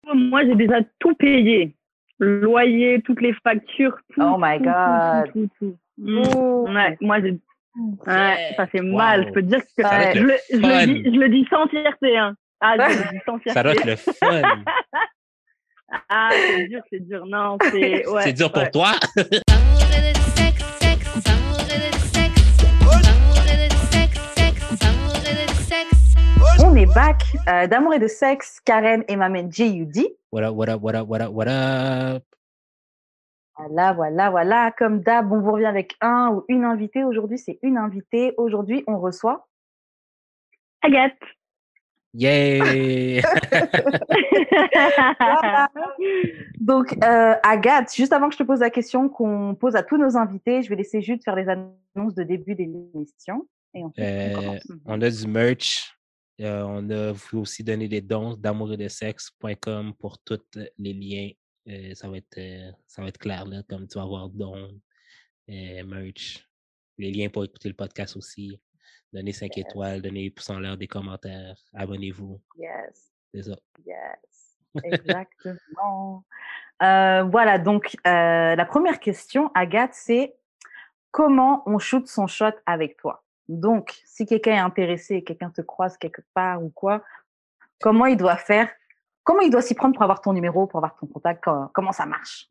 Moi, j'ai déjà tout payé. Le loyer, toutes les factures, tout. Oh my God. Tout. Ouais, moi, j'ai... Ouais, ça fait mal. Je peux te dire que Ça doit être le fun. je le dis sans fierté. Hein. Ah, je le dis sans fierté. Ça doit être le fun. Ah, c'est dur. Non, c'est... Ouais, c'est dur pour toi. On est back d'amour et de sexe, Karen et ma main J.U.D. What up? Voilà. Comme d'hab, on vous revient avec un ou une invitée. Aujourd'hui, c'est une invitée. Aujourd'hui, on reçoit Agathe. Yeah! Voilà. Donc, Agathe, juste avant que je te pose la question qu'on pose à tous nos invités, je vais laisser Jude faire les annonces de début de l'émission. Et ensuite, on a du merch. On a aussi donné des dons d'amouretdesexe.com pour tous les liens. Ça va être clair, là, comme tu vas avoir dons, merch. Les liens pour écouter le podcast aussi. Donnez 5 étoiles, donnez pouces en l'air, des commentaires, abonnez-vous. Yes. C'est ça. Yes, exactement. Voilà, donc la première question, Agathe, c'est comment on shoot son shot avec toi? Donc, si quelqu'un est intéressé, quelqu'un te croise quelque part ou quoi, comment il doit faire? Comment il doit s'y prendre pour avoir ton numéro, pour avoir ton contact? Comment ça marche?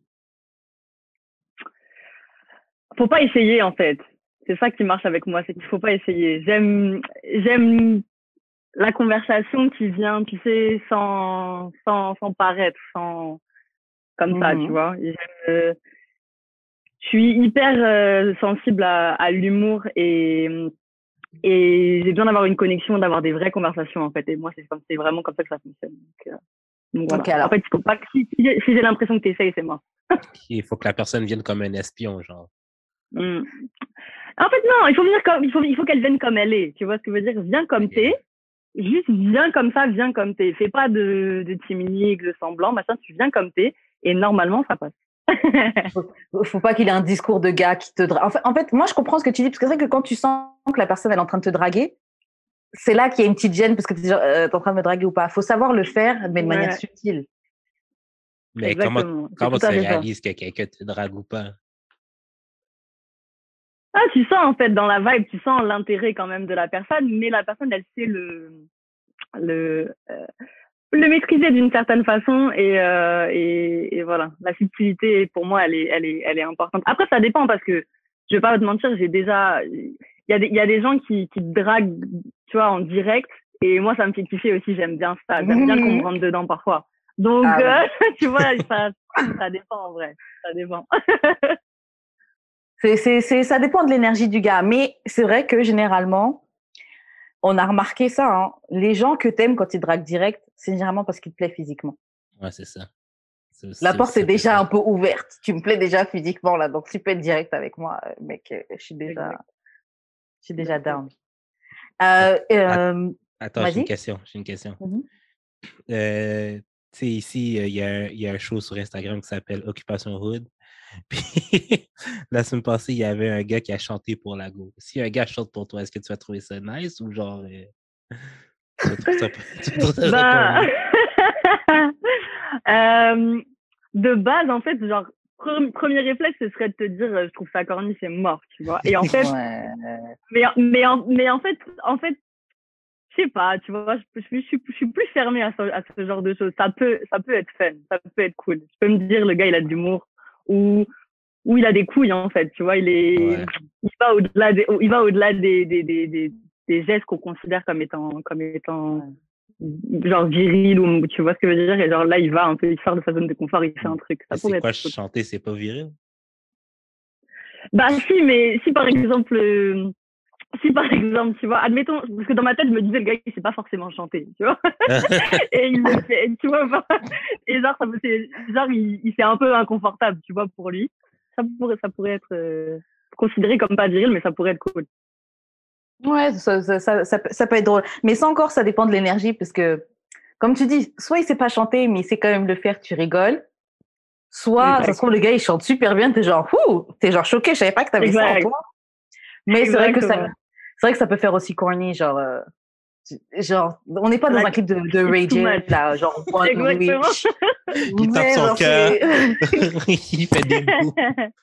Faut pas essayer, en fait. C'est ça qui marche avec moi, c'est qu'il faut pas essayer. J'aime la conversation qui vient, tu sais, sans paraître, comme ça, tu vois. Je suis hyper sensible à l'humour et j'ai besoin d'avoir une connexion, d'avoir des vraies conversations, en fait. Et moi, c'est vraiment comme ça que ça fonctionne. Donc voilà. Okay, alors. En fait, il faut pas que si j'ai l'impression que tu essayes, c'est moi. Il faut que la personne vienne comme un espion, genre. En fait, non, il faut qu'elle vienne comme elle est. Tu vois ce que je veux dire? Viens comme t'es. Juste viens comme ça, viens comme t'es. Fais pas de timinique, de semblant, machin. Tu viens comme t'es et normalement, ça passe. Faut pas qu'il ait un discours de gars qui te drague. En fait, moi, je comprends ce que tu dis, parce que c'est vrai que quand tu sens que la personne elle est en train de te draguer, c'est là qu'il y a une petite gêne parce que tu es en train de me draguer ou pas. Faut savoir le faire, mais de manière subtile. Mais comment tu réalises que quelqu'un te drague ou pas? Ah, tu sens en fait dans la vibe, tu sens l'intérêt quand même de la personne, mais la personne elle sait le maîtriser d'une certaine façon et voilà, la subtilité pour moi elle est importante. Après ça dépend parce que je vais pas te mentir, il y a des gens qui te draguent, tu vois, en direct et moi ça me fait kiffer aussi, j'aime bien ça, j'aime bien qu'on me rentre dedans parfois. Donc tu vois, ça dépend en vrai, ça dépend. Ça dépend de l'énergie du gars, mais c'est vrai que généralement, on a remarqué ça, hein. Les gens que t'aimes quand ils draguent direct, c'est généralement parce qu'ils te plaisent physiquement. Ouais, c'est ça. La porte est déjà un peu ouverte. Tu me plais déjà physiquement, là, donc tu peux être direct avec moi, mec. Je suis déjà down. Attends, j'ai une question. Tu sais, ici, il y a un show sur Instagram qui s'appelle Occupation Hood. Puis la semaine passée, il y avait un gars qui a chanté pour la go. Si un gars chante pour toi, est-ce que tu vas trouver ça nice ou genre tu trouves ça de base, en fait, genre premier réflexe, ce serait de te dire je trouve ça corny, c'est mort, tu vois. Et en fait, mais en fait, je sais pas, tu vois, je suis plus fermée à ce genre de choses. Ça peut être fun, ça peut être cool. Je peux me dire le gars il a de l'humour ou il a des couilles en fait, tu vois, il va au-delà des gestes qu'on considère comme étant genre viril ou tu vois ce que je veux dire, et genre là il sort de sa zone de confort, il fait un truc. Ça c'est quoi chanter, c'est pas viril? Bah si, mais si par exemple, tu vois, admettons, parce que dans ma tête, je me disais, le gars, il sait pas forcément chanter, tu vois. Et il le fait, tu vois. Et genre, il c'est un peu inconfortable, tu vois, pour lui. Ça pourrait être considéré comme pas viril, mais ça pourrait être cool. Ouais, ça peut être drôle. Mais ça encore, ça dépend de l'énergie, parce que, comme tu dis, soit il sait pas chanter, mais il sait quand même le faire, tu rigoles. Soit, ça se trouve, le gars, il chante super bien, t'es genre choqué, je savais pas que t'avais ça en toi. Mais c'est vrai que ça peut faire aussi corny, genre, Genre, on n'est pas dans un clip de Ray J, là, genre, Exactement. Il tape son cœur. Il fait des mots.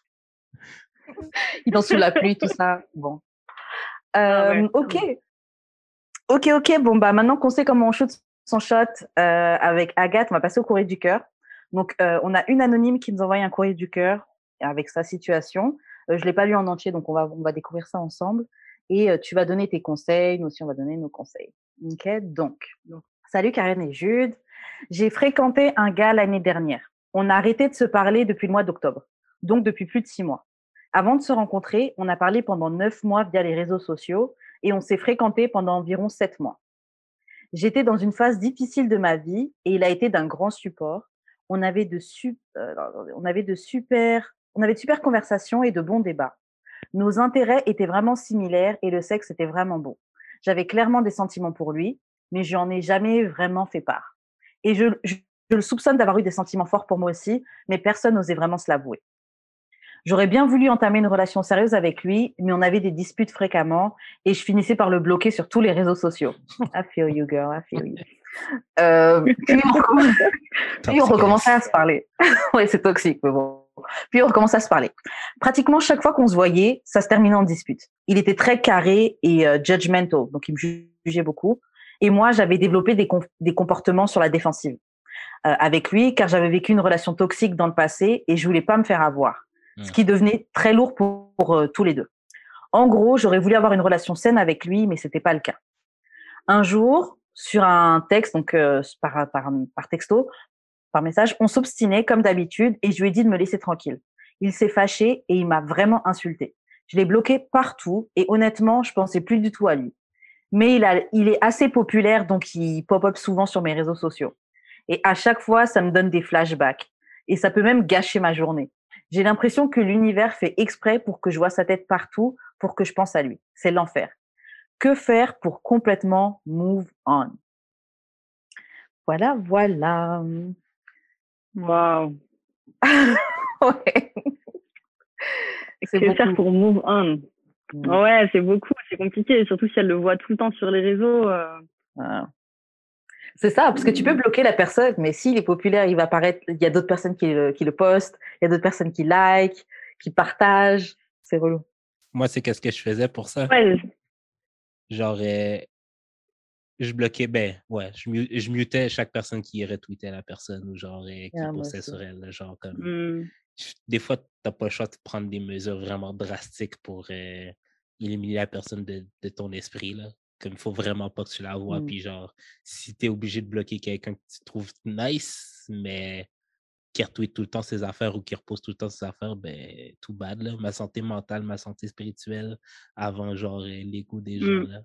Il danse sous la pluie, tout ça. Bon. Ok. Bon, bah, maintenant qu'on sait comment on shoot son shot avec Agathe, on va passer au courrier du cœur. Donc, on a une anonyme qui nous envoie un courrier du cœur avec sa situation. Je l'ai pas lu en entier, donc on va découvrir ça ensemble. Et tu vas donner tes conseils, nous aussi on va donner nos conseils. Ok, donc. Salut Karen et Jude. J'ai fréquenté un gars l'année dernière. On a arrêté de se parler depuis le mois d'octobre, donc depuis plus de 6 mois. Avant de se rencontrer, on a parlé pendant 9 mois via les réseaux sociaux et on s'est fréquenté pendant environ 7 mois. J'étais dans une phase difficile de ma vie et il a été d'un grand support. On avait de super conversations et de bons débats. Nos intérêts étaient vraiment similaires et le sexe était vraiment beau. J'avais clairement des sentiments pour lui, mais je n'en ai jamais vraiment fait part. Et je le soupçonne d'avoir eu des sentiments forts pour moi aussi, mais personne n'osait vraiment se l'avouer. J'aurais bien voulu entamer une relation sérieuse avec lui, mais on avait des disputes fréquemment et je finissais par le bloquer sur tous les réseaux sociaux. I feel you, girl, I feel you. Puis on recommençait à se parler. Ouais, c'est toxique, mais bon. Puis on recommençait à se parler. Pratiquement chaque fois qu'on se voyait, ça se terminait en dispute. Il était très carré et judgmental, donc il me jugeait beaucoup. Et moi, j'avais développé des comportements sur la défensive avec lui, car j'avais vécu une relation toxique dans le passé et je voulais pas me faire avoir. Ce qui devenait très lourd pour tous les deux. En gros, j'aurais voulu avoir une relation saine avec lui, mais c'était pas le cas. Un jour, sur un texte, donc par texto, par message, on s'obstinait comme d'habitude et je lui ai dit de me laisser tranquille. Il s'est fâché et il m'a vraiment insulté. Je l'ai bloqué partout et honnêtement, je pensais plus du tout à lui. Mais il est assez populaire, donc il pop-up souvent sur mes réseaux sociaux. Et à chaque fois, ça me donne des flashbacks. Et ça peut même gâcher ma journée. J'ai l'impression que l'univers fait exprès pour que je vois sa tête partout, pour que je pense à lui. C'est l'enfer. Que faire pour complètement move on? Voilà. Waouh. Ouais. Que faire pour move on? Ouais, c'est beaucoup, c'est compliqué, surtout si elle le voit tout le temps sur les réseaux. C'est ça, parce que tu peux bloquer la personne, mais s'il est populaire, il va apparaître. Il y a d'autres personnes qui le postent, il y a d'autres personnes qui like, qui partagent. C'est relou. Moi, c'est qu'est-ce que je faisais pour ça? Ouais. Genre, je bloquais, je mutais chaque personne qui retweetait la personne ou genre qui postait sur elle. Là, genre comme. Des fois, t'as pas le choix de prendre des mesures vraiment drastiques pour éliminer la personne de ton esprit, là. Comme il faut vraiment pas que tu la vois. Puis genre, si t'es obligé de bloquer quelqu'un que tu trouves nice, mais qui retweet tout le temps ses affaires ou qui repose tout le temps ses affaires, ben, tout bad, là. Ma santé mentale, ma santé spirituelle, avant genre les goûts des gens, là.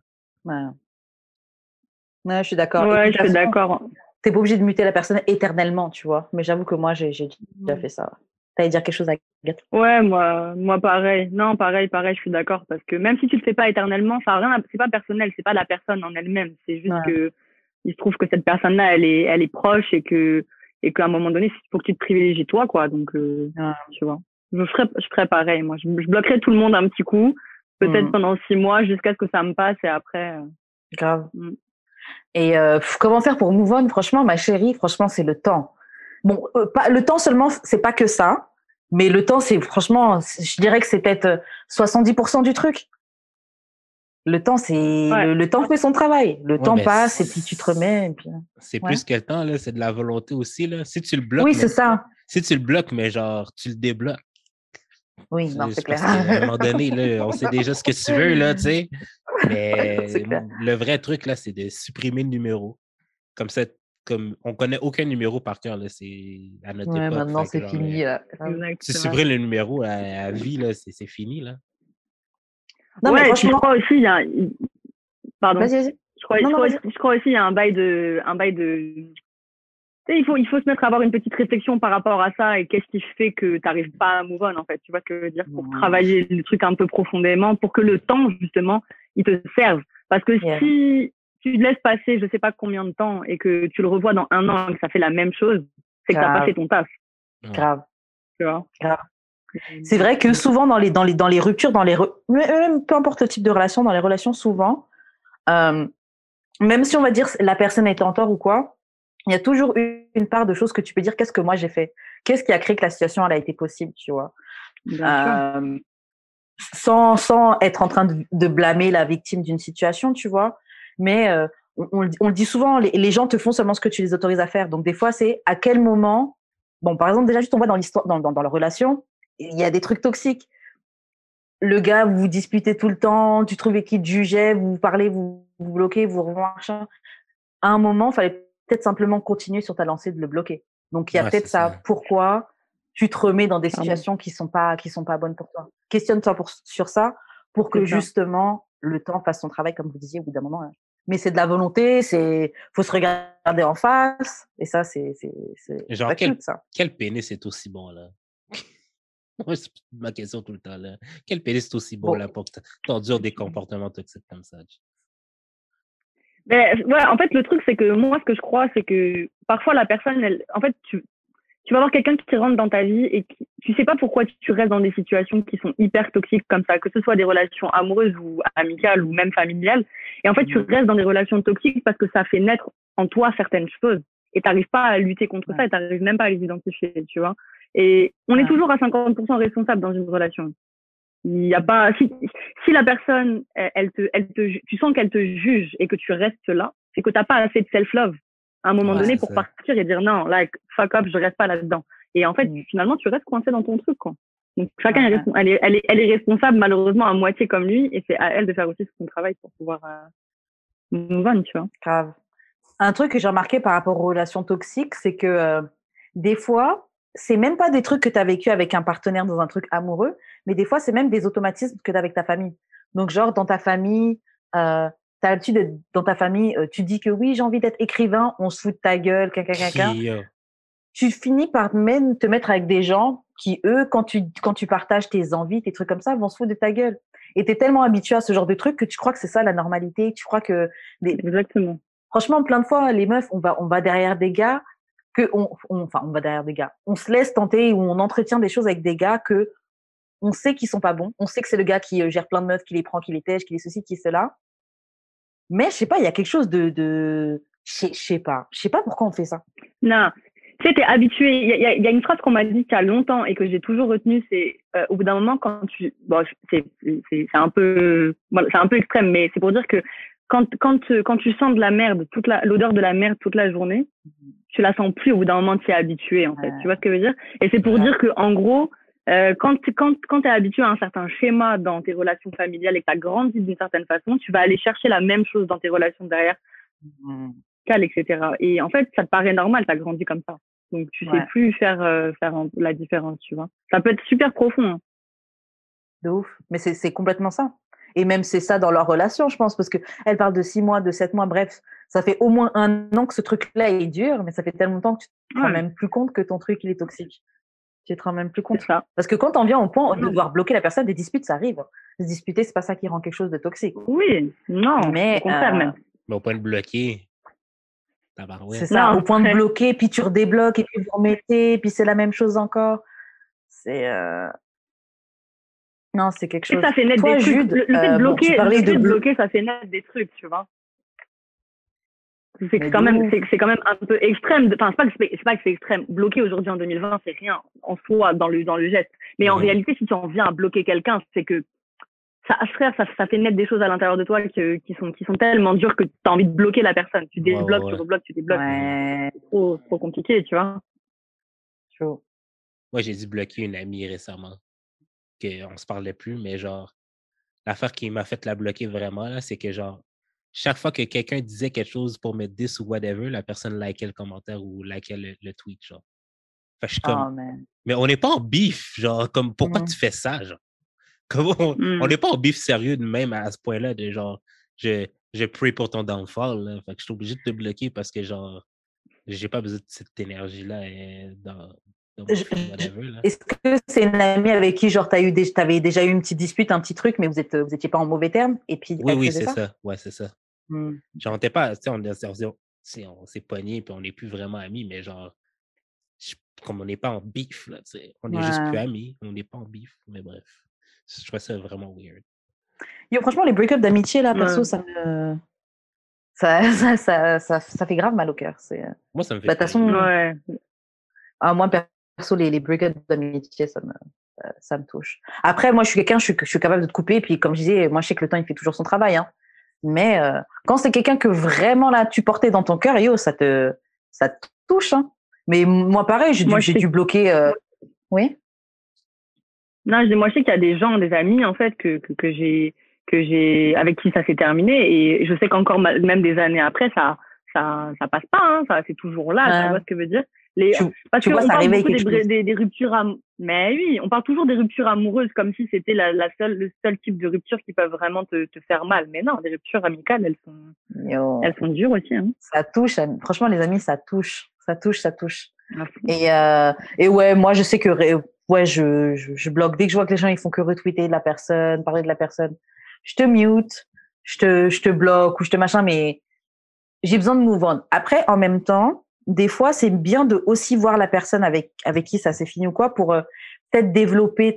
Ouais, je suis d'accord. Ouais, je suis d'accord. T'es pas obligé de muter la personne éternellement, tu vois. Mais j'avoue que moi, j'ai déjà fait ça. T'allais dire quelque chose à Agathe? Ouais, moi pareil. Non, pareil, je suis d'accord. Parce que même si tu le fais pas éternellement, ça a rien, c'est pas personnel, c'est pas la personne en elle-même. C'est juste que il se trouve que cette personne-là, elle est proche et qu'à un moment donné, il faut que tu te privilégies toi, quoi. Donc, tu vois. Je ferais pareil, moi. Je bloquerais tout le monde un petit coup, peut-être pendant 6 mois, jusqu'à ce que ça me passe et après. Grave. Et comment faire pour move on? Franchement, ma chérie, franchement, c'est le temps. Bon, le temps seulement, c'est pas que ça, mais le temps, c'est franchement, je dirais que c'est peut-être 70% du truc. Le temps, c'est le temps fait son travail. Le temps passe et puis tu te remets. Et puis... C'est plus que le temps, là, c'est de la volonté aussi, là. Si tu le bloques, oui, c'est ça. Si tu le bloques, mais genre, tu le débloques. Oui, non, c'est clair. À un moment donné, là, on sait déjà ce que tu veux, là, tu sais. Mais le vrai truc, là, c'est de supprimer le numéro. Comme ça, comme on connaît aucun numéro par cœur, là, c'est à notre époque. Maintenant, c'est fini, là. Tu supprimes le numéro à vie, là, c'est fini, là. Non, mais franchement... je crois aussi, il y a... Pardon. Vas-y. Je crois aussi, il y a un bail de... Tu sais, il faut se mettre à avoir une petite réflexion par rapport à ça et qu'est-ce qui fait que tu n'arrives pas à move on, en fait. Tu vois ce que je veux dire? Pour travailler le truc un peu profondément, pour que le temps, justement, il te serve. Parce que si tu te laisses passer je sais pas combien de temps et que tu le revois dans 1 an et que ça fait la même chose, c'est que tu n'as pas fait ton taf. Grave. Tu vois? Grave. C'est vrai que souvent dans les ruptures, même peu importe le type de relation, dans les relations souvent, Même si on va dire la personne est en tort ou quoi, il y a toujours une part de choses que tu peux dire, qu'est-ce que moi j'ai fait? Qu'est-ce qui a créé que la situation elle a été possible, tu vois? Bien sûr. Sans être en train de blâmer la victime d'une situation, tu vois. Mais on le dit souvent, les gens te font seulement ce que tu les autorises à faire. Donc des fois, c'est à quel moment. Bon, par exemple, déjà juste on voit dans l'histoire, dans la relation, il y a des trucs toxiques. Le gars, vous vous disputez tout le temps, tu trouvais qu'il te jugeait, vous parlez, vous bloquez, vous machin. À un moment, il fallait peut-être simplement continuer sur ta lancée de le bloquer. Donc il y a Ouais, c'est peut-être ça. ça. Pourquoi tu te remets dans des Clairement. situations qui sont pas bonnes pour toi? Questionne-toi sur ça pour que C'est ça. justement le temps fasse son travail, comme vous disiez au bout d'un moment. Hein. Mais c'est de la volonté, faut se regarder en face, et ça c'est Genre, pas cute ça. quel pénis est aussi bon, là? Moi, c'est ma question tout le temps, là. Quel pénis est aussi bon, Bon, là, pour que t'endures des comportements toxiques comme ça? Mais ouais, en fait, le truc, c'est que moi, ce que je crois, c'est que parfois la personne, en fait, tu vas avoir quelqu'un qui rentre dans ta vie et tu sais pas pourquoi tu restes dans des situations qui sont hyper toxiques comme ça, que ce soit des relations amoureuses ou amicales ou même familiales. Et en fait, tu restes dans des relations toxiques parce que ça fait naître en toi certaines choses et t'arrives pas à lutter contre ça et t'arrives même pas à les identifier, tu vois. Et on est toujours à 50% responsable dans une relation. Il y a pas, si la personne, tu sens qu'elle te juge et que tu restes là, c'est que t'as pas assez de self-love à un moment Ouais, donné c'est pour ça. partir et dire non, like, fuck up, je reste pas là-dedans. Et en fait, finalement, tu restes coincé dans ton truc, quoi. Donc, chacun elle est responsable, malheureusement, à moitié comme lui, et c'est à elle de faire aussi son travail pour pouvoir move on, tu vois. grave. Un truc que j'ai remarqué par rapport aux relations toxiques, c'est que des fois, c'est même pas des trucs que tu as vécu avec un partenaire dans un truc amoureux, mais des fois, c'est même des automatismes que tu as avec ta famille. Donc, genre, dans ta famille, t'as l'habitude dans ta famille, tu dis que oui, j'ai envie d'être écrivain, on se fout de ta gueule, caca. Yo. Tu finis par même te mettre avec des gens qui, eux, quand tu partages tes envies, tes trucs comme ça, vont se foutre de ta gueule. Et t'es tellement habitué à ce genre de truc que tu crois que c'est ça la normalité, tu crois que Exactement. franchement, plein de fois, les meufs, on va derrière des gars on va derrière des gars. On se laisse tenter ou on entretient des choses avec des gars que on sait qu'ils sont pas bons. On sait que c'est le gars qui gère plein de meufs, qui les prend, qui les tèche, qui les ceci, qui cela. Mais je sais pas, il y a quelque chose je sais pas. Je sais pas pourquoi on fait ça. Non, tu sais, t'es habitué. Il y a une phrase qu'on m'a dit il y a longtemps et que j'ai toujours retenue, c'est au bout d'un moment, quand tu. Bon, c'est un peu. Voilà, c'est un peu extrême, mais c'est pour dire que quand tu sens de la merde, l'odeur de la merde toute la journée, tu la sens plus au bout d'un moment, tu es habitué, en fait. Tu vois ce que je veux dire? Et c'est pour dire que, en gros, quand tu es habitué à un certain schéma dans tes relations familiales et que tu as grandi d'une certaine façon, tu vas aller chercher la même chose dans tes relations derrière etc. Et en fait, ça te paraît normal, tu as grandi comme ça. Donc, tu sais plus faire la différence, tu vois. Ça peut être super profond. Hein. De ouf. Mais c'est complètement ça. Et même c'est ça dans leur relation, je pense, parce que elle parle de 6 mois, de 7 mois, bref, ça fait au moins 1 an que ce truc-là est dur, mais ça fait tellement longtemps que tu te rends même plus compte que ton truc il est toxique. Tu te rends même plus compte. C'est ça. Parce que quand on vient au point de devoir bloquer la personne, des disputes, ça arrive. Se disputer, c'est pas ça qui rend quelque chose de toxique. Oui, non, mais, au contraire même. Mais au point de bloquer, c'est ça, non. au point de bloquer, puis tu redébloques, et puis vous remettez, puis c'est la même chose encore. C'est... Non, c'est quelque chose. Et ça fait naître Toi, des trucs. Jude, Le fait de bloquer, tu parlais de bloquer, ça fait naître des trucs, tu vois. C'est quand même un peu extrême. Enfin, c'est pas que c'est extrême. Bloquer aujourd'hui en 2020, c'est rien en soi dans le geste. Mais en réalité, si tu en viens à bloquer quelqu'un, c'est que ça fait naître des choses à l'intérieur de toi qui sont tellement dures que tu as envie de bloquer la personne. Tu débloques, tu rebloques, tu débloques. C'est trop compliqué, tu vois. Chaud. Moi, j'ai dû bloquer une amie récemment. On se parlait plus, mais genre, l'affaire qui m'a fait la bloquer vraiment, là, c'est que genre, chaque fois que quelqu'un disait quelque chose pour me diss ou whatever, la personne likait le commentaire ou likait le tweet, genre. Fait que je suis comme, mais on n'est pas en bif, genre, comme, pourquoi tu fais ça, genre? Comme on n'est pas en bif sérieux de même à ce point-là, de genre, je prie pour ton downfall, là. Fait que je suis obligé de te bloquer parce que, genre, j'ai pas besoin de cette énergie-là dans mon feed, whatever, là. Est-ce que c'est une amie avec qui, genre, t'avais déjà eu une petite dispute, un petit truc, mais vous étiez pas en mauvais termes, et puis elle Oui, faisait c'est ça? ça. Ouais, c'est ça. Genre, on n'était pas, tu sais, on s'est pognés puis on n'est plus vraiment amis, mais genre, comme on n'est pas en beef, là, tu sais, on est juste plus amis, on n'est pas en beef, mais bref. Je trouvais ça vraiment weird. Yo, franchement, les break-up d'amitié, là, perso, ça me... Ça fait grave mal au cœur. Moi, ça me fait De toute façon, Ouais. moi, perso, les break-ups d'amitié, ça me touche. Après, moi, je suis quelqu'un, je suis capable de te couper. Et puis, comme je disais, moi, je sais que le temps, il fait toujours son travail. Hein. Mais quand c'est quelqu'un que vraiment, là, tu portais dans ton cœur, ça te touche. Hein. Mais moi, pareil, j'ai dû bloquer. Oui. Non, moi, je sais qu'il y a des gens, des amis, en fait, que j'ai, avec qui ça s'est terminé. Et je sais qu'encore, même des années après, ça passe pas, hein, c'est toujours là, tu vois ce que je veux dire? Parce qu'on parle beaucoup des ruptures mais oui, on parle toujours des ruptures amoureuses comme si c'était le seul type de rupture qui peuvent vraiment te faire mal. Mais non, les ruptures amicales, elles sont dures aussi, hein. Ça touche, franchement, les amis, ça touche. Et ouais, moi, je sais que, ouais, je bloque. Dès que je vois que les gens, ils font que retweeter de la personne, parler de la personne, je te mute, je te bloque ou je te machin, mais j'ai besoin de move on. Après, en même temps, des fois, c'est bien de aussi voir la personne avec qui ça s'est fini ou quoi pour peut-être développer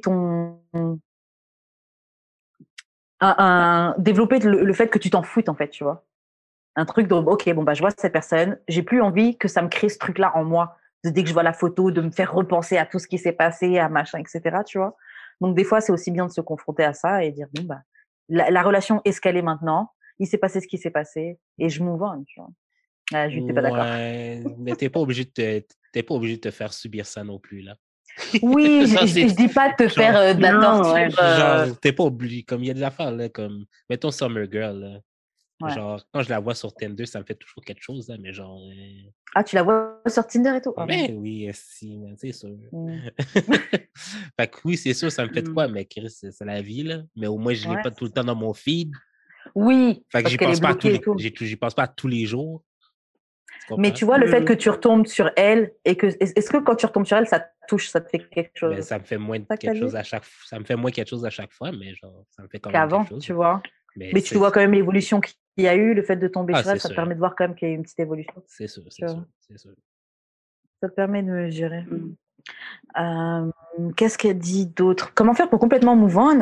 développer le fait que tu t'en foutes, en fait, tu vois. Un truc de, ok, bon, bah, je vois cette personne, j'ai plus envie que ça me crée ce truc-là en moi, dès que je vois la photo, de me faire repenser à tout ce qui s'est passé, à machin, etc., tu vois. Donc, des fois, c'est aussi bien de se confronter à ça et dire, bon, bah, la relation est ce qu'elle est maintenant, il s'est passé ce qui s'est passé et je move on, tu vois. Ah, Jules, t'es pas d'accord. Ouais, mais t'es pas obligé de te faire subir ça non plus, là. Oui, je dis pas de te faire de la torture. Ouais. Genre, t'es pas obligé, comme il y a des affaires, là, comme, mettons Summer Girl, là. Ouais. Genre, quand je la vois sur Tinder, ça me fait toujours quelque chose, là, mais genre... Ah, tu la vois sur Tinder et tout? Mais oui, si, c'est sûr. Fait que oui, c'est sûr, ça me fait de quoi, mais Chris, c'est la vie, là. Mais au moins, je l'ai pas tout le temps dans mon feed. Oui, fait que parce qu'elle est bloquée et tout. J'y pense pas tous les jours. Mais tu vois, le fait que tu retombes sur elle et que est-ce que quand tu retombes sur elle, ça te touche, ça te fait quelque chose? Ben, ça me fait moins quelque chose à chaque fois, mais genre, ça me fait quand même qu'avant, quelque chose. Tu vois. Mais tu vois quand même l'évolution qu'il y a eu, le fait de tomber sur elle, ça te permet de voir quand même qu'il y a eu une petite évolution. C'est sûr. Ça te permet de mesurer. Qu'est-ce qu'elle dit d'autre? Comment faire pour complètement move on?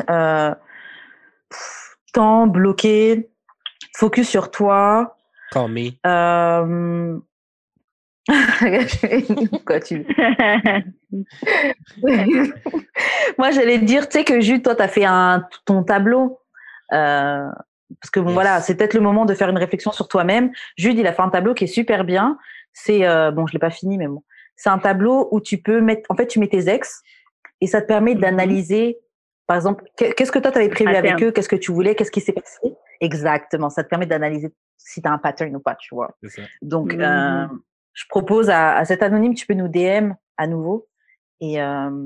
Temps bloqué, focus sur toi. Call me. Quoi, Moi, j'allais dire, tu sais que Jude, toi, tu as fait ton tableau. Parce que bon, voilà, c'est peut-être le moment de faire une réflexion sur toi-même. Jude, il a fait un tableau qui est super bien. C'est, bon, je l'ai pas fini, mais bon. C'est un tableau où tu peux mettre, en fait, tu mets tes ex et ça te permet d'analyser, par exemple, qu'est-ce que toi, tu avais prévu avec eux, qu'est-ce que tu voulais, qu'est-ce qui s'est passé. Exactement. Ça te permet d'analyser si tu as un pattern ou pas, tu vois. C'est ça. Donc, je propose à cet anonyme, tu peux nous DM à nouveau et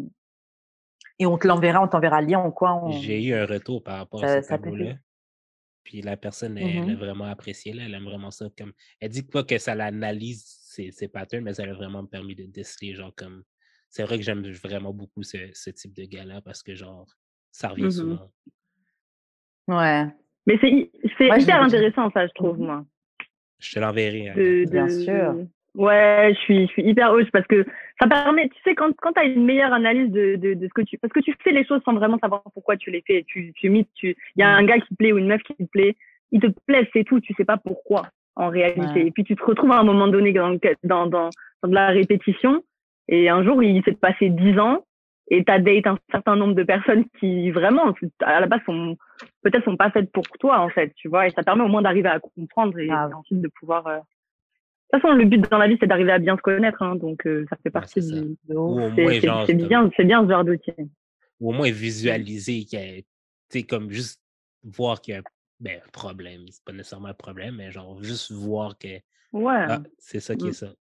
on t'enverra le lien ou quoi. J'ai eu un retour par rapport à ce tableau-là. Puis la personne, elle a vraiment apprécié, là, elle aime vraiment ça. Comme, elle dit pas que ça l'analyse ses patterns, mais ça a vraiment permis de déceler, genre, comme... C'est vrai que j'aime vraiment beaucoup ce type de gars-là parce que, genre, ça revient souvent. Ouais. Mais c'est hyper intéressant, ça, je trouve, moi. Je te l'enverrai. Bien sûr. Ouais, je suis hyper heureuse parce que ça permet, tu sais, quand tu as une meilleure analyse de ce que parce que tu fais les choses sans vraiment savoir pourquoi tu les fais. Il y a un gars qui te plaît ou une meuf qui te plaît, il te plaît, c'est tout, tu sais pas pourquoi, en réalité. Ouais. Et puis tu te retrouves à un moment donné dans de la répétition et un jour, il s'est passé 10 ans et t'as date un certain nombre de personnes qui vraiment, à la base, peut-être sont pas faites pour toi, en fait, tu vois, et ça permet au moins d'arriver à comprendre et ensuite de pouvoir, de toute façon, le but dans la vie, c'est d'arriver à bien se connaître, hein, donc ça fait partie du. C'est bien ce genre d'outil. Ou au moins visualiser, comme juste voir qu'il y a un problème. C'est pas nécessairement un problème, mais genre juste voir que c'est ça qui est ça.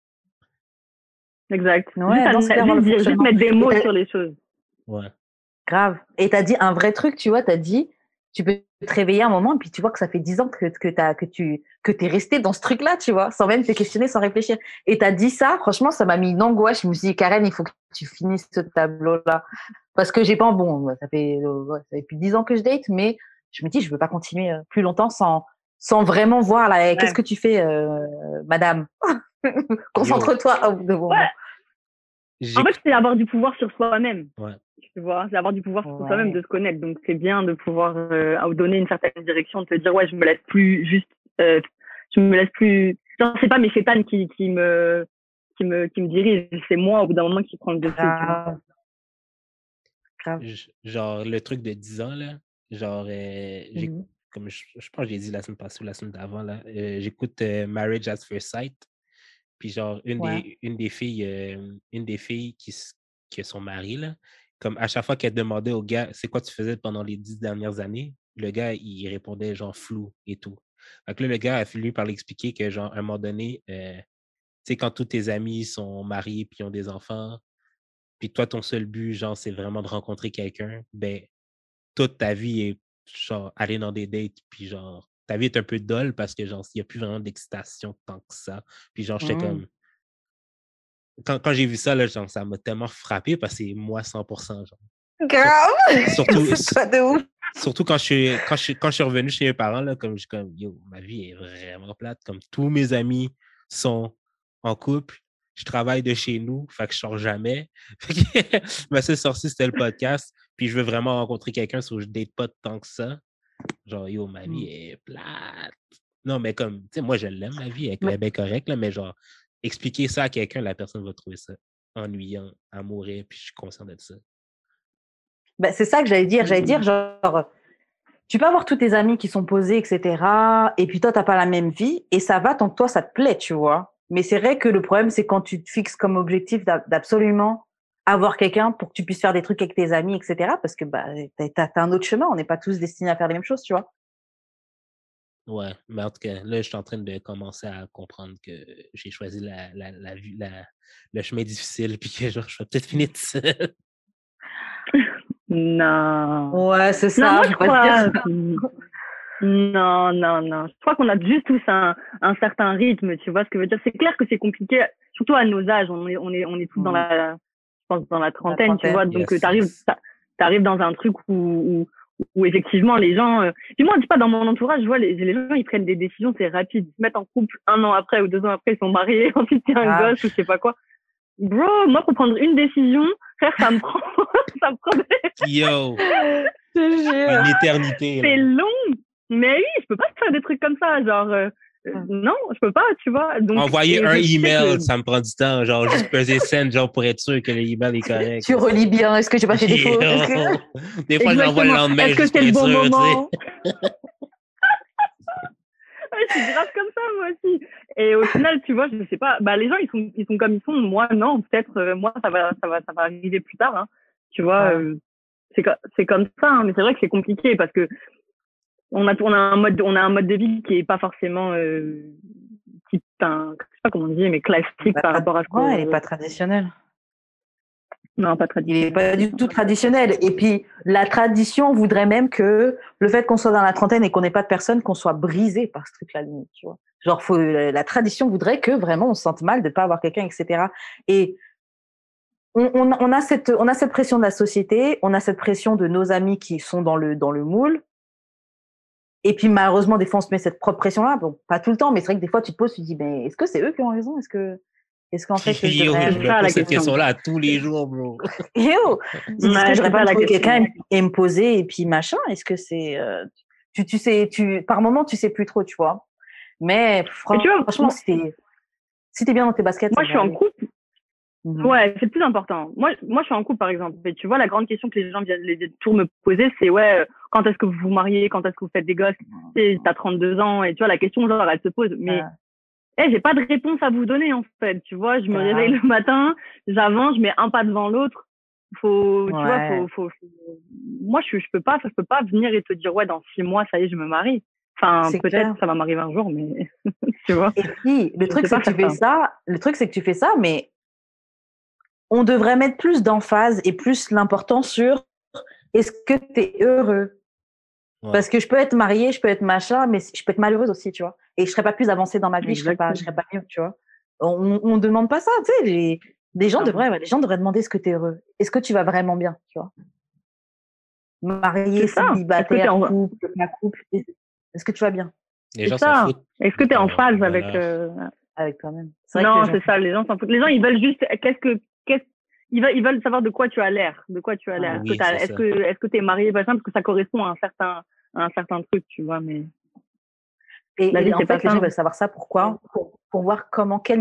Exact. Ouais, juste mettre des mots sur les choses. Ouais. Grave. Et t'as dit un vrai truc, tu vois, tu peux te réveiller un moment et puis tu vois que ça fait 10 ans que t'es resté dans ce truc-là, tu vois, sans même te questionner, sans réfléchir. Et t'as dit ça, franchement, ça m'a mis une angoisse. Je me suis dit, Karen, il faut que tu finisses ce tableau-là. Parce que ça fait plus de 10 ans que je date, mais je me dis, je veux pas continuer plus longtemps sans vraiment voir, là, qu'est-ce que tu fais, madame? Concentre-toi. En fait, c'est avoir du pouvoir sur soi-même. Ouais. Tu vois, c'est avoir du pouvoir sur soi-même, de se connaître. Donc, c'est bien de pouvoir donner une certaine direction, de te dire, ouais, je me laisse plus juste, je me laisse plus. Genre, c'est pas mes chétanes qui me dirigent. C'est moi, au bout d'un moment, qui prend le dessus. Tu vois. Grave. Genre, le truc de 10 ans, là, genre, j'ai, comme je pense que j'ai dit la semaine passée ou la semaine d'avant, là, j'écoute Marriage at First Sight. Puis genre, une des filles qui a son mari, là, comme à chaque fois qu'elle demandait au gars, c'est quoi tu faisais pendant les 10 dernières années, le gars, il répondait genre flou et tout. Fait que là, le gars a fini par l'expliquer que genre, à un moment donné, tu sais, quand tous tes amis sont mariés puis ont des enfants, puis toi, ton seul but, genre, c'est vraiment de rencontrer quelqu'un, ben, toute ta vie est genre aller dans des dates, puis genre, ta vie est un peu dolle parce que genre, il n'y a plus vraiment d'excitation tant que ça. Puis genre, j'étais comme. Quand j'ai vu ça, là, genre, ça m'a tellement frappé parce que c'est moi 100%. Genre. Grave! Surtout quand je suis revenu chez mes parents, là, comme yo, ma vie est vraiment plate. Comme tous mes amis sont en couple, je travaille de chez nous, fait que je sors jamais. Ma seule sortie, c'était le podcast. Puis je veux vraiment rencontrer quelqu'un, sauf que je date pas tant que ça. Genre, yo, ma vie est plate. Non, mais comme, tu sais, moi, je l'aime, ma vie, elle est bien correcte, là, mais genre, expliquer ça à quelqu'un, la personne va trouver ça ennuyant, à mourir, puis je suis conscient de ça. Ben, c'est ça que j'allais dire. J'allais dire, genre, tu peux avoir tous tes amis qui sont posés, etc. Et puis toi, t'as pas la même vie et ça va tant que toi, ça te plaît, tu vois. Mais c'est vrai que le problème, c'est quand tu te fixes comme objectif d'absolument avoir quelqu'un pour que tu puisses faire des trucs avec tes amis, etc. Parce que bah, t'as un autre chemin. On n'est pas tous destinés à faire les mêmes choses, tu vois. Ouais, mais en tout cas, là, je suis en train de commencer à comprendre que j'ai choisi le chemin difficile, puis que genre, je vais peut-être finir tout seul. Non. Ouais, c'est ça. Non, moi, je crois. Non. Je crois qu'on a juste tous un certain rythme, tu vois ce que je veux dire. C'est clair que c'est compliqué, surtout à nos âges. On est tous dans je pense, dans la trentaine, tu vois. Donc, t'arrives dans un truc où effectivement, les gens, du moins, je dis pas, dans mon entourage, je vois, les gens, ils prennent des décisions, c'est rapide. Ils se mettent en couple 1 an après ou 2 ans après, ils sont mariés, ensuite il y a un gosse ou je sais pas quoi. Bro, moi, pour prendre une décision, frère, ça me prend, Yo! Une éternité. C'est long. Mais oui, je peux pas faire des trucs comme ça, genre, non, je peux pas, tu vois. Donc, envoyer un email, ça me prend du temps, genre, juste peser send, genre, pour être sûr que l'email est correct. Tu relis bien, est-ce que j'ai pas fait des fautes? Des fois, je l'envoie le lendemain, est-ce que juste c'est le pour bon être sûr, moment? Je suis grave comme ça, moi aussi. Et au final, tu vois, je sais pas, bah, les gens, ils sont comme ils sont. Moi, non, peut-être, moi, ça va arriver plus tard, hein. Tu vois, c'est comme ça, hein, mais c'est vrai que c'est compliqué parce que on a un mode de vie qui est pas forcément, je sais pas comment on dit, mais classique par rapport à ce qu'on. Ouais, il est pas traditionnel. Non, pas traditionnel. Il est pas du tout traditionnel. Et puis, la tradition voudrait même que le fait qu'on soit dans la trentaine et qu'on n'ait pas de personne, qu'on soit brisé par ce truc-là, limite, tu vois. Genre, la tradition voudrait que vraiment on se sente mal de pas avoir quelqu'un, etc. Et on a cette pression de la société, on a cette pression de nos amis qui sont dans le moule. Et puis, malheureusement, des fois, on se met cette propre pression-là. Bon, pas tout le temps, mais c'est vrai que des fois, tu te poses, tu te dis, ben, est-ce que c'est eux qui ont raison? Est-ce qu'en fait, je me pose cette question-là tous les jours, bro. Est-ce que j'aurais pas trouvé quelqu'un et me poser et puis machin? Est-ce que c'est, tu sais, par moment, tu sais plus trop, tu vois. Mais franchement, si t'es bien dans tes baskets. Moi, je suis en couple. Ouais, c'est le plus important. Moi, je suis en couple, par exemple. Mais tu vois, la grande question que les gens viennent toujours me poser, c'est quand est-ce que vous vous mariez, quand est-ce que vous faites des gosses? T'as 32 ans et tu vois, la question, genre, elle se pose. Mais j'ai pas de réponse à vous donner, en fait. Tu vois, je me réveille le matin, j'avance, je mets un pas devant l'autre. Tu vois, moi, je peux pas venir et te dire, ouais, dans 6 mois, ça y est, je me marie. Enfin, peut-être ça va m'arriver un jour, mais tu vois. Et puis, le truc, c'est que tu fais ça, mais on devrait mettre plus d'emphase et plus l'importance sur est-ce que tu es heureux? Ouais. Parce que je peux être mariée, je peux être machin, mais je peux être malheureuse aussi, tu vois. Et je serais pas plus avancée dans ma vie, je serais pas mieux, tu vois. On demande pas ça, tu sais. Les gens devraient demander est-ce que tu es heureux? Est-ce que tu vas vraiment bien, tu vois? Marié, célibataire, couple, pas couple, est-ce que tu vas bien? Les gens s'en foutent. Est-ce que tu es en phase avec toi-même? Non, c'est ça, les gens s'en foutent. Les gens, ils veulent juste ils veulent savoir de quoi tu as l'air, est-ce que tu es marié, par exemple, parce que ça correspond à un certain truc, tu vois, mais Et La vie, en c'est fait, pas les gens ça. veulent savoir ça. Pourquoi? Pour voir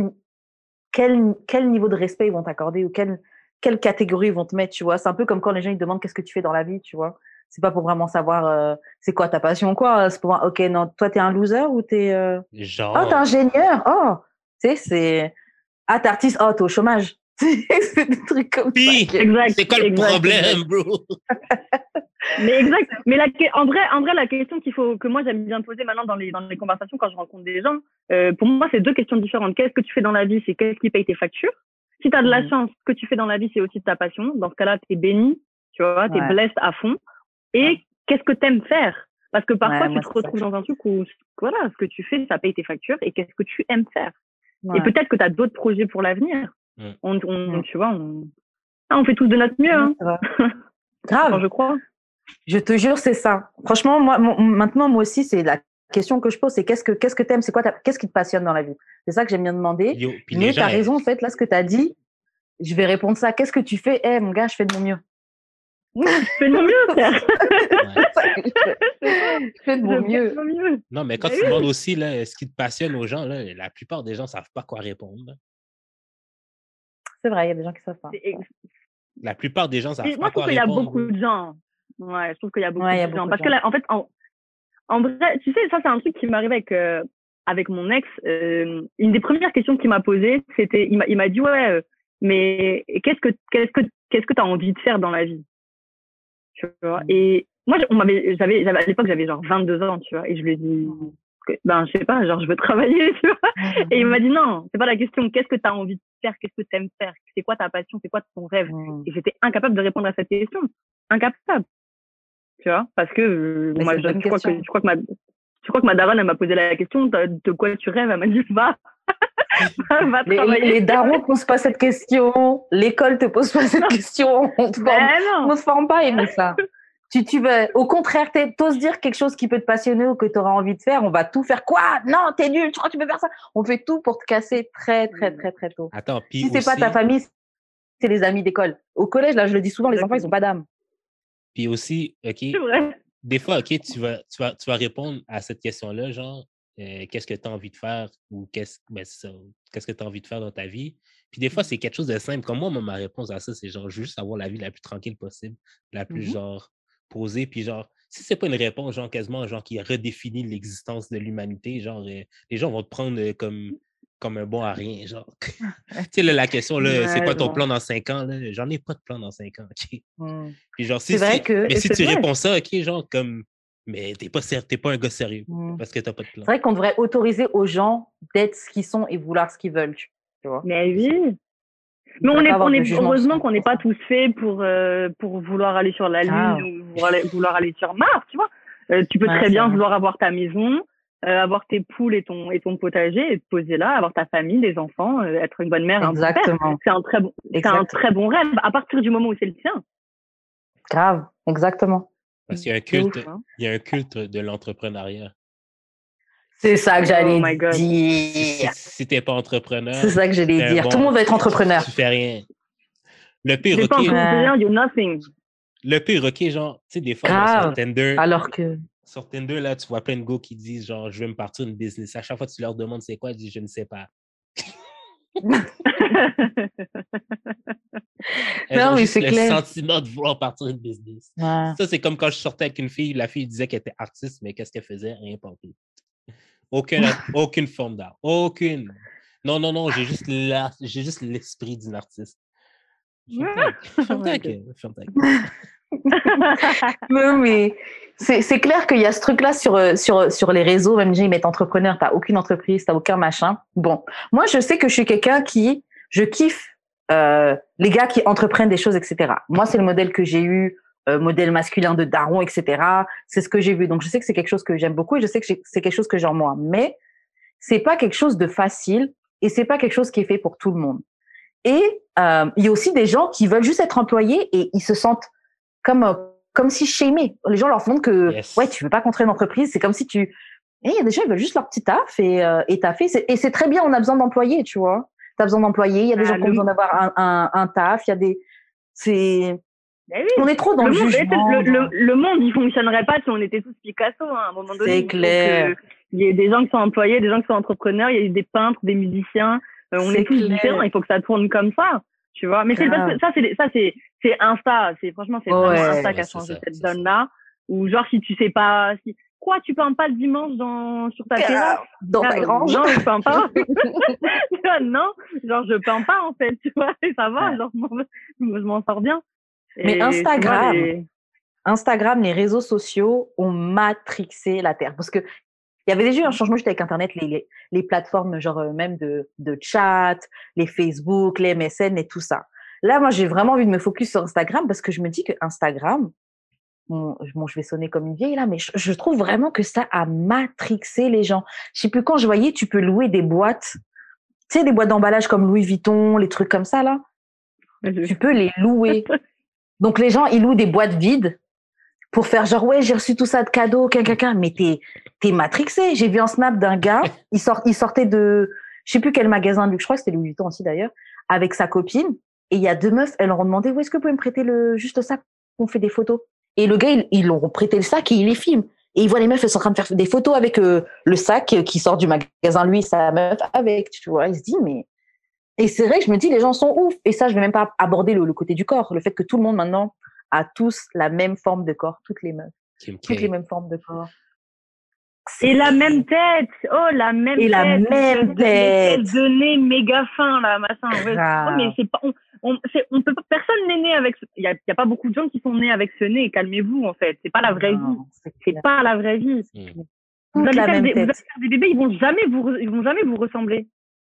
quel niveau de respect ils vont t'accorder ou quelle catégorie ils vont te mettre, tu vois. C'est un peu comme quand les gens ils demandent qu'est-ce que tu fais dans la vie, tu vois. C'est pas pour vraiment savoir c'est quoi ta passion, quoi. C'est pour voir, ok, non, toi, t'es un loser ou t'es... Oh, t'es Genre, ingénieur. Oh, tu sais, c'est... Ah, t'es artiste. Oh, t'es au chômage. C'est des trucs comme ça. puis, Exact. c'est quoi le exact, problème, exact. bro? Mais exact. Mais en vrai, la question que moi j'aime bien poser maintenant dans les conversations quand je rencontre des gens, pour moi, c'est deux questions différentes. Qu'est-ce que tu fais dans la vie? C'est qu'est-ce qui paye tes factures? Si tu as de la chance, ce que tu fais dans la vie, c'est aussi de ta passion. Dans ce cas-là, tu es béni, tu vois, tu es Ouais. blessed à fond. Et qu'est-ce que tu aimes faire? Parce que parfois, Ouais, tu moi, te c'est ça. retrouves dans un truc où, voilà, ce que tu fais, ça paye tes factures. Et qu'est-ce que tu aimes faire? Ouais. Et peut-être que tu as d'autres projets pour l'avenir. Tu vois, on fait tous de notre mieux. Hein. C'est vrai. Grave. Enfin, je crois. Je te jure, c'est ça. Franchement, maintenant, moi aussi, c'est la question que je pose, c'est qu'est-ce que t'aimes, c'est quoi, qu'est-ce qui te passionne dans la vie? C'est ça que j'aime bien demander. Yo, puis Mais les gens, t'as raison, en fait, là, ce que t'as dit, je vais répondre ça. Qu'est-ce que tu fais? Mon gars, je fais de mon mieux. Je fais de mon mieux, frère. Je fais de mon mieux. Non, mais quand tu demandes aussi là, ce qui te passionne aux gens, là, la plupart des gens ne savent pas quoi répondre. C'est vrai, il y a des gens qui savent pas. La plupart des gens ne savent pas quoi répondre. Moi, je trouve qu'il y a beaucoup de gens. Ouais, je trouve qu'il y a beaucoup de gens. Parce que là, en fait, en vrai, tu sais, ça, c'est un truc qui m'arrivait avec mon ex. Une des premières questions qu'il m'a posées, c'était, il m'a dit, ouais, mais qu'est-ce que t'as envie de faire dans la vie? Tu vois? Et moi, à l'époque, j'avais genre 22 ans, tu vois, et je lui ai dit, je sais pas, genre, je veux travailler, tu vois. Et il m'a dit, non, c'est pas la question. Qu'est-ce que t'as envie de faire? Qu'est-ce que t'aimes faire? C'est quoi ta passion? C'est quoi ton rêve? Et j'étais incapable de répondre à cette question. Incapable. Tu vois? Parce que, je crois que ma daronne, elle m'a posé la question, de quoi tu rêves? Elle m'a dit, va travailler. Les darons posent pas cette question. L'école te pose pas cette question. On te forme pas, aimer ça. Tu vas, au contraire, t'oses dire quelque chose qui peut te passionner ou que tu auras envie de faire, on va tout faire. Quoi? Non, t'es nul, tu crois que tu peux faire ça? On fait tout pour te casser très, très, très, très tôt. Attends, puis si c'est pas ta famille, c'est les amis d'école. Au collège, là, je le dis souvent, les enfants, ils ont pas d'âme. Puis aussi, OK, des fois, OK, tu vas répondre à cette question-là, genre, qu'est-ce que tu as envie de faire ou qu'est-ce que tu as envie de faire dans ta vie? Puis des fois, c'est quelque chose de simple. Comme moi, ma réponse à ça, c'est genre, juste avoir la vie la plus tranquille possible, la plus, genre, posée. Puis genre, si c'est pas une réponse, genre, quasiment, genre, qui redéfinit l'existence de l'humanité, genre, les gens vont te prendre comme un bon à rien, genre. Tu sais, là, la question, là, c'est quoi ton plan dans 5 ans? Là? J'en ai pas de plan dans 5 ans, OK? Puis genre, si tu réponds ça, OK, genre, comme, mais t'es pas un gars sérieux parce que t'as pas de plan. C'est vrai qu'on devrait autoriser aux gens d'être ce qu'ils sont et vouloir ce qu'ils veulent, tu vois. Mais oui. Mais heureusement qu'on n'est pas tous faits pour vouloir aller sur la Lune ou vouloir aller sur Mars, tu vois. Tu peux très bien vouloir avoir ta maison, avoir tes poules et ton potager et te poser là, avoir ta famille, des enfants, être une bonne mère, un bon père. C'est un très bon rêve à partir du moment où c'est le tien. Grave, exactement. Parce qu'il y a un culte de l'entrepreneuriat. C'est ça que j'allais dire. Si t'es pas entrepreneur, c'est ça que j'allais dire. Tout le monde va être entrepreneur. Tu fais rien. Le pire, OK. You're nothing. Le pire, OK, genre, tu sais, des fois, sur Tinder. Alors que. Sur Tinder, là, tu vois plein de gars qui disent, genre, je vais me partir une business. À chaque fois que tu leur demandes c'est quoi, ils disent, je ne sais pas. Non, mais c'est clair. Le sentiment de vouloir partir une business. Ouais. Ça, c'est comme quand je sortais avec une fille, la fille disait qu'elle était artiste, mais qu'est-ce qu'elle faisait? Rien pas tout. Aucune forme d'art. Aucune. Non, j'ai juste l'esprit d'une artiste. Ferme ta gueule. Non, mais c'est clair qu'il y a ce truc-là sur les réseaux, même ils mettent entrepreneur, t'as aucune entreprise, t'as aucun machin. Bon, moi, je sais que je suis quelqu'un je kiffe les gars qui entreprennent des choses, etc. Moi, c'est le modèle que j'ai eu, modèle masculin de daron, etc. C'est ce que j'ai vu. Donc, je sais que c'est quelque chose que j'aime beaucoup et je sais que c'est quelque chose que j'ai en moi. Mais c'est pas quelque chose de facile et c'est pas quelque chose qui est fait pour tout le monde. Et il y a aussi des gens qui veulent juste être employés et ils se sentent comme si shamés. Les gens leur montrent que ouais, tu veux pas construire une entreprise, c'est comme si tu. Et il y a des gens, ils veulent juste leur petit taf et taffer. Et c'est très bien, on a besoin d'employés, tu vois. T'as besoin d'employés, il y a des gens qui ont besoin d'avoir un taf, il y a des. On est trop dans le jugement. Le monde, il fonctionnerait pas si on était tous Picasso, hein, à un moment donné. C'est clair. Il y a des gens qui sont employés, des gens qui sont entrepreneurs, il y a des peintres, des musiciens. On est tous différents. Il faut que ça tourne comme ça, tu vois. Mais c'est parce que c'est Insta. Franchement, c'est vraiment Insta qui a changé cette donne-là. Ou genre, si tu sais pas, quoi, tu peins pas le dimanche sur ta terrasse? Dans ta grange? Non, je peins pas. Non, genre, je peins pas, en fait, tu vois, et ça va, genre, je m'en sors bien. Mais Instagram, les réseaux sociaux ont matrixé la Terre. Parce que il y avait déjà eu un changement juste avec Internet, les plateformes, genre même de chat, les Facebook, les MSN et tout ça. Là, moi, j'ai vraiment envie de me focus sur Instagram parce que je me dis que Instagram, bon, je vais sonner comme une vieille là, mais je trouve vraiment que ça a matrixé les gens. Je sais plus quand je voyais, tu peux louer des boîtes, tu sais, des boîtes d'emballage comme Louis Vuitton, les trucs comme ça là. Tu peux les louer. Donc les gens, ils louent des boîtes vides pour faire genre ouais, j'ai reçu tout ça de cadeaux, mais t'es matrixé. J'ai vu un snap d'un gars, il sortait de je sais plus quel magasin de luxe, je crois que c'était Louis Vuitton aussi d'ailleurs, avec sa copine, et il y a deux meufs, elles leur ont demandé où est-ce que vous pouvez me prêter juste ça qu'on fait des photos. Et le gars, ils leur ont prêté le sac et il les filme. Et il voit les meufs, elles sont en train de faire des photos avec le sac qui sort du magasin, lui, sa meuf avec, tu vois. Il se dit, mais. Et c'est vrai que je me dis, les gens sont ouf. Et ça, je vais même pas aborder le côté du corps. Le fait que tout le monde maintenant a tous la même forme de corps, toutes les meufs. Toutes les mêmes formes de corre. Et la même tête. Oh, la même tête. Et la même tête. De nez méga fin, là, machin. Ouais. Oh, mais c'est pas. On peut pas, personne n'est né avec. Il y a pas beaucoup de gens qui sont nés avec ce nez. Calmez-vous, en fait. C'est pas la vraie vie. C'est pas la vraie vie. Vous allez faire des bébés, ils vont jamais vous ressembler.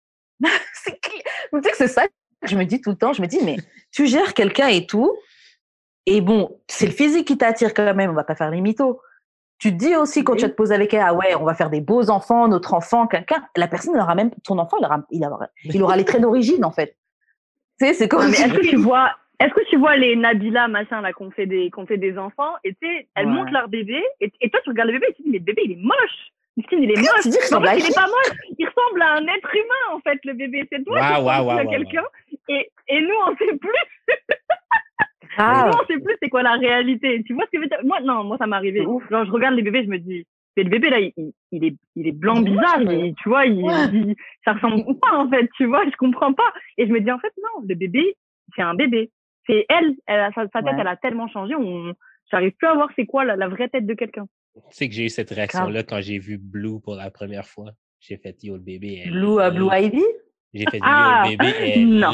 C'est clair. Vous savez que c'est ça que je me dis tout le temps. Je me dis, mais tu gères quelqu'un et tout. Et bon, c'est le physique qui t'attire quand même. On va pas faire les mythos. Tu te dis aussi quand tu vas te poser avec elle, ah ouais, on va faire des beaux enfants, notre enfant, quelqu'un. La personne, elle aura même ton enfant, il aura les traits d'origine en fait. Tu sais, c'est comme. Mais est-ce que tu vois les Nabila machin là qu'on fait des enfants et tu sais, elles montent leur bébé et toi tu regardes le bébé et tu te dis mais le bébé il est moche. Il est moche. Il est pas moche. Il ressemble à un être humain en fait le bébé. C'est toi qui ressemble à quelqu'un et nous on sait plus. Nous on sait plus c'est quoi la réalité. Tu vois ce que je veux dire? Moi ça m'est arrivé. Genre je regarde les bébés je me dis mais le bébé là il est blanc bizarre, tu vois, ça ressemble pas en fait, tu vois, je comprends pas et je me dis en fait non, le bébé c'est un bébé. C'est sa tête elle a tellement changé, j'arrive plus à voir c'est quoi la vraie tête de quelqu'un. Tu sais que j'ai eu cette réaction-là quand j'ai vu Blue pour la première fois. J'ai fait yo, le bébé. Blue Ivy? J'ai fait yo, le bébé. Non.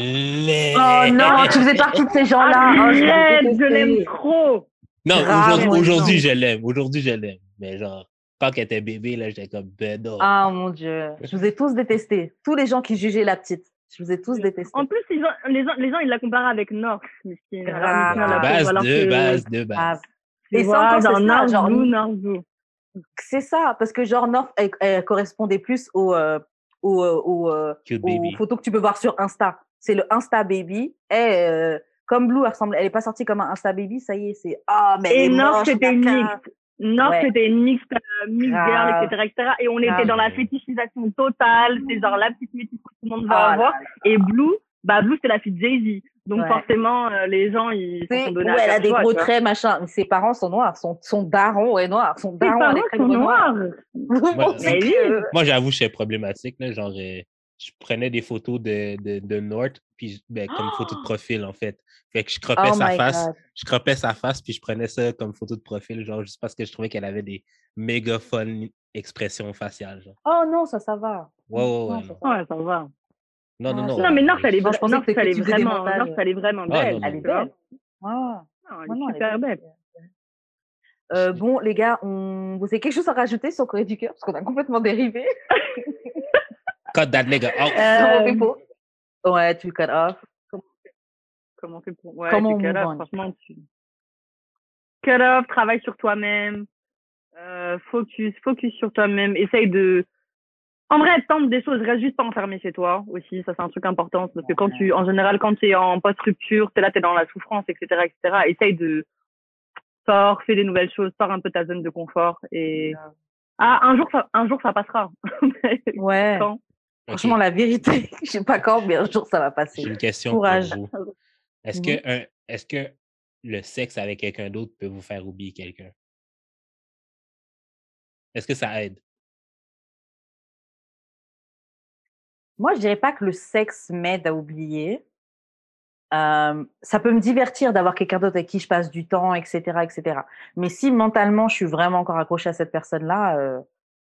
Oh non, tu faisais partie de ces gens-là. Arrête, je l'aime trop. Non, aujourd'hui, je l'aime. Aujourd'hui, je l'aime. Mais genre, quand elle était bébé, là, j'étais comme bedo. Ah mon Dieu. Je vous ai tous détestés. Tous les gens qui jugeaient la petite. Je vous ai tous détestés. En plus, les gens, ils la comparent avec North. De base. Et c'est encore ça, genre North. C'est ça, parce que genre North, elle correspondait plus aux photos que tu peux voir sur Insta. C'est le Insta Baby. Et comme Blue, elle est pas sortie comme un Insta Baby, ça y est, c'est mais et North, c'était une mixte. North, c'était une mixte girl, etc. Et on était dans la fétichisation totale. C'est genre la petite métisse que tout le monde va avoir. Et Blue, c'est la fille de Jay-Z. Donc forcément, les gens, ils sont donnés elle a des gros traits, machin. Ses parents sont noirs. Son daron est noir. Son daron est très noir. Moi, j'avoue, c'est problématique. Là, genre, je prenais des photos de North, puis comme photo de profil, en fait. Fait que je croppais sa face. Je croppais sa face, puis je prenais ça comme photo de profil, genre, juste parce que je trouvais qu'elle avait des méga fun expressions faciales. Genre. Oh non, ça va. Ouais, ça va. Non. Non, mais North, elle est vraiment belle. Elle est belle. Elle est super belle. Bon, les gars, vous avez quelque chose à rajouter sur Corée du Cœur? Parce qu'on a complètement dérivé. Cut that nigga off. Comment on fait pour? Ouais, tu le cut off. Comment on fait pour? Ouais, tu cut off, franchement. Cut off, travaille sur toi-même. Focus sur toi-même. Essaye de... En vrai, tente des choses, reste juste pas enfermé chez toi aussi, ça c'est un truc important, parce que en général, quand tu es en post-rupture, t'es dans la souffrance, etc., essaye de fais des nouvelles choses, sors un peu ta zone de confort et un jour ça passera. Ouais. Quand? Franchement, la vérité, je sais pas quand, mais un jour ça va passer. J'ai une question Courage. pour vous. Est-ce que le sexe avec quelqu'un d'autre peut vous faire oublier quelqu'un? Est-ce que ça aide? Moi, je dirais pas que le sexe m'aide à oublier. Ça peut me divertir d'avoir quelqu'un d'autre avec qui je passe du temps, etc., etc. Mais si mentalement, je suis vraiment encore accrochée à cette personne-là,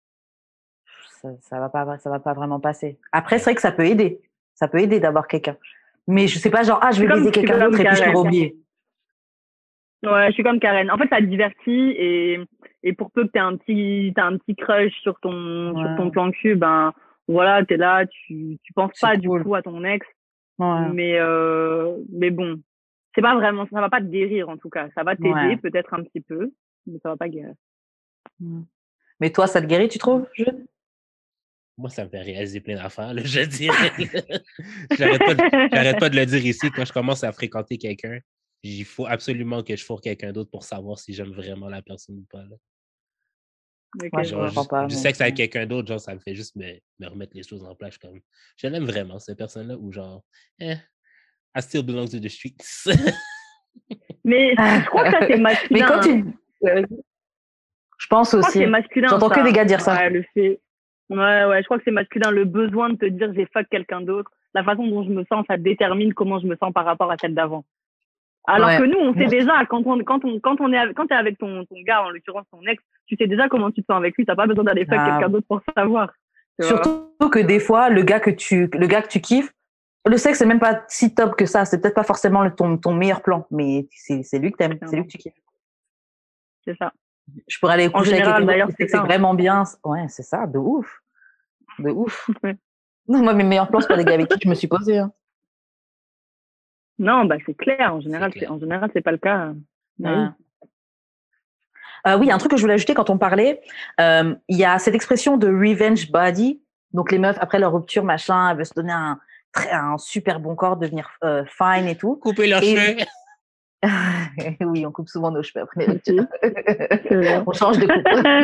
ça va pas vraiment passer. Après, c'est vrai que ça peut aider. Ça peut aider d'avoir quelqu'un. Mais je sais pas, genre, je vais baiser quelqu'un d'autre et puis je peux oublier. Ouais, je suis comme Karen. En fait, ça te divertit et pour peu que t'as un petit crush sur ton plan cul, ben voilà, t'es là, tu penses pas du coup à ton ex. Ouais. Mais bon, c'est pas vraiment, ça va pas te guérir en tout cas. Ça va t'aider peut-être un petit peu, mais ça va pas guérir. Mais toi, ça te guérit, tu trouves, Jude? Moi, ça me fait réaliser plein d'affaires, je dirais. J'arrête pas de le dire ici. Quand je commence à fréquenter quelqu'un, il faut absolument que je fourre quelqu'un d'autre pour savoir si j'aime vraiment la personne ou pas. Là. Okay. Genre, du sexe avec quelqu'un d'autre, genre, ça me fait juste me remettre les choses en place. Comme, je l'aime vraiment, cette personne-là, ou genre, I still belong to the streets. Mais je crois que ça, c'est masculin. Mais quand tu... Je pense aussi. C'est masculin. J'entends que des gars dire ça. Ouais, je crois que c'est masculin. Le besoin de te dire j'ai fuck quelqu'un d'autre. La façon dont je me sens, ça détermine comment je me sens par rapport à celle d'avant. Alors que nous, on sait déjà, quand t'es avec ton gars, en l'occurrence ton ex, tu sais déjà comment tu te sens avec lui. T'as pas besoin d'aller fuck quelqu'un d'autre pour savoir. Surtout que des fois, le gars que tu kiffes, le sexe, c'est même pas si top que ça. C'est peut-être pas forcément ton meilleur plan, mais c'est lui que t'aimes, c'est lui que tu kiffes. C'est ça. Je pourrais aller coucher avec quelqu'un d'autre, c'est vraiment bien. Ouais, c'est ça, de ouf. De ouf. Non, moi, mes meilleurs plans, c'est pas des gars avec qui je me suis posée. Hein. Non, bah c'est clair. En général, c'est pas le cas. Oui, il y a un truc que je voulais ajouter quand on parlait. Il y a cette expression de revenge body. Donc les meufs après leur rupture, machin, elles veulent se donner un super bon corps, devenir fine et tout. Couper leurs cheveux. Oui, on coupe souvent nos cheveux après les ruptures. On change de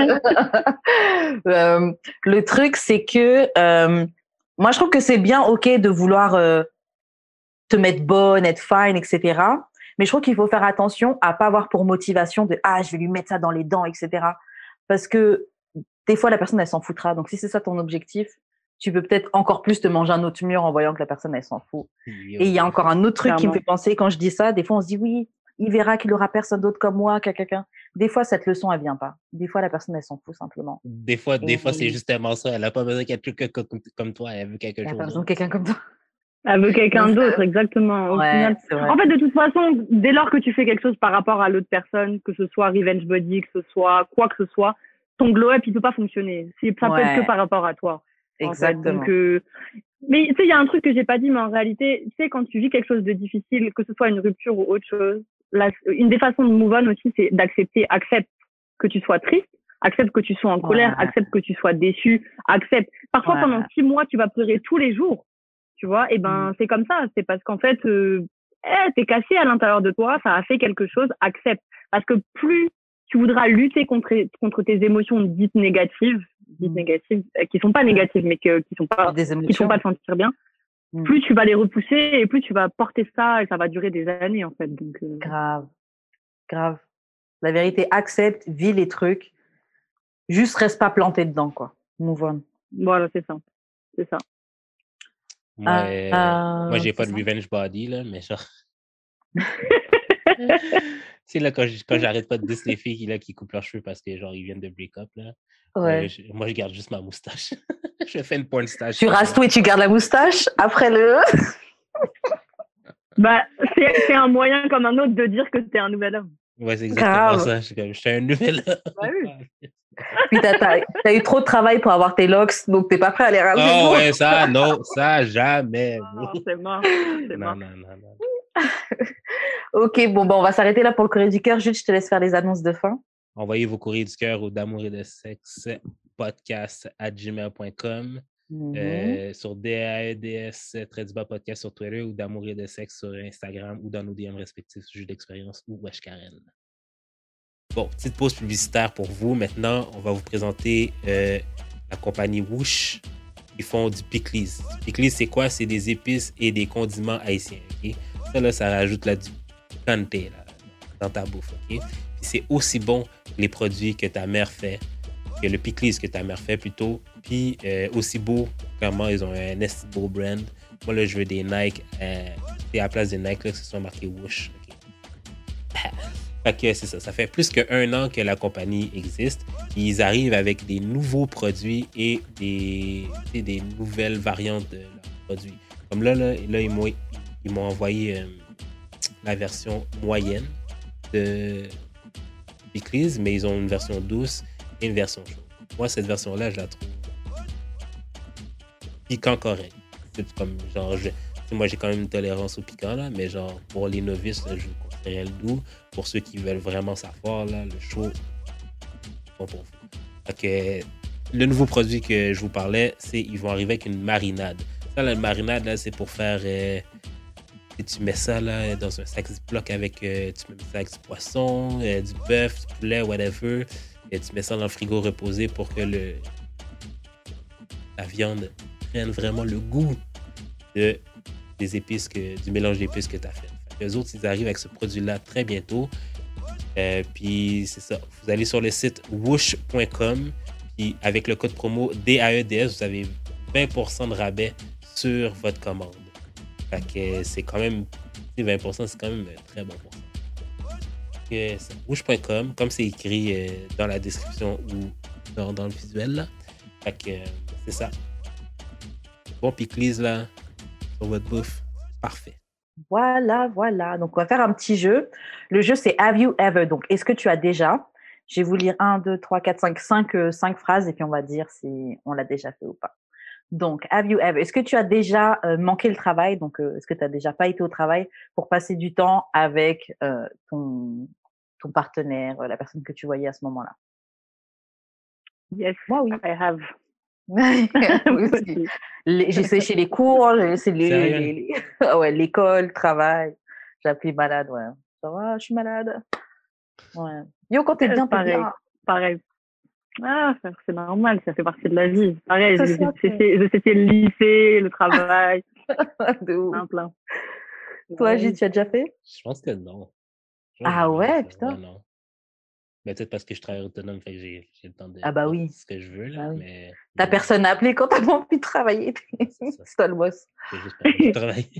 coupe. Le truc, c'est que moi, je trouve que c'est bien ok de vouloir te mettre bonne, être fine, etc. Mais je trouve qu'il faut faire attention à pas avoir pour motivation de je vais lui mettre ça dans les dents, etc. Parce que des fois, la personne, elle s'en foutra. Donc, si c'est ça ton objectif, tu peux peut-être encore plus te manger un autre mur en voyant que la personne, elle s'en fout. Et il y a encore un autre truc qui me fait penser quand je dis ça. Des fois, on se dit oui, il verra qu'il aura personne d'autre comme moi, quelqu'un. Des fois, cette leçon, elle vient pas. Des fois, la personne, elle s'en fout simplement. Des fois, c'est justement ça. Elle a pas besoin de quelqu'un comme toi. Elle veut quelque chose. Elle a pas besoin de quelqu'un comme toi. Elle veut quelqu'un d'autre, exactement. Au final. En fait, de toute façon, dès lors que tu fais quelque chose par rapport à l'autre personne, que ce soit revenge body, que ce soit quoi que ce soit, ton glow-up, il peut pas fonctionner. Ça peut être que par rapport à toi. Exactement. En fait. Donc, mais tu sais, il y a un truc que j'ai pas dit, mais en réalité, tu sais, quand tu vis quelque chose de difficile, que ce soit une rupture ou autre chose, une des façons de move on aussi, c'est d'accepter, accepte que tu sois triste, accepte que tu sois en colère, accepte que tu sois déçu, accepte. Parfois, pendant 6 mois, tu vas pleurer tous les jours. Tu vois, et ben c'est comme ça, c'est parce qu'en fait t'es cassé à l'intérieur de toi, ça a fait quelque chose, accepte, parce que plus tu voudras lutter contre tes émotions dites négatives, qui sont pas négatives mais qui sont pas te sentir bien, plus tu vas les repousser et plus tu vas porter ça et ça va durer des années en fait. Donc grave. La vérité, accepte, vis les trucs, juste reste pas planté dedans quoi. Move on. Voilà, c'est ça. Moi, j'ai pas de revenge body, là, mais genre... C'est là, quand j'arrête pas de dire les filles là, qui coupent leurs cheveux parce que genre ils viennent de break up, là. Moi, je garde juste ma moustache. Je fais une porn stache. Tu rases tout et tu gardes la moustache après le... Bah, c'est un moyen comme un autre de dire que t'es un nouvel homme. Ouais, c'est exactement ça. Je suis un nouvel homme. Bah oui. Puis t'as eu trop de travail pour avoir tes locks, donc t'es pas prêt à les raser. Oh ouais, ça, jamais. C'est mort. Non. Ok, bon, on va s'arrêter là pour le courrier du cœur. Jude, je te laisse faire les annonces de fin. Envoyez vos courriers du cœur au d'amour et de sexe podcast@gmail.com, sur DAEDS_podcast sur Twitter ou d'amour et de sexe sur Instagram ou dans nos DM respectifs, Jude d'expérience ou Wesh Karen. Bon, petite pause publicitaire pour vous. Maintenant, on va vous présenter la compagnie Woosh. Ils font du pickles. Pickles, c'est quoi? C'est des épices et des condiments haïtiens. Okay? Ça, là, ça rajoute là, du picante là, dans ta bouffe. Okay? Puis c'est aussi bon que les produits que ta mère fait, que le pickles que ta mère fait plutôt, Puis aussi beau, clairement, ils ont un esti beau brand. Moi, là, je veux des Nike. Et à la place des Nike, là, que ce soit marqué Whoosh. Okay. Fait que c'est ça. Ça fait plus qu'1 an que la compagnie existe. Puis ils arrivent avec des nouveaux produits et des nouvelles variantes de leurs produits. Comme là ils m'ont envoyé la version moyenne de Pickles, mais ils ont une version douce et une version chaude. Moi, cette version-là, je la trouve piquant correct. C'est comme genre, moi j'ai quand même une tolérance au piquant là, mais genre pour les novices, là, je conseillerais le doux. Pour ceux qui veulent vraiment savoir, là, le chaud, bon pour vous. Fait que le nouveau produit que je vous parlais, c'est ils vont arriver avec une marinade. Ça, la marinade, là, c'est pour faire. Tu mets ça là, dans un sac Ziploc avec. Tu mets ça avec du poisson, du bœuf, du poulet, whatever. Et tu mets ça dans le frigo reposé pour que la viande prenne vraiment le goût des épices, du mélange d'épices que tu as fait. Les autres, ils arrivent avec ce produit-là très bientôt. Puis c'est ça. Vous allez sur le site whoosh.com. Puis avec le code promo DAEDS, vous avez 20% de rabais sur votre commande. Fait que c'est quand même, 20%, c'est quand même un très bon pourcentage. Whoosh.com, comme c'est écrit dans la description ou dans le visuel là. Fait que c'est ça. Bon pickles là, sur votre bouffe. Parfait. Voilà. Donc, on va faire un petit jeu. Le jeu, c'est Have You Ever? Donc, est-ce que tu as déjà? Je vais vous lire 1, 2, 3, 4, 5 phrases et puis on va dire si on l'a déjà fait ou pas. Donc, Have You Ever? Est-ce que tu as déjà manqué le travail? Donc, est-ce que tu n'as déjà pas été au travail pour passer du temps avec ton partenaire, la personne que tu voyais à ce moment-là? Yes, moi oui. I have. J'ai séché les cours, j'ai laissé l'école, le travail. J'ai appelé malade, ouais. Ça va, je suis malade. Ouais. Yo, quand t'es bien, t'es bien. Pareil. Ah, c'est normal, ça fait partie de la vie. Pareil, je séché le lycée, le travail. De ouf. Plein. Toi, Gilles, tu as déjà fait? Je pense que non. Ah ouais, putain. Ouais, non. Mais peut-être parce que je travaille autonome, fait que j'ai le temps de faire ce que je veux. Là, mais t'as personne à appeler quand t'as pas envie de travailler. C'est toi le boss. C'est juste pas envie de travailler.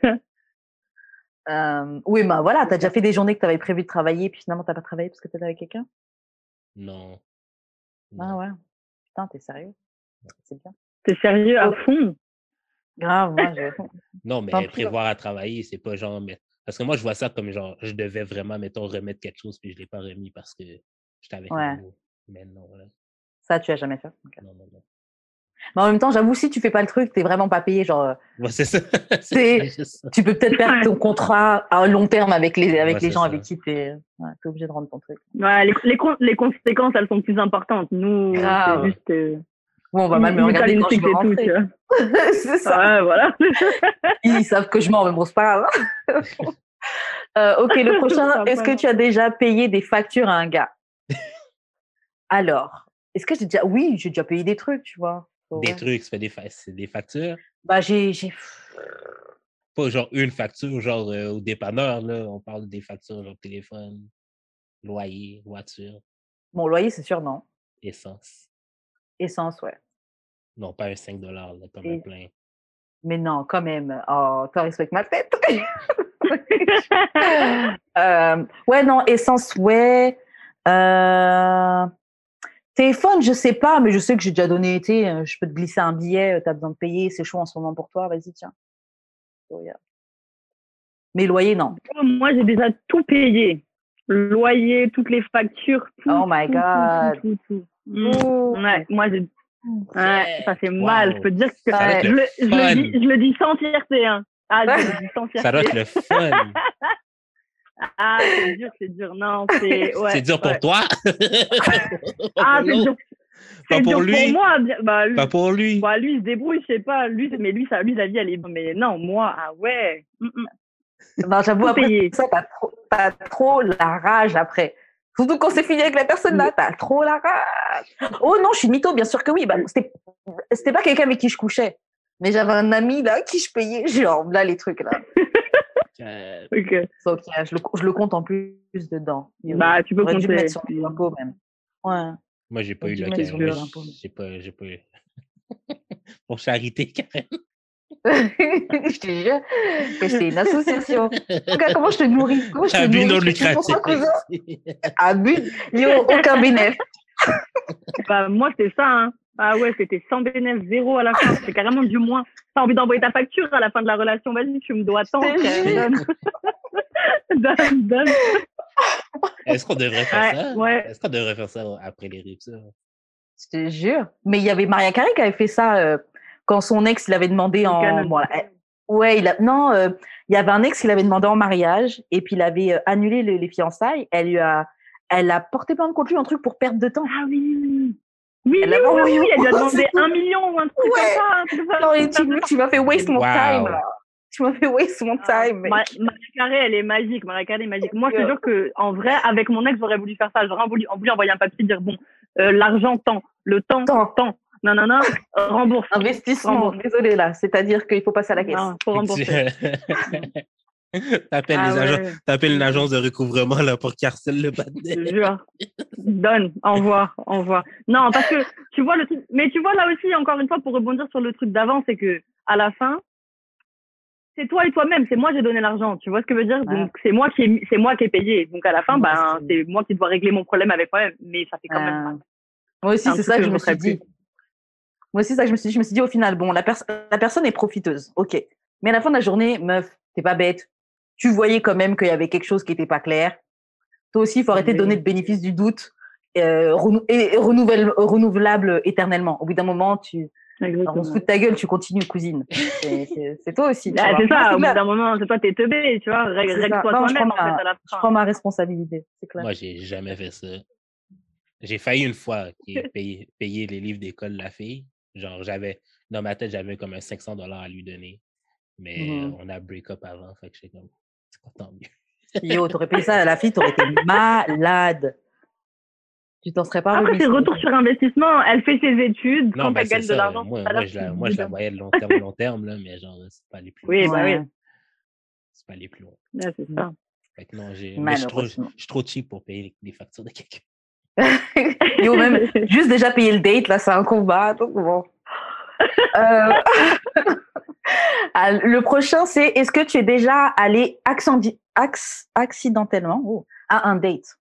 Oui, bah voilà, t'as déjà fait des journées que t'avais prévu de travailler, puis finalement t'as pas travaillé parce que t'étais avec quelqu'un? Non. Ah ouais. Putain, t'es sérieux? C'est bien. T'es sérieux à fond? Grave, moi Non, mais prévoir à travailler, c'est pas genre. Parce que moi, je vois ça comme genre, je devais vraiment, mettons, remettre quelque chose, puis je l'ai pas remis parce que j'étais avec vous. Mais non, là. Ça, tu as jamais fait? Okay. Non. Mais en même temps, j'avoue, si tu fais pas le truc, t'es vraiment pas payé. Genre, ouais, c'est ça. Tu peux peut-être perdre ton contrat à long terme avec les gens avec qui t'es obligé de rendre ton truc. Ouais, les conséquences, elles sont plus importantes. Nous, c'est juste. On va mal me regarder quand je vais rentrer. C'est ça. Ouais, voilà. Ils savent que je mens, mais bon, c'est pas grave. Ok, le prochain. Est-ce que tu as déjà payé des factures à un gars? Alors, est-ce que j'ai déjà... Oui, j'ai déjà payé des trucs, tu vois. Des trucs, c'est des factures? Bah, j'ai... Pas genre une facture, genre au dépanneur, là. On parle des factures, genre téléphone, loyer, voiture. Mon loyer, c'est sûr, non. Essence, ouais. Non, pas un 5 $, là, comme un plein. Mais non, quand même. Oh, toi, respecte ma tête. Ouais, non, essence, ouais. Téléphone, je sais pas, mais je sais que j'ai déjà donné été. Je peux te glisser un billet, tu as besoin de payer, c'est chaud en ce moment pour toi, vas-y, tiens. Oh, yeah. Mais loyer, non. Moi, j'ai déjà tout payé. Loyer, toutes les factures, tout. Oh my God. Tout. Ouais, moi, j'ai... Ouais, ça fait mal. Je peux te dire que je le dis sans fierté. Hein. Ah, je le dis sans fierté. Ça doit être le fun. Ah, c'est dur. Non, c'est... Ouais, c'est dur pour toi? Ah, c'est dur. Pas pour lui. Pour moi. Bah, pas pour lui. Bah, lui, il se débrouille, je sais pas. Lui, sa vie, elle est... Mais non, moi, ah ouais. Non, j'avoue, après, ça, t'as trop la rage après. Surtout quand c'est fini avec la personne là, t'as trop la rage. Oh non, je suis mytho, bien sûr que oui. Bah, c'était pas quelqu'un avec qui je couchais. Mais j'avais un ami là qui je payais, genre là les trucs là. Ok. Donc, je le compte en plus dedans. Bah, tu peux compter. Dû mettre sur les impôts même. Ouais. Moi, j'ai pas eu Du l'occasion. Moi, l'impôt. j'ai pas eu. Pour charité, Karen. Je te jure que c'est une association. Regarde comment je te nourris. Comment je te Un but nourris. non Je fais tout pour lucratif. toi, cousin. À but, yo, aucun bénéfice. Bah, moi, c'est ça, hein. Ah ouais, c'était sans bénéfice, zéro à la fin. C'est carrément du moins. T'as envie d'envoyer ta facture à la fin de la relation. Vas-y, tu me dois tant. Donne. Donne. Est-ce qu'on devrait faire ça? Ouais. Est-ce qu'on devrait faire ça après les ruptures? Je te jure. Mais il y avait Maria Carey qui avait fait ça quand son ex l'avait demandé en. Voilà. Ouais, non, il y avait un ex qui l'avait demandé en mariage et puis il avait annulé les fiançailles. Elle a porté plainte contre lui, un truc pour perte de temps. Ah oui. Oui, elle lui a demandé 1 million ou un truc comme ça. Non, et tu m'as fait waste mon time, là. Tu m'as fait waste mon time. Maria Carey, elle est magique. Maria Carey est magique. Moi, je te jure qu'en vrai, avec mon ex, j'aurais voulu faire ça. J'aurais voulu envoyer un papier, dire bon, l'argent, tant, le temps. Non, rembourse. Investissement. Désolé, là. C'est-à-dire qu'il faut passer à la caisse. Non, faut rembourser. T'appelles une agence de recouvrement là, pour qu'Arcel le batte. Je jure. Donne, envoie. Non, parce que tu vois le truc. Mais tu vois là aussi, encore une fois, pour rebondir sur le truc d'avant, c'est que à la fin, c'est toi et toi-même. C'est moi j'ai donné l'argent. Tu vois ce que je veux dire? Donc c'est moi qui ai payé. Donc à la fin, c'est moi qui dois régler mon problème avec moi-même. Mais ça fait quand même mal. Moi aussi, c'est ça que je me suis dit. Moi aussi, ça que je me suis dit au final, bon, la personne est profiteuse, ok. Mais à la fin de la journée, meuf, t'es pas bête. Tu voyais quand même qu'il y avait quelque chose qui était pas clair. Toi aussi, il faut arrêter de donner le bénéfice du doute renouvelable éternellement. Au bout d'un moment, on se fout de ta gueule, tu continues, cousine. C'est toi aussi. C'est ça, au bout d'un moment, c'est toi, t'es teubé, tu vois. Règle-toi toi-même, en fait, à la fin. Je prends ma responsabilité, c'est clair. Moi, j'ai jamais fait ça. J'ai failli une fois payer les livres d'école de la fille. Genre, dans ma tête, j'avais comme un $500 à lui donner. Mais on a break-up avant, fait que j'étais comme, c'est pas tant mieux. Yo, t'aurais payé ça à la fille, t'aurais été malade. Tu t'en serais pas remis. Après, c'est retour sur investissement. Elle fait ses études. Non, quand elle gagne de l'argent, moi, je la voyais de long terme, là, mais genre, c'est pas aller plus loin. Oui, bah oui. C'est pas aller plus loin. Ouais, c'est ça. Fait que non, je suis trop cheap pour payer les factures de quelqu'un. Yo, même juste déjà payer le date, là, c'est un combat. Donc bon. Le prochain, c'est est-ce que tu es déjà allé accidentellement à un date?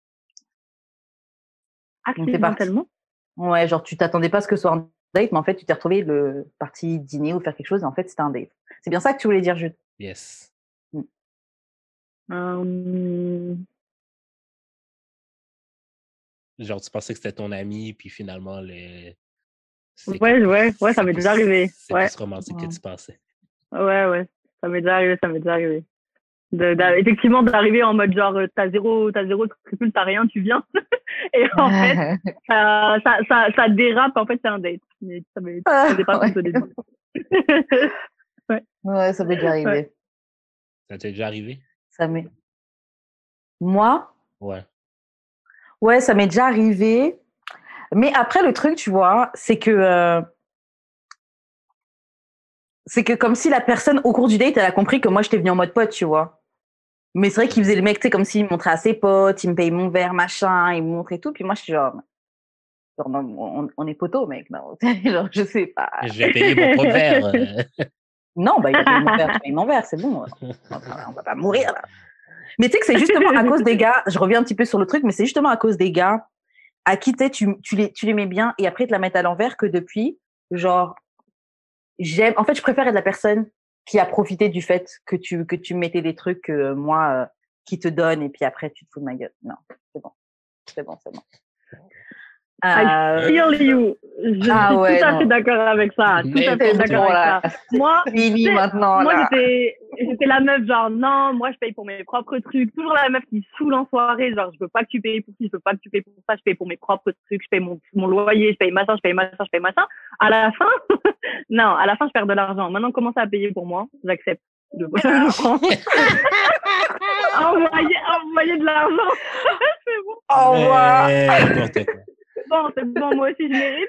Accidentellement? Ouais, genre tu t'attendais pas à ce que ce soit un date, mais en fait tu t'es retrouvé parti dîner ou faire quelque chose et en fait c'était un date. C'est bien ça que tu voulais dire, Jude? Yes. Genre tu pensais que c'était ton ami, puis finalement Ouais, ça m'est déjà arrivé. C'est plus romantique que tu pensais. Ouais, ça m'est déjà arrivé. Effectivement, d'arriver en mode genre, t'as zéro scrupule, t'as rien, tu viens. Et en fait, ça dérape, en fait, c'est un date. Mais ça m'est pas au début. Ouais, ça m'est déjà arrivé. Ouais. Ça t'est déjà arrivé? Moi? Ouais. Ouais, ça m'est déjà arrivé. Mais après, le truc, tu vois, c'est que comme si la personne, au cours du date, elle a compris que moi, j'étais venue en mode pote, tu vois. Mais c'est vrai qu'il faisait le mec, tu sais, comme s'il me montrait à ses potes, il me paye mon verre, machin, il me montrait tout. Puis moi, je suis genre non, on est potos, mec. Non, genre, je sais pas. Je vais payer mon propre verre. Non, il a payé mon verre, tu payes mon verre, c'est bon. On va pas mourir, là. Mais tu sais que c'est justement à cause des gars, je reviens un petit peu sur le truc, mais c'est justement à cause des gars à qui tu les mets bien et après ils te la mettent à l'envers que depuis, genre, en fait, je préfère être la personne qui a profité du fait que tu mettais des trucs que moi, qui te donne et puis après tu te fous de ma gueule. Non, c'est bon. I feel you. Je suis tout à fait d'accord avec ça. Moi, j'étais la meuf genre non, moi je paye pour mes propres trucs. Toujours la meuf qui saoule en soirée, genre je veux pas que tu payes pour ci, je veux pas que tu payes pour ça, je paye pour mes propres trucs, je paye mon loyer, je paye machin. À la fin, je perds de l'argent. Maintenant, commencez à payer pour moi, j'accepte. Envoyer de l'argent. C'est bon. Au revoir. Bon, c'est bon, moi aussi je mérite.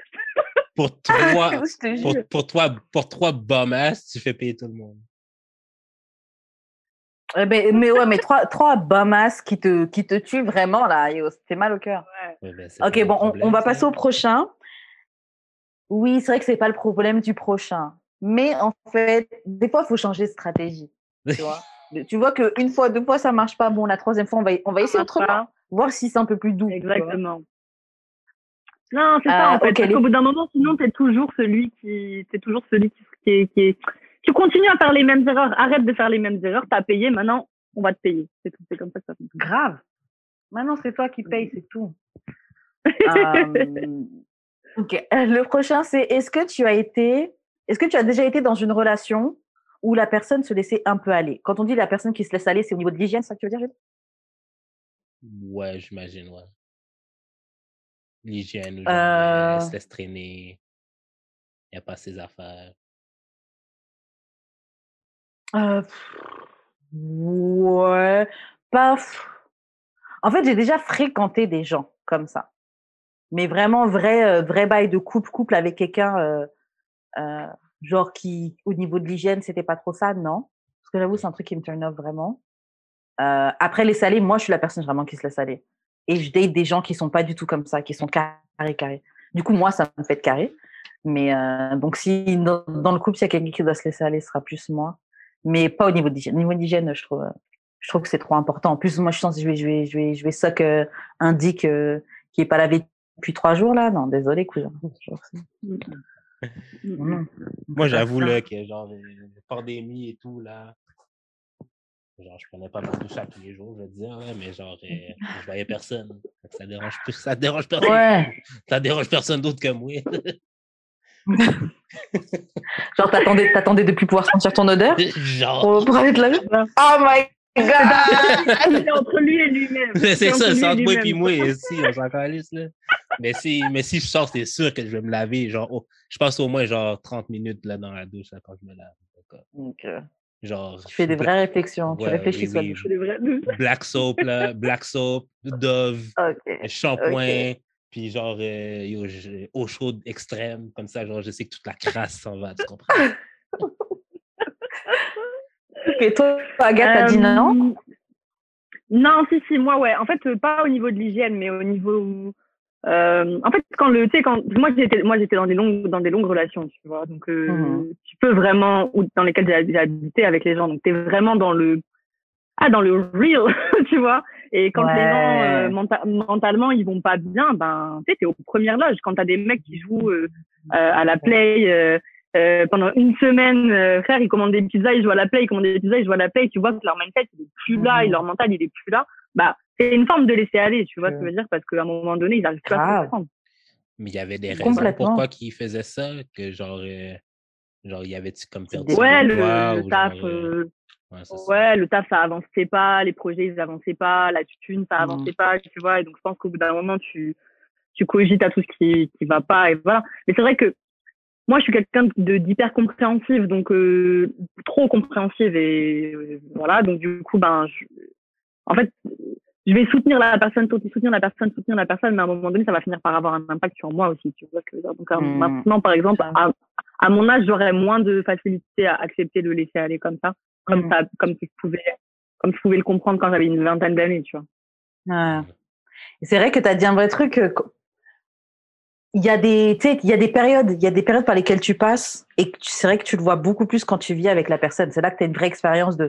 Pour toi, bum-ass, tu fais payer tout le monde. Mais ouais, mais trois bamas qui te tuent vraiment, là. Yo, c'est mal au cœur. Ouais, ben, c'est Ok, pas mon bon, on problème, va ça. passer au prochain. Oui, c'est vrai que c'est pas le problème du prochain. Mais en fait, des fois, il faut changer de stratégie. Tu vois? Tu vois qu'une fois, deux fois, ça marche pas. Bon, la troisième fois, on va Ça essayer marche autrement. pas. Voir si c'est un peu plus doux. Tu vois? Exactement. Non, c'est ça en fait. Ok, Parce qu'au bout d'un moment, sinon, t'es toujours celui qui tu continues à faire les mêmes erreurs. Arrête de faire les mêmes erreurs. T'as payé. Maintenant, on va te payer. C'est tout. C'est comme ça que ça fonctionne. grave. Maintenant, c'est toi qui payes, c'est tout. Euh, Ok. Le prochain, c'est est-ce que tu as déjà été dans une relation où la personne se laissait un peu aller? Quand on dit la personne qui se laisse aller, c'est au niveau de l'hygiène, c'est ça que tu veux dire, Jules? Ouais, j'imagine, ouais. L'hygiène, ou genre, elle Euh, se laisse traîner, il n'y a pas ses affaires. euh, ouais, pas. En fait, j'ai déjà fréquenté des gens comme ça, mais vraiment vrai bail de couple avec quelqu'un, euh, genre qui, au niveau de l'hygiène, c'était pas trop ça, non? Parce que j'avoue, c'est un truc qui me turn off vraiment. Après, les salés, moi, je suis la personne vraiment qui se laisse aller. Et je date des gens qui sont pas du tout comme ça, qui sont carrés. Du coup, moi, ça me fait de carré. Mais donc, si dans le couple, il y a quelqu'un qui doit se laisser aller, ce sera plus moi. Mais pas au niveau d'hygiène. Au niveau d'hygiène, je trouve que c'est trop important. En plus, moi, je sens que je vais suck un dick qui est pas lavé depuis 3 jours, là. Non, désolé, cousin. Non, on Moi, fait pas j'avoue, ça. là, que genre, la pandémie et tout, là, genre, je prenais pas ma douche tous les jours, je veux dire, là, mais genre, je voyais personne. Fait que ça dérange personne. Ouais. Ça dérange personne d'autre que moi. Genre, t'attendais de plus pouvoir sentir ton odeur Genre. pour aller te laver? Oh my god! C'est entre lui et lui-même. C'est ça, c'est entre moi et puis lui-même. moi, si, on s'en calisse, là. Mais si je sors, c'est sûr que je vais me laver. Genre, je passe au moins genre 30 minutes là, dans la douche là, quand je me lave. Donc, Genre, tu fais des vraies réflexions, tu ouais, réfléchis sous la oui. douche. C'est vrai. Black soap, là, Black soap, Dove, Ok. shampoing, puis genre, eau chaude extrême, comme ça, genre, je sais que toute la crasse s'en va, tu comprends? Ok, toi, Agathe, t'as dit non? Non, si, moi, ouais. En fait, pas au niveau de l'hygiène, mais au niveau. En fait, quand moi, j'étais dans des longues relations, tu vois. Donc, tu peux vraiment, ou dans lesquelles j'ai habité avec les gens. Donc, t'es vraiment dans le real, tu vois. Et quand les gens, Ouais. mentalement, ils vont pas bien, ben, tu sais, t'es aux premières loges. Quand t'as des mecs qui jouent, à la play, pendant une semaine, frère, ils commandent des pizzas, ils jouent à la play, ils commandent des pizzas, ils jouent à la play, tu vois que leur mindset, il est plus là, et leur mental, il est plus là. Bah, c'est une forme de laisser aller, tu vois ce que je veux dire, parce qu'à un moment donné, ils arrivent plus à se Grave. comprendre. Mais il y avait des raisons Complètement. pourquoi ils faisaient ça, que genre, il y avait-tu comme perdu des- du Ouais, poids le ou taf, genre. Ouais, c'est ça. ouais, le taf, ça avançait pas, les projets, ils avançaient pas, la thune, ça Mhm. avançait pas, tu vois. Et donc, je pense qu'au bout d'un moment, tu cogites à tout ce qui va pas, et voilà. Mais c'est vrai que moi, je suis quelqu'un d'hyper compréhensive, donc trop compréhensive, et voilà. Donc, du coup, ben, en fait, je vais soutenir la personne, soutenir la personne, mais à un moment donné, ça va finir par avoir un impact sur moi aussi, tu vois ce que je veux dire. Donc, maintenant, par exemple, à mon âge, j'aurais moins de facilité à accepter de laisser aller comme ça, comme je pouvais le comprendre quand j'avais une vingtaine d'années, tu vois. Ouais. Et c'est vrai que tu as dit un vrai truc. Il y a des, tu sais, il y a des périodes par lesquelles tu passes et c'est vrai que tu le vois beaucoup plus quand tu vis avec la personne. C'est là que tu as une vraie expérience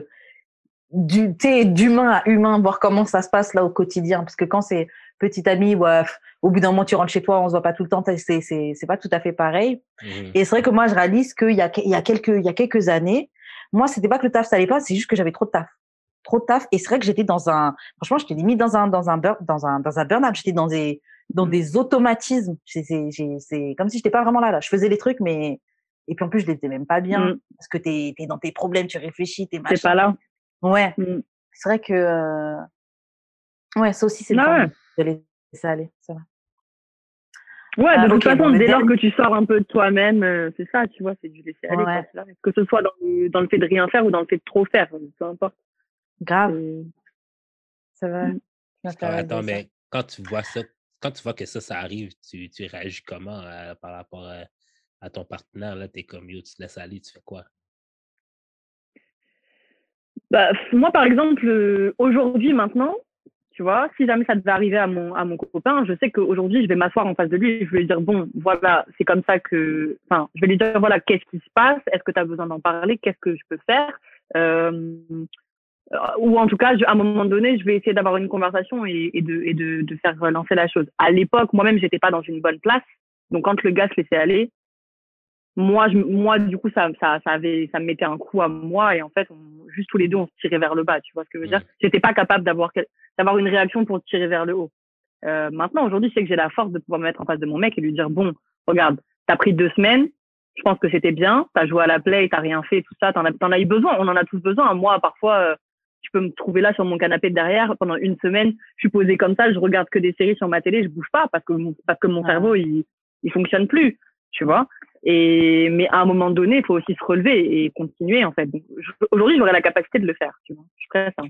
d'humain à humain, voir comment ça se passe là au quotidien. Parce que quand c'est petit ami, ouais, au bout d'un moment tu rentres chez toi, on se voit pas tout le temps, c'est pas tout à fait pareil. Et c'est vrai que moi je réalise qu'il y a quelques années, moi c'était pas que le taf ça allait pas, c'est juste que j'avais trop de taf. Et c'est vrai que j'étais franchement j'étais limite dans un burn-out, j'étais dans des automatismes. C'est comme si j'étais pas vraiment là. Je faisais les trucs, mais et puis en plus je les faisais même pas bien parce que t'es dans tes problèmes, tu réfléchis, t'es machin. C'est pas là. Ouais. C'est vrai que ouais, ça aussi c'est une forme de laisser aller. C'est vrai. Ouais, de toute façon, dès lors dernier... que tu sors un peu de toi-même, c'est ça, tu vois, c'est du laisser aller. Ouais. Quoi, que ce soit dans le fait de rien faire ou dans le fait de trop faire, peu importe. Grave. C'est vrai. Attends, mais quand tu vois que ça arrive, tu réagis comment par rapport à ton partenaire? Là, t'es comme, yo, tu te laisses aller, tu fais quoi? Bah, moi, par exemple, aujourd'hui, maintenant, tu vois, si jamais ça devait arriver à mon copain, je sais qu'aujourd'hui, je vais m'asseoir en face de lui et je vais lui dire, bon, voilà, c'est comme ça que, enfin, je vais lui dire, voilà, qu'est-ce qui se passe? Est-ce que tu as besoin d'en parler? Qu'est-ce que je peux faire? Euh, ou en tout cas, à un moment donné, je vais essayer d'avoir une conversation de faire relancer la chose. À l'époque, moi-même, j'étais pas dans une bonne place. Donc, quand le gars se laissait aller, moi, du coup, ça me mettait un coup à moi et en fait, juste tous les deux, on se tirait vers le bas. Tu vois ce que je veux dire? J'étais pas capable d'avoir une réaction pour tirer vers le haut. Maintenant, aujourd'hui, je sais que j'ai la force de pouvoir me mettre en face de mon mec et lui dire, bon, regarde, t'as pris 2 semaines. Je pense que c'était bien. T'as joué à la play, t'as rien fait, tout ça. T'en as eu besoin. On en a tous besoin. Moi, parfois, tu peux me trouver là sur mon canapé de derrière pendant une semaine. Je suis posée comme ça, je regarde que des séries sur ma télé, je bouge pas parce que mon cerveau, il fonctionne plus. Tu vois? Mais à un moment donné, il faut aussi se relever et continuer, en fait. Donc, aujourd'hui, j'aurais la capacité de le faire, tu vois. Je suis prête à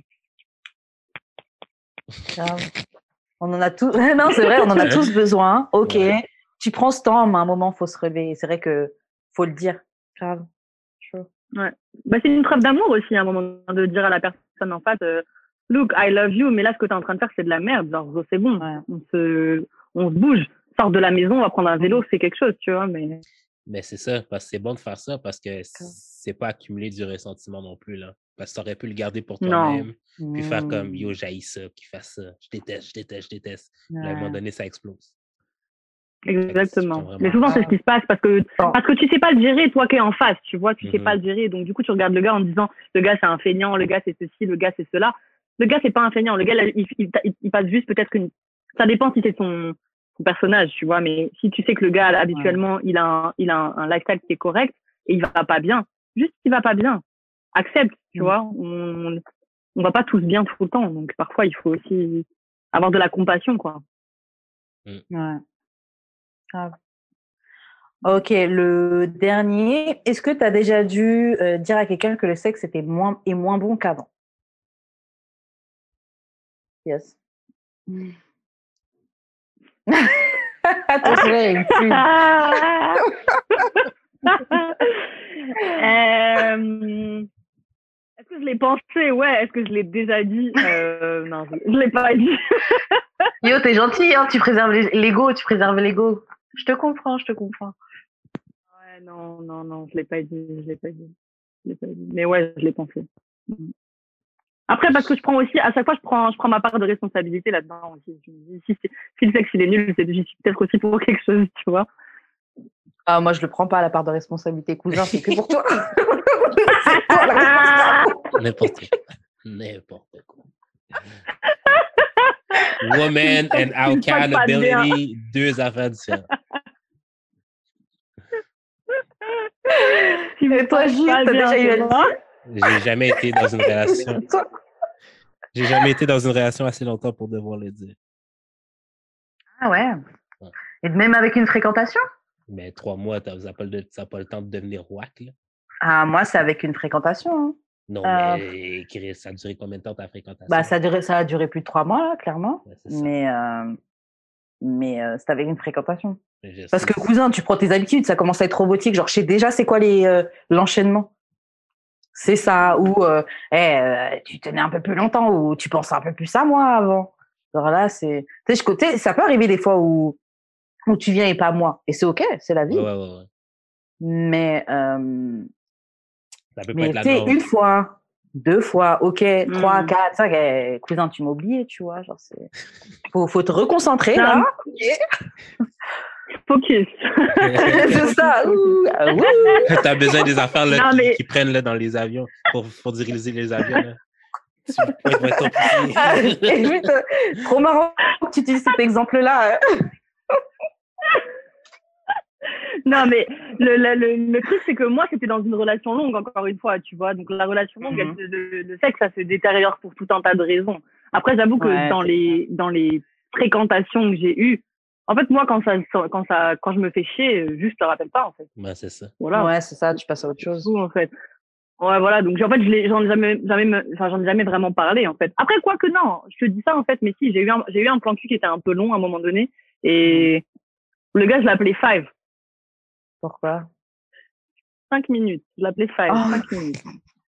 ça. On en a tous. Non, c'est vrai, on en a tous besoin. Ok, tu prends ce temps, mais à un moment, faut se relever. C'est vrai que faut le dire. Grave. Ouais. Bah, c'est une preuve d'amour aussi, à un moment de dire à la personne en face, look, I love you, mais là, ce que tu es en train de faire, c'est de la merde. Genre, c'est bon, on se bouge, sort de la maison, on va prendre un vélo, c'est quelque chose, tu vois. Mais c'est ça, parce que c'est bon de faire ça parce que c'est pas accumuler du ressentiment non plus, là. Parce que tu aurais pu le garder pour toi-même, puis faire comme yo, j'haïs ça, qu'il fasse ça, je déteste. Puis à un moment donné, ça explose. Exactement. Mais souvent, c'est ce qui se passe parce que tu sais pas le gérer, toi qui es en face, tu vois, tu sais pas le gérer. Donc, du coup, tu regardes le gars en disant, le gars, c'est un feignant, le gars, c'est ceci, le gars, c'est cela. Le gars, c'est pas un feignant. Le gars, il passe juste peut-être ça dépend si c'est son personnage, tu vois, mais si tu sais que le gars, habituellement, il a un lifestyle qui est correct et il va pas bien, juste il va pas bien. Accepte, tu vois. On va pas tous bien tout le temps. Donc, parfois, il faut aussi avoir de la compassion, quoi. Ouais. Ah. Ok, le dernier. Est-ce que tu as déjà dû dire à quelqu'un que le sexe était moins bon qu'avant? Yes. Ton sourire, il fume. Est-ce que je l'ai pensé? Ouais. Est-ce que je l'ai déjà dit? Non, je l'ai pas dit. Yo, t'es gentil, hein, tu préserves l'ego, tu préserves l'ego. Je te comprends. Ouais, non, je l'ai pas dit. Mais ouais, je l'ai pensé. Après, parce que je prends aussi, à chaque fois, je prends ma part de responsabilité là-dedans aussi. Je me dis, si le sexe il est nul, c'est peut-être aussi pour quelque chose, tu vois. Ah, moi, je le prends pas, la part de responsabilité, cousin, c'est que pour toi. C'est toi la responsable. N'importe quoi. Woman and accountability, 2 affaires différentes. Et toi, Gilles, t'as déjà eu un... J'ai jamais été dans une relation. J'ai jamais été dans une relation assez longtemps pour devoir le dire. Ah ouais. Et même avec une fréquentation? Mais 3 mois, ça n'a pas le temps de devenir whack, là. Ah, moi, c'est avec une fréquentation. Hein. Non, mais ça a duré combien de temps ta fréquentation? Bah, ça a duré plus de 3 mois, là, clairement. Ouais, mais c'est avec une fréquentation. Parce que, cousin, tu prends tes habitudes, ça commence à être robotique. Genre, je sais déjà c'est quoi l'enchaînement. C'est ça, ou tu tenais un peu plus longtemps, ou tu pensais un peu plus à moi avant. Alors là, c'est... Tu sais, ça peut arriver des fois où tu viens et pas moi. Et c'est OK, c'est la vie. Ouais. Mais, ça peut pas être la tu sais, norme. 1 fois, 2 fois, OK, 3, 4, 5, cousin, tu m'as oublié, tu vois. Genre, faut te reconcentrer, là. OK. Focus. C'est ça. T'as besoin des affaires là, qui prennent là, dans les avions pour diriger les avions. Là. Trop marrant que tu utilises cet exemple-là. Non, mais le truc, c'est que moi, c'était dans une relation longue, encore une fois, tu vois. Donc, la relation longue, le sexe, ça se détériore pour tout un tas de raisons. Après, j'avoue que dans les fréquentations que j'ai eues, en fait, moi, quand je me fais chier, juste, je te rappelle pas, en fait. Ouais, c'est ça. Voilà. Ouais, c'est ça, tu passes à autre chose. Tout, en fait. Ouais, voilà. Donc, en fait, j'en ai jamais vraiment parlé, en fait. Après, quoi que non, je te dis ça, en fait, mais si, j'ai eu un plan cul qui était un peu long à un moment donné. Et le gars, je l'appelais Five. Pourquoi? 5 minutes. Je l'appelais Five. 5 minutes.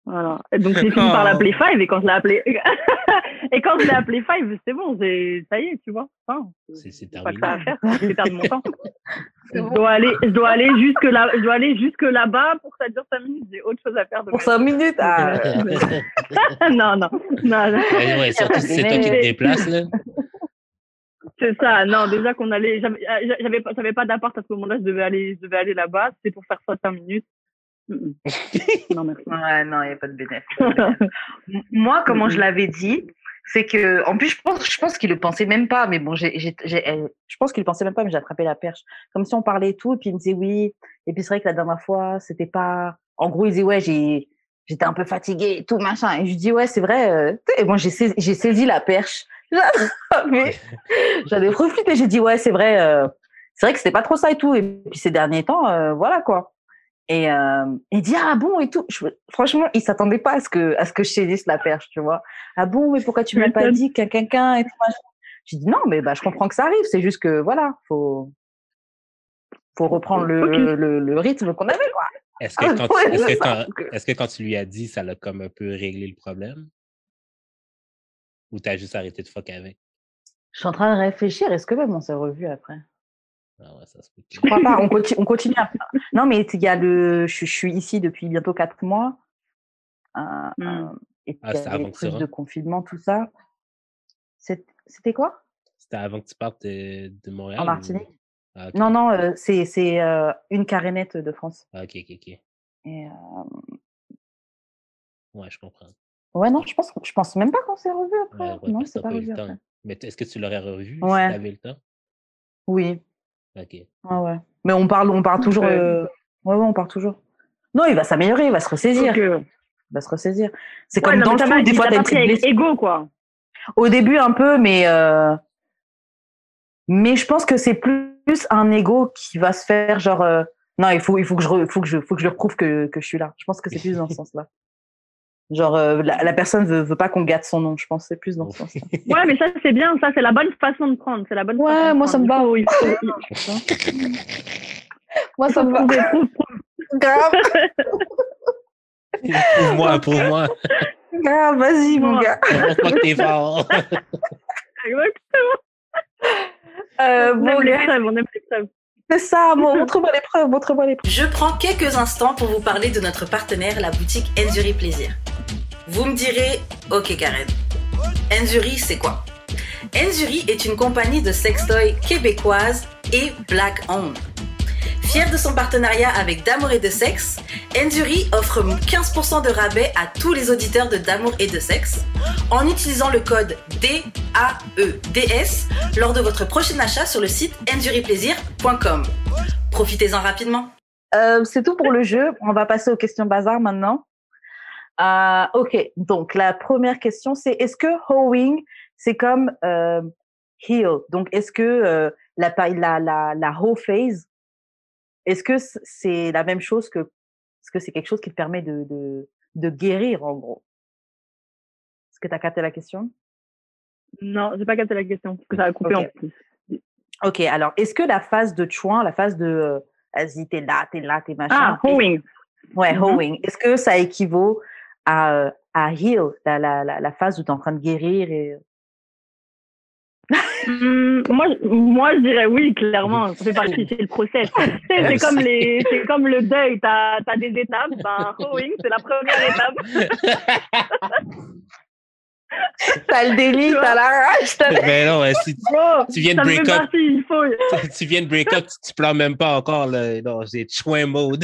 Voilà. Et donc, j'ai fini par l'appeler Five, et quand je l'ai appelé, et quand je l'ai appelé Five, c'est bon, ça y est, tu vois. Enfin, C'est pas que terminé. ça à faire, c'est perdre mon temps. Je dois aller jusque là-bas pour que ça dure 5 minutes. J'ai autre chose à faire de Pour ma 5 vie. minutes Non. Ouais, surtout si c'est toi qui te déplaces, là. C'est ça. Non, déjà qu'on allait, j'avais pas d'appart à ce moment-là. Je devais aller là-bas. C'était pour faire ça 5 minutes. Non, merci. Ouais, non, il n'y a pas de bénéfice. Moi, comment je l'avais dit, c'est que, en plus, je pense qu'il le pensait même pas, mais bon, je pense qu'il le pensait même pas, mais j'ai attrapé la perche. Comme si on parlait et tout, et puis il me disait oui. Et puis c'est vrai que la dernière fois, c'était pas. En gros, il disait ouais, j'étais un peu fatiguée et tout, machin. Et je dis ouais, c'est vrai. Et bon, j'ai saisi la perche. J'avais reflité, j'ai dit ouais, c'est vrai que c'était pas trop ça et tout. Et puis ces derniers temps, voilà quoi. Et il dit ah bon et tout. Franchement, il s'attendait pas à ce que je saisisse la perche, tu vois. Ah bon, mais pourquoi tu m'as pas dit quelqu'un et tout machin. J'ai dit non, mais je comprends que ça arrive. C'est juste que voilà, faut reprendre le rythme qu'on avait quoi. Est-ce que quand tu lui as dit, ça l'a comme un peu réglé le problème? Ou t'as juste arrêté de fuck avec? Je suis en train de réfléchir. Est-ce que même on s'est revus après? Ah ouais, ça se peut. Je crois pas. On continue. Non, mais il y a je suis ici depuis bientôt 4 mois. Et puis il y a les trucs de confinement, tout ça. C'était quoi? C'était avant que tu partes de Montréal? En Martinique. Ah, okay. Non, c'est une carénette de France. Ah, ok. Et ouais, je comprends. Ouais, non, je pense même pas qu'on s'est revus après. Ouais, non, parce c'est que pas t'as pas eu revu le temps. après. Mais est-ce que tu l'aurais revu Ouais. si t'avais le temps? Oui. Ok. Ouais. Mais on parle toujours. Ouais, on parle toujours. Non, il va s'améliorer, il va se ressaisir. Okay. Il va se ressaisir. C'est comme dans le foot, des fois, t'as pris avec ego, quoi. Au début, un peu, mais je pense que c'est plus un ego qui va se faire genre non, il faut que je lui reprouve que je suis là. Je pense que c'est plus dans ce sens-là. Genre la personne veut pas qu'on gâte son nom, je pense que c'est plus dans ce sens-là. Ouais, mais ça c'est bien, ça c'est la bonne façon de prendre, c'est la bonne façon de moi ça me va. Moi ça me va. Grave. Prouve-moi. Grave, vas-y mon gars. Montre-moi que t'es fort. Exactement. On aime les preuves. C'est ça, montre-moi les preuves. Je prends quelques instants pour vous parler de notre partenaire, la boutique Enzuri Plaisir. Vous me direz, ok Karen, Enzuri c'est quoi? Enzuri est une compagnie de sextoys québécoise et black owned. Fier de son partenariat avec D'Amour et de Sexe, Enzuri offre 15% de rabais à tous les auditeurs de D'Amour et de Sexe en utilisant le code DAEDS lors de votre prochain achat sur le site enzuriplaisir.com. Profitez-en rapidement. C'est tout pour le jeu. On va passer aux questions bazar maintenant. Ok, donc la première question c'est est-ce que hoeing c'est comme heal? Donc est-ce que la hoe phase, est-ce que c'est la même chose que est-ce que c'est quelque chose qui te permet de guérir en gros? Est-ce que tu as capté la question? Non, j'ai pas capté la question parce que ça a coupé en plus. Ok, alors est-ce que la phase de chouin, la phase de vas-y t'es là, t'es machin. Ah, hoeing. Ouais, hoeing. Est-ce que ça équivaut à heal, la phase où tu es en train de guérir et... moi, je dirais oui, clairement. Ça fait partie, c'est le process. C'est comme le deuil. T'as des étapes. Hoeing, c'est la première étape. T'as le délit, t'as la rage. Mais non, si tu viens de break up, tu viens de break up, tu pleures même pas encore. Là. Non, c'est chouin mode.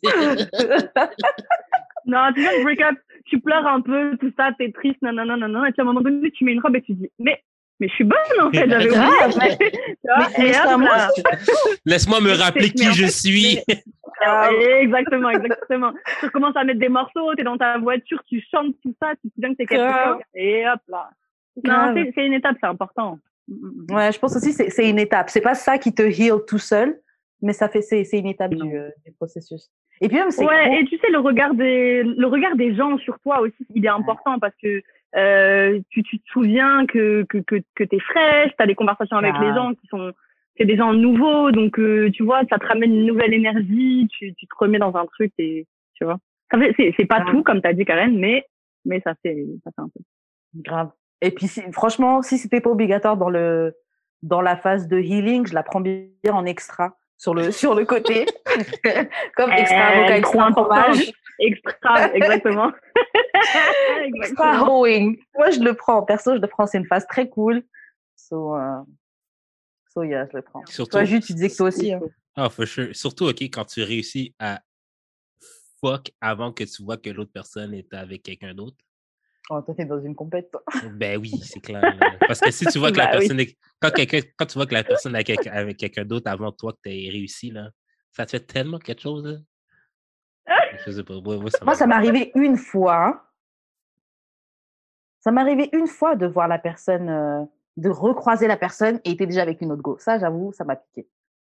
Non, tu viens de break up, tu pleures un peu, tout ça, t'es triste, non. Et puis à un moment donné, tu mets une robe et tu dis, mais je suis bonne en fait, j'avais oublié. Laisse-moi me rappeler qui je suis. Exactement. Tu recommences à mettre des morceaux, t'es dans ta voiture, tu chantes tout ça, tu te souviens que t'es quelque chose, et hop là. Non, c'est une étape, c'est important. Ouais, je pense aussi que c'est une étape. C'est pas ça qui te heal tout seul, mais c'est une étape du processus. Et puis même, et tu sais, le regard des gens sur toi aussi, il est important parce que tu te souviens que t'es fraîche, t'as des conversations avec les gens c'est des gens nouveaux, donc tu vois, ça te ramène une nouvelle énergie, tu te remets dans un truc et tu vois. C'est pas tout, comme tu as dit, Karen, mais ça fait un peu. Grave. Et puis, franchement, si c'était pas obligatoire dans la phase de healing, je la prends bien en extra sur le côté. Comme extra avocat, extra fromage. Extra, exactement. Extra hoeing. Moi, je le prends. Perso, je le prends. C'est une phase très cool. So yeah, je le prends. Surtout, toi, Jules, tu disais que toi aussi. Hein. Ah, for sure. Surtout, OK, quand tu réussis à fuck avant que tu vois que l'autre personne est avec quelqu'un d'autre. Oh, toi, t'es dans une compète, toi. Ben oui, c'est clair. Parce que si tu vois que la personne est... Quand tu vois que la personne est avec quelqu'un d'autre avant toi que tu aies réussi, là, ça te fait tellement quelque chose, là. Je sais pas. Moi, ça m'est arrivé une fois. Ça m'est arrivé une fois de voir la personne, de recroiser la personne et était déjà avec une autre go. Ça, j'avoue, ça m'a piqué.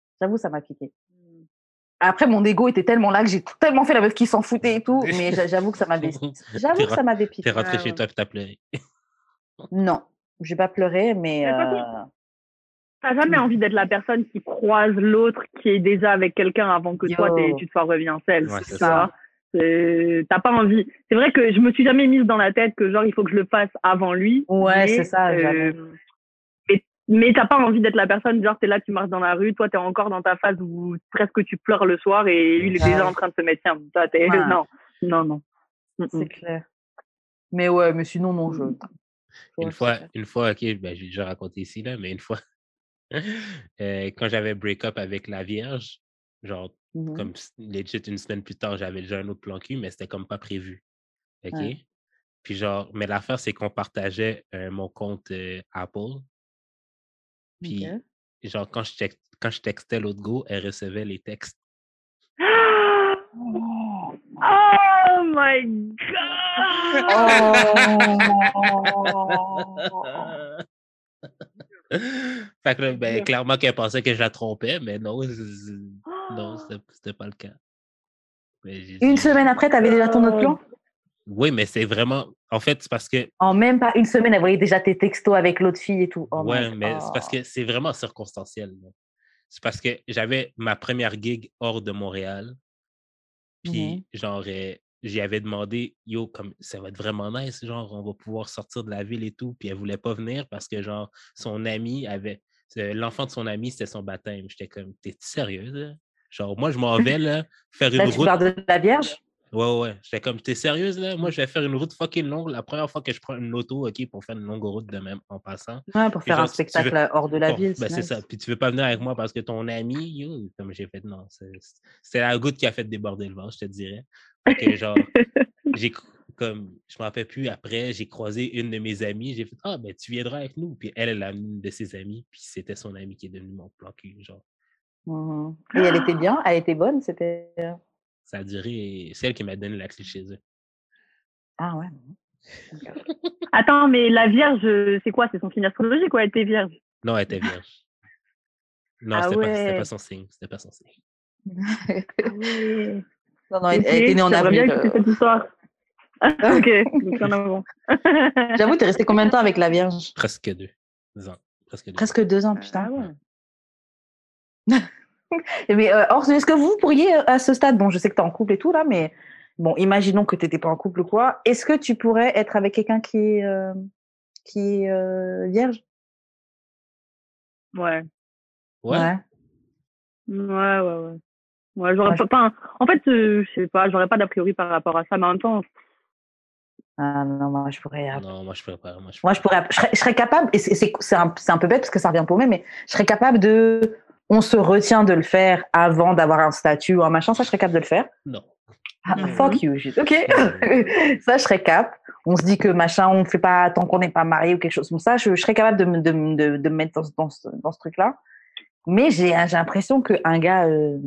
Après, mon ego était tellement là que j'ai tellement fait la meuf qui s'en foutait et tout, mais j'avoue que ça m'avait piqué. T'es rentré chez toi et t'as pleuré. Non, j'ai pas pleuré, mais... T'as jamais envie d'être la personne qui croise l'autre qui est déjà avec quelqu'un avant que toi, tu te sois revu en selle. Ouais, c'est ça. T'as pas envie. C'est vrai que je me suis jamais mise dans la tête que genre, il faut que je le fasse avant lui. Ouais, c'est ça, j'avoue. Mais t'as pas envie d'être la personne, genre, t'es là, tu marches dans la rue, toi, t'es encore dans ta phase où presque tu pleures le soir et lui, il est déjà en train de se mettre, tiens, toi, non. C'est clair. Mais ouais, mais sinon, non, je... Une fois, OK, ben, j'ai déjà raconté ici, là, mais une fois, quand j'avais break-up avec la Vierge, genre, comme legit une semaine plus tard, j'avais déjà un autre plan cul, mais c'était comme pas prévu. OK? Ouais. Puis genre, mais l'affaire, c'est qu'on partageait mon compte Apple. Puis, genre, quand je textais l'autre go, elle recevait les textes. Oh my God! Fait que là, ben, clairement qu'elle pensait que je la trompais, mais non, c'était pas le cas. Une semaine après, t'avais déjà ton autre plan? Oui, mais c'est vraiment... En fait, c'est parce que... En même pas une semaine, elle voyait déjà tes textos avec l'autre fille et tout. Oh ouais, mais c'est parce que c'est vraiment circonstanciel. Là. C'est parce que j'avais ma première gig hors de Montréal. Puis, genre, j'y avais demandé, yo, comme ça va être vraiment nice, genre, on va pouvoir sortir de la ville et tout. Puis elle voulait pas venir parce que, genre, son ami avait... L'enfant de son ami, c'était son baptême. J'étais comme, t'es sérieuse? Là? Genre, moi, je m'en vais, là, faire une route... tu parles de la Vierge? Ouais. J'étais comme, t'es sérieuse, là? Moi, je vais faire une route fucking longue. La première fois que je prends une auto, OK, pour faire une longue route de même, en passant. Ouais, pour faire genre, un spectacle hors de la ville. Ben, c'est ça. Puis tu veux pas venir avec moi parce que ton ami, yo, comme j'ai fait, non. C'est la goutte qui a fait déborder le vase, je te dirais. Fait que, genre, je me rappelle plus, après, j'ai croisé une de mes amies. J'ai fait, ben, tu viendras avec nous. Puis elle a une de ses amies. Puis c'était son amie qui est devenue mon plan cul, genre. Et elle était bien? Elle était bonne? C'était... Ça a duré... C'est elle qui m'a donné la clé chez eux. Ah ouais. Attends, mais la Vierge, c'est quoi? C'est son signe astrologique ou elle était vierge? Non, elle était vierge. Non, c'était pas son signe. C'était pas son signe. Non, elle était née en avril. Bien écouter cette histoire. Ok, donc en avant. J'avoue, t'es resté combien de temps avec la Vierge? Presque 2 ans. Presque 2 ans, putain. Ah ouais. Mais Ors, est-ce que vous pourriez, à ce stade, bon, je sais que t'es en couple et tout, là, mais bon, imaginons que t'étais pas en couple ou quoi, est-ce que tu pourrais être avec quelqu'un qui est vierge? Ouais. Ouais, j'aurais pas... En fait, je sais pas, j'aurais pas d'a priori par rapport à ça, mais en même temps... Ah non, moi je pourrais... Non, moi je pourrais pas. Je serais capable, et c'est un peu bête parce que ça revient paumé, mais je serais capable de... On se retient de le faire avant d'avoir un statut ou un machin, ça je serais capable de le faire. Non. Fuck you, juste. Ok. Ça, je serais cap. On se dit que machin, on ne fait pas tant qu'on n'est pas marié ou quelque chose comme ça. Je serais capable de me mettre dans ce truc-là. Mais j'ai l'impression qu'un gars,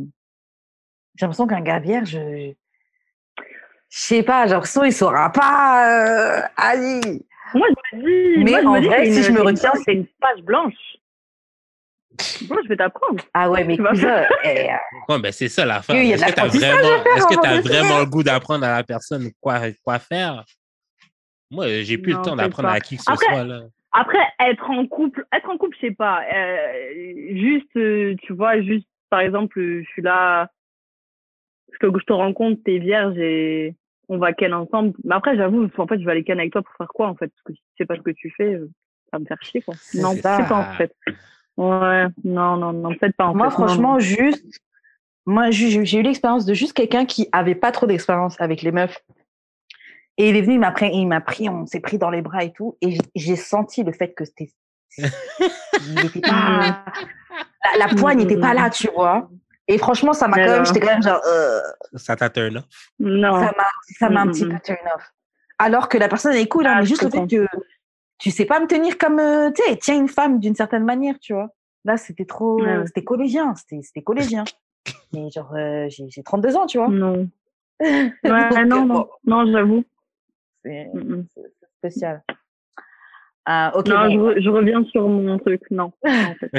vierge, je sais pas, j'ai l'impression qu'il saura pas. Allez. Moi, je me dis. Mais en vrai, si je me retiens, c'est une page blanche. Moi, je vais t'apprendre. Ah ouais, mais cousin. Ouais, ben c'est ça l'affaire. Est-ce que tu as vraiment le goût d'apprendre à la personne quoi faire? Moi, j'ai plus le temps d'apprendre à qui que ce soit là. Après, être en couple, je sais pas. Juste, tu vois, par exemple, je suis là, je te rencontre, t'es vierge et on va ken ensemble. Mais après, j'avoue, en fait, je vais aller ken avec toi pour faire quoi, en fait? Parce que si tu sais pas ce que tu fais, ça va me faire chier, quoi. Non, C'est peut-être pas, en ça. fait. Ouais, non, peut-être pas, en Moi, fait. Non, franchement, non. j'ai eu l'expérience de juste quelqu'un qui avait pas trop d'expérience avec les meufs. Et il est venu, il m'a pris, on s'est pris dans les bras et tout. Et j'ai senti le fait que il était pas, la poigne n'était pas là, tu vois. Et franchement, ça m'a quand même, j'étais quand même genre, Ça t'a turn off? Non. ça m'a un petit peu turn off. Alors que la personne est cool, hein, mais juste le fait que tu sais pas me tenir comme, tu sais, tiens une femme d'une certaine manière, tu vois. Là, c'était trop, c'était collégien, c'était collégien. Mais genre, j'ai 32 ans, tu vois. Non. Ouais, Donc, non, bon, non, j'avoue. c'est spécial. Ok, non, bon. je reviens sur mon truc. Non, en fait.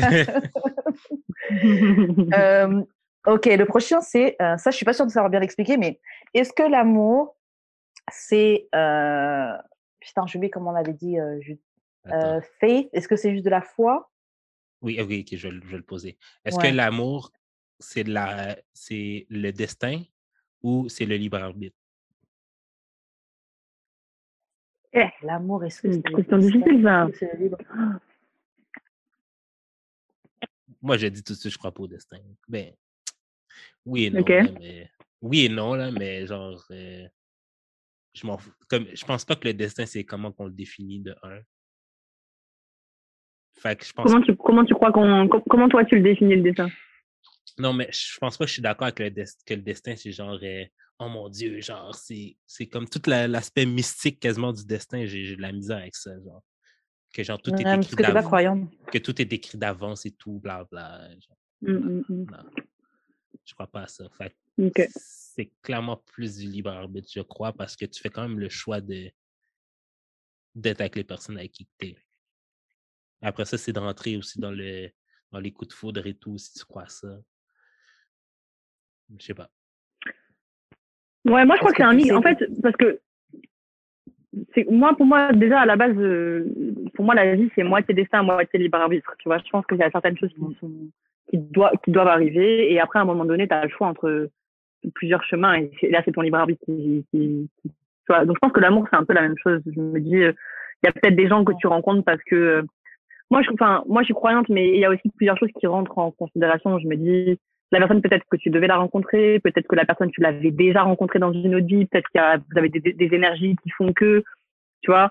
Ok, le prochain, c'est ça, je suis pas sûre de savoir bien l'expliquer, mais est-ce que l'amour, c'est putain, j'ai oublié comment on avait dit faith, est-ce que c'est juste de la foi? Oui, ok, je vais le poser. Est-ce Ouais. que l'amour, c'est le destin ou c'est le libre arbitre? L'amour, est-ce que C'est c'est une le question destin? difficile, ça. Est-ce que c'est le libre? Moi, je dis tout de suite, je crois pas au destin. Ben, oui et non, Ok. là, mais oui et non, là, mais genre, je m'en fous. Comme, je pense pas que le destin, c'est comment qu'on le définit de un. Fait que je pense. Comment tu crois comment toi tu le définis, le dessin? Non, mais je pense pas que je suis d'accord avec que le destin, c'est genre, oh mon Dieu, genre, c'est comme tout l'aspect mystique quasiment du destin. J'ai de la misère avec ça, genre. Que genre, tout est écrit Parce que t'es pas d'avance. croyante. Que tout est écrit d'avance et tout, blabla. Non, je crois pas à ça. Fait que Ok. c'est clairement plus du libre arbitre, je crois, parce que tu fais quand même le choix d'être avec les personnes avec qui tu es. Après ça, c'est de rentrer aussi dans les coups de foudre et tout, si tu crois à ça. Je sais pas. Ouais, moi je crois que c'est un mix. En fait, que... parce que pour moi, déjà à la base, pour moi la vie c'est moitié destin, moitié libre arbitre. Tu vois, je pense qu'il y a certaines choses qui doivent arriver, et après à un moment donné, tu as le choix entre plusieurs chemins, et là c'est ton libre arbitre tu vois. Donc je pense que l'amour c'est un peu la même chose. Je me dis, il y a peut-être des gens que tu rencontres parce que moi je suis croyante, mais il y a aussi plusieurs choses qui rentrent en considération. Je me dis, la personne, peut-être que tu devais la rencontrer, peut-être que la personne, tu l'avais déjà rencontrée dans une autre vie, peut-être vous avez des énergies qui font que, tu vois.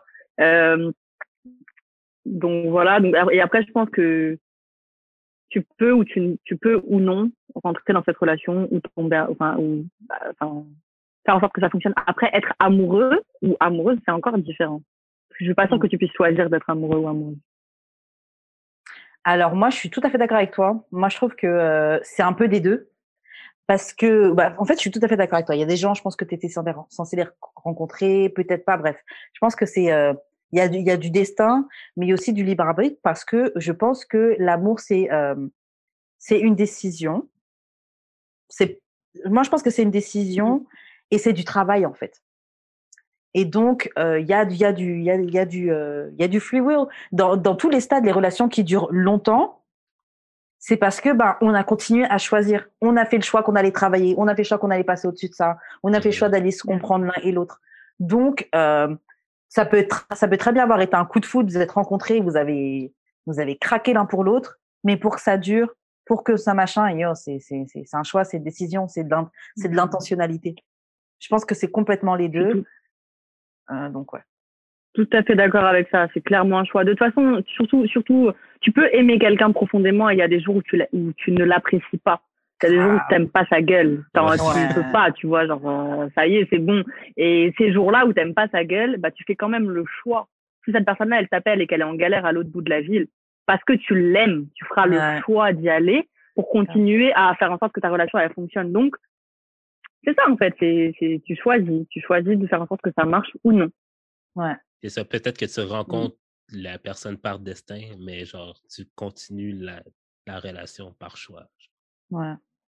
Donc voilà. Et après, je pense que tu peux ou non rentrer dans cette relation ou tomber, ou faire en sorte que ça fonctionne. Après, être amoureux ou amoureuse, c'est encore différent. Je suis pas sûre que tu puisses choisir d'être amoureux ou amoureuse. Alors moi, je suis tout à fait d'accord avec toi. Moi, je trouve que c'est un peu des deux. Parce que, en fait, je suis tout à fait d'accord avec toi. Il y a des gens, je pense que tu étais censé les rencontrer, peut-être pas, bref. Je pense que il y a du destin, mais il y a aussi du libre arbitre, parce que je pense que l'amour, c'est une décision. Moi, je pense que c'est une décision et c'est du travail, en fait. Et donc, il y a du free will. Dans tous les stades, les relations qui durent longtemps, c'est parce que on a continué à choisir. On a fait le choix qu'on allait travailler. On a fait le choix qu'on allait passer au-dessus de ça. On a fait le choix d'aller se comprendre l'un et l'autre. Donc, ça peut très bien avoir été un coup de foudre. Vous êtes rencontrés, vous avez craqué l'un pour l'autre. Mais pour que ça dure, pour que ça machin, c'est un choix, c'est une décision, c'est de l'intentionnalité. Je pense que c'est complètement les deux. Donc ouais. Tout à fait d'accord avec ça. C'est clairement un choix. De toute façon, surtout, tu peux aimer quelqu'un profondément, et il y a des jours où tu ne l'apprécies pas. Il y a des jours où tu n'aimes pas sa gueule. Tu ne peux pas, tu vois, genre, ça y est, c'est bon. Et ces jours-là où tu n'aimes pas sa gueule, tu fais quand même le choix. Si cette personne-là, elle t'appelle et qu'elle est en galère à l'autre bout de la ville, parce que tu l'aimes, tu feras le choix d'y aller pour continuer à faire en sorte que ta relation, elle fonctionne. Donc, c'est ça, en fait. Tu choisis de faire en sorte que ça marche ou non. Ouais. C'est ça, peut-être que tu rencontres la personne par destin, mais genre, tu continues la relation par choix. Ouais.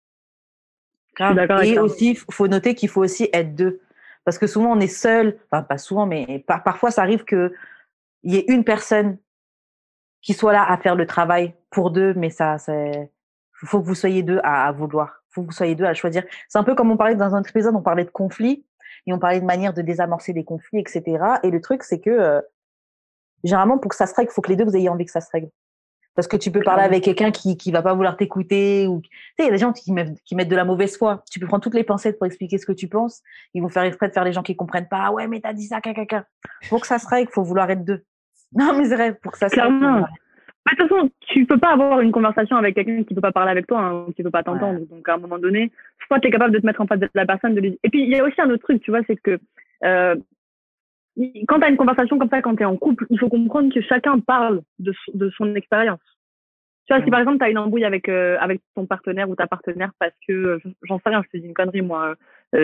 Et aussi, il faut noter qu'il faut aussi être deux. Parce que souvent, on est seul. Enfin, pas souvent, mais parfois, ça arrive qu'il y ait une personne qui soit là à faire le travail pour deux, mais il faut que vous soyez deux à vouloir. Il faut que vous soyez deux à choisir. C'est un peu comme on parlait dans un autre épisode, on parlait de conflit. ils vont parler de manière de désamorcer des conflits, etc. Et le truc, c'est que généralement, pour que ça se règle, il faut que les deux, vous ayez envie que ça se règle. Parce que tu peux parler avec quelqu'un qui va pas vouloir t'écouter. Ou... Tu sais, il y a des gens qui mettent de la mauvaise foi. Tu peux prendre toutes les pincettes pour expliquer ce que tu penses. Ils vont faire exprès de faire les gens qui comprennent pas. Ah ouais, mais t'as dit ça, caca. Pour que ça se règle, il faut vouloir être deux. Non, mais c'est vrai, pour que ça se règle. Clairement. De toute façon, tu peux pas avoir une conversation avec quelqu'un qui peut pas parler avec toi, hein, qui peut pas t'entendre. Ouais. Donc, à un moment donné, soit tu es capable de te mettre en face de la personne, de lui... Et puis, il y a aussi un autre truc, tu vois, c'est que quand tu as une conversation comme ça, quand tu es en couple, il faut comprendre que chacun parle de son expérience. Tu vois, si par exemple, tu as une embrouille avec ton partenaire ou ta partenaire parce que, j'en sais rien, je te dis une connerie, moi,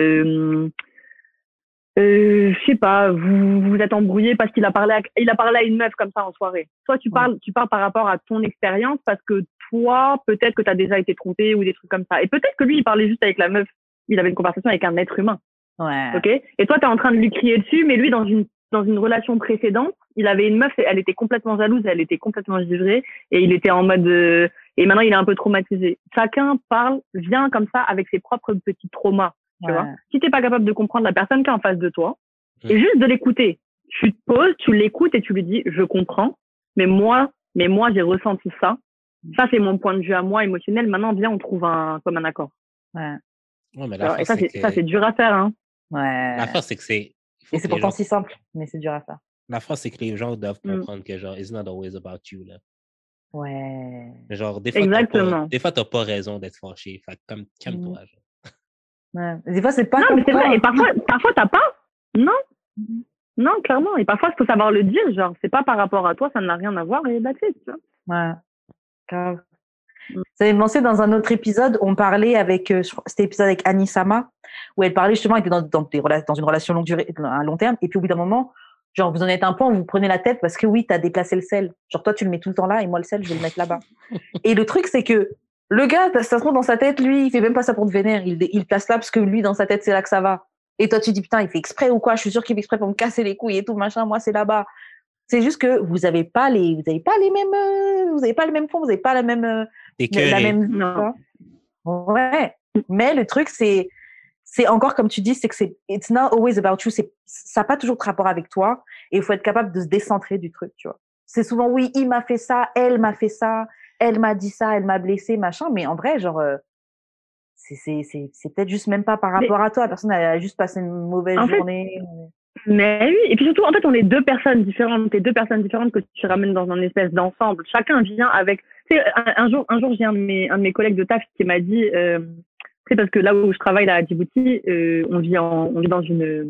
je sais pas, vous êtes embrouillé parce qu'il a parlé à une meuf comme ça en soirée. Toi, tu parles par rapport à ton expérience parce que toi, peut-être que tu as déjà été trompé ou des trucs comme ça. Et peut-être que lui, il parlait juste avec la meuf, il avait une conversation avec un être humain. Ouais. Ok? Et toi, t'es en train de lui crier dessus, mais lui, dans une relation précédente, il avait une meuf, elle était complètement jalouse, elle était complètement givrée, et il était en mode, et maintenant il est un peu traumatisé. Chacun vient comme ça avec ses propres petits traumas, tu vois. Si t'es pas capable de comprendre la personne qui est en face de toi, et juste de l'écouter, tu te poses, tu l'écoutes et tu lui dis, je comprends, mais moi, j'ai ressenti ça. Ça, c'est mon point de vue à moi, émotionnel. Maintenant, viens, on trouve comme un accord. Ouais. Ouais, mais et ça, c'est dur à faire, hein. Ouais. La force, c'est que c'est... Et c'est pourtant si simple, mais c'est dur à faire. La force, c'est que les gens doivent comprendre que, genre, it's not always about you, là. Ouais. Genre, des fois, exactement. t'as pas raison d'être fâché. Fait comme, calme-toi, genre. Ouais. Des fois, c'est pas non, comme mais c'est vrai. Et parfois, t'as pas. Non. Non, clairement. Et parfois, il faut savoir le dire. Genre, c'est pas par rapport à toi, ça n'a rien à voir. Et that's it, tu vois. Ouais. Grave. Ça m'avait pensé dans un autre épisode, on parlait c'était l'épisode avec Annie Sama, où elle parlait justement, elle était dans une relation longue durée, à long terme, et puis au bout d'un moment, genre vous en êtes un point où vous prenez la tête parce que oui, t'as déplacé le sel. Genre toi, tu le mets tout le temps là, et moi le sel, je vais le mettre là-bas. Et le truc, c'est que le gars, ça se trouve dans sa tête, lui, il fait même pas ça pour te vénérer, il place là parce que lui, dans sa tête, c'est là que ça va. Et toi, tu dis, putain, il fait exprès ou quoi? Je suis sûre qu'il fait exprès pour me casser les couilles et tout, machin, moi, c'est là-bas. C'est juste que vous avez pas le même fond, vous avez pas la même non. Ouais, mais le truc c'est encore comme tu dis, c'est que it's not always about you, ça n'a pas toujours de rapport avec toi et il faut être capable de se décentrer du truc, tu vois. C'est souvent oui, il m'a fait ça, elle m'a fait ça, elle m'a dit ça, elle m'a blessé, machin, mais en vrai genre c'est peut-être juste même pas par rapport à toi, la personne a juste passé une mauvaise journée. Mais oui, et puis surtout, en fait, on est deux personnes différentes que tu ramènes dans un espèce d'ensemble. Chacun vient avec... Tu sais, un jour, j'ai un de mes collègues de taf qui m'a dit... c'est parce que là où je travaille, là, à Djibouti, on vit dans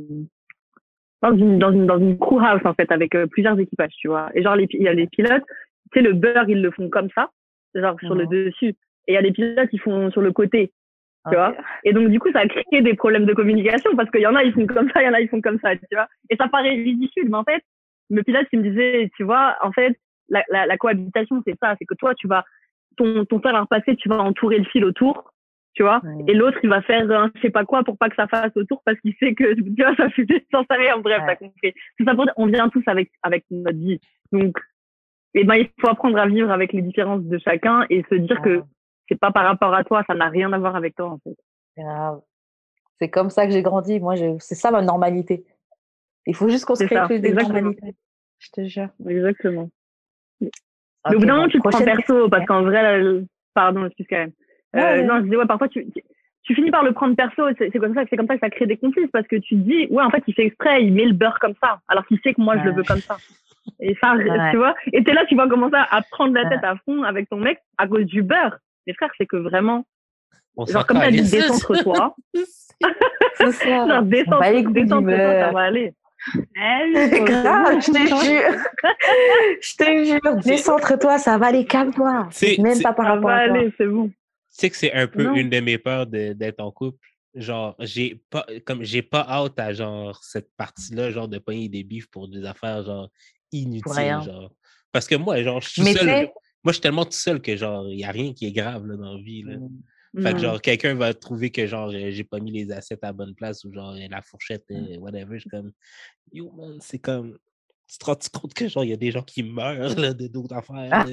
une crew house, en fait, avec plusieurs équipages, tu vois. Et genre, il y a les pilotes, tu sais, le beurre, ils le font comme ça, genre sur le dessus. Et il y a les pilotes, ils font sur le côté. Tu vois. Et donc, du coup, ça a créé des problèmes de communication parce qu'il y en a, ils font comme ça, il y en a, ils font comme ça, tu vois. Et ça paraît ridicule, mais en fait, le pilote, il me disait, tu vois, en fait, la cohabitation, c'est ça, c'est que toi, tu vas, ton fer à repasser, tu vas entourer le fil autour, tu vois, et l'autre, il va faire je sais pas quoi pour pas que ça fasse autour parce qu'il sait que, tu vois, ça fait sans rien, bref, t'as compris. C'est ça pour dire, on vient tous avec notre vie. Donc, il faut apprendre à vivre avec les différences de chacun et se dire que c'est pas par rapport à toi, ça n'a rien à voir avec toi, en fait. C'est comme ça que j'ai grandi. Moi, c'est ça ma normalité. Il faut juste qu'on se crée des normalités. Je te jure. Exactement. Mais au bout d'un moment, tu te prends perso, parce qu'en vrai, pardon, excuse quand même. Non, je disais, parfois, tu finis par le prendre perso, c'est comme ça que ça crée des conflits, parce que tu te dis, en fait, il fait exprès, il met le beurre comme ça, alors qu'il sait que moi, je le veux comme ça. Et ça, tu vois, et t'es là, tu vas commencer à prendre la tête à fond avec ton mec à cause du beurre. Mais frère, c'est que vraiment, genre comme t'as dit, décentre-toi. C'est ça. Genre, décentre-toi, ça va aller. Grave, je te jure, décentre-toi, ça va aller, calme-toi. Même pas par rapport à toi. C'est bon. Tu sais que c'est un peu une de mes peurs d'être en couple. Genre, j'ai pas hâte à genre cette partie-là, genre de pogner des bifs pour des affaires genre inutiles, genre. Parce que moi, genre, je suis tout seul. Moi, je suis tellement tout seul que, genre, il n'y a rien qui est grave là, dans la vie. Là. Fait que, genre, quelqu'un va trouver que, genre, j'ai pas mis les assiettes à la bonne place ou, genre, la fourchette, whatever. Je suis comme, yo, man, c'est comme... Tu te rends compte que, genre, il y a des gens qui meurent, là, d'autres affaires.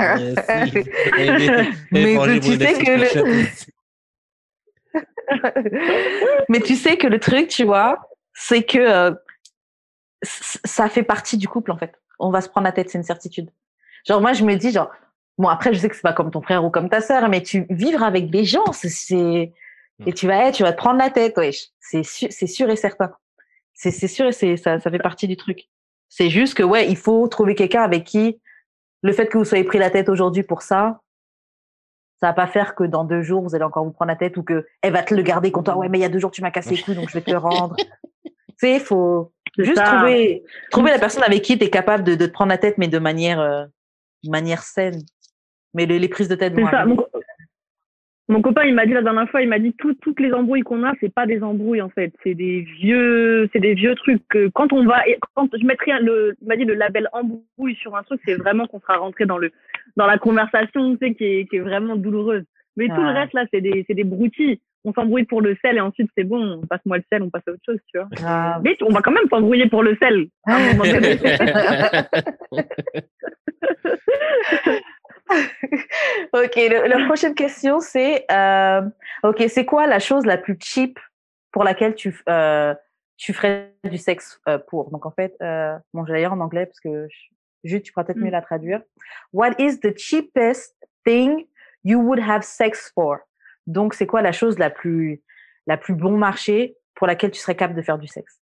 Mais tu sais que Mais tu sais que le truc, tu vois, c'est que ça fait partie du couple, en fait. On va se prendre la tête, c'est une certitude. Genre, moi, je me dis, genre, bon, après, je sais que c'est pas comme ton frère ou comme ta sœur, mais vivre avec des gens, et tu vas te prendre la tête, wesh. C'est sûr et certain. C'est sûr et ça fait partie du truc. C'est juste que, ouais, il faut trouver quelqu'un avec qui, le fait que vous soyez pris la tête aujourd'hui pour ça va pas faire que dans 2 jours, vous allez encore vous prendre la tête ou que elle va te le garder contre toi. Ouais, mais il y a 2 jours, tu m'as cassé les couilles, donc je vais te le rendre. Tu sais, il faut juste trouver la personne avec qui tu es capable de te prendre la tête, mais de manière saine. Mais les prises de tête vont arriver. Mon copain, il m'a dit la dernière fois, il m'a dit toutes les embrouilles qu'on a, c'est pas des embrouilles en fait, c'est des vieux trucs. Quand je mettrai il m'a dit le label embrouille sur un truc, c'est vraiment qu'on sera rentré dans la conversation, tu sais, qui est vraiment douloureuse. Mais tout le reste là, c'est des broutilles. On s'embrouille pour le sel et ensuite c'est bon, passe-moi le sel, on passe à autre chose, tu vois. Mais on va quand même s'embrouiller pour le sel. À un moment donné. Ok, la prochaine question, c'est c'est quoi la chose la plus cheap pour laquelle tu ferais du sexe pour? Donc en fait, bon, je vais lire en anglais parce que juste tu pourras peut-être mieux la traduire. What is the cheapest thing you would have sex for? Donc c'est quoi la chose la plus bon marché pour laquelle tu serais capable de faire du sexe?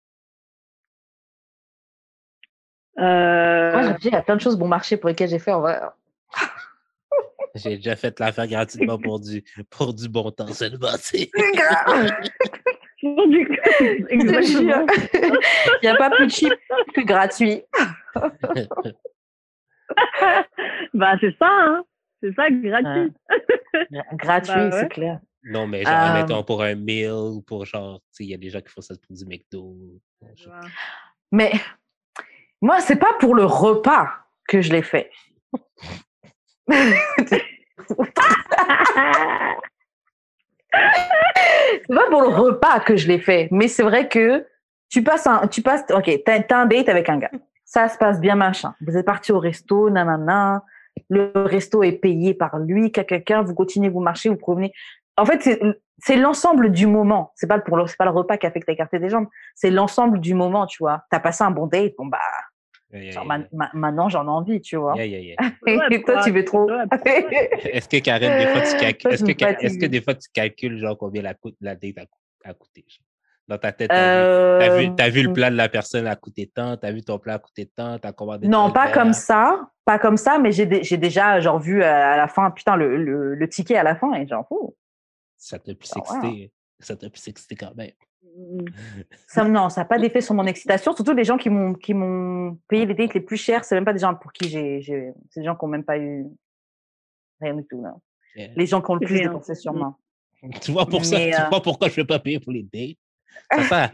Moi, je réfléchis à plein de choses bon marché pour lesquelles j'ai fait en vrai. J'ai déjà fait l'affaire gratuitement pour du bon temps, c'est le passé. Il n'y a pas plus cheap que gratuit. Bah, c'est ça, hein. C'est ça, gratuit. Gratuit, bah, ouais. C'est clair. Non, mais genre, mettons, pour un meal ou pour genre, tu sais, il y a des gens qui font ça pour du McDo. Mais moi, c'est pas pour le repas que je l'ai fait. C'est pas pour le repas que je l'ai fait, mais c'est vrai que ok, t'as un date avec un gars, ça se passe bien, machin, vous êtes parti au resto, nanana, le resto est payé par lui, quelqu'un, vous continuez, vous marchez, vous promenez. En fait, c'est l'ensemble du moment, c'est pas le repas qui a fait que t'as écarté des jambes, c'est l'ensemble du moment, tu vois. T'as passé un bon date, bon bah genre, maintenant j'en ai envie, tu vois. Et toi tu veux trop. Est-ce que Karen, des fois tu calcules, est-ce que des fois tu calcules genre combien la date a coûté? Genre? Dans ta tête, t'as vu le plat de la personne a coûté tant, t'as vu ton plat a coûté tant, t'as commandé. Non, pas comme ça, mais j'ai déjà genre vu à la fin, putain, le ticket à la fin et genre ça t'a plus excité, ça t'a plus excité quand même. Non, ça n'a pas d'effet sur mon excitation. Surtout les gens qui m'ont payé les dates les plus chers, c'est même pas des gens pour qui c'est des gens qui n'ont même pas eu rien du tout. Là. Yeah. Les gens qui ont le plus dépensé sur moi. Tu vois tu vois pourquoi je ne vais pas payer pour les dates? Ça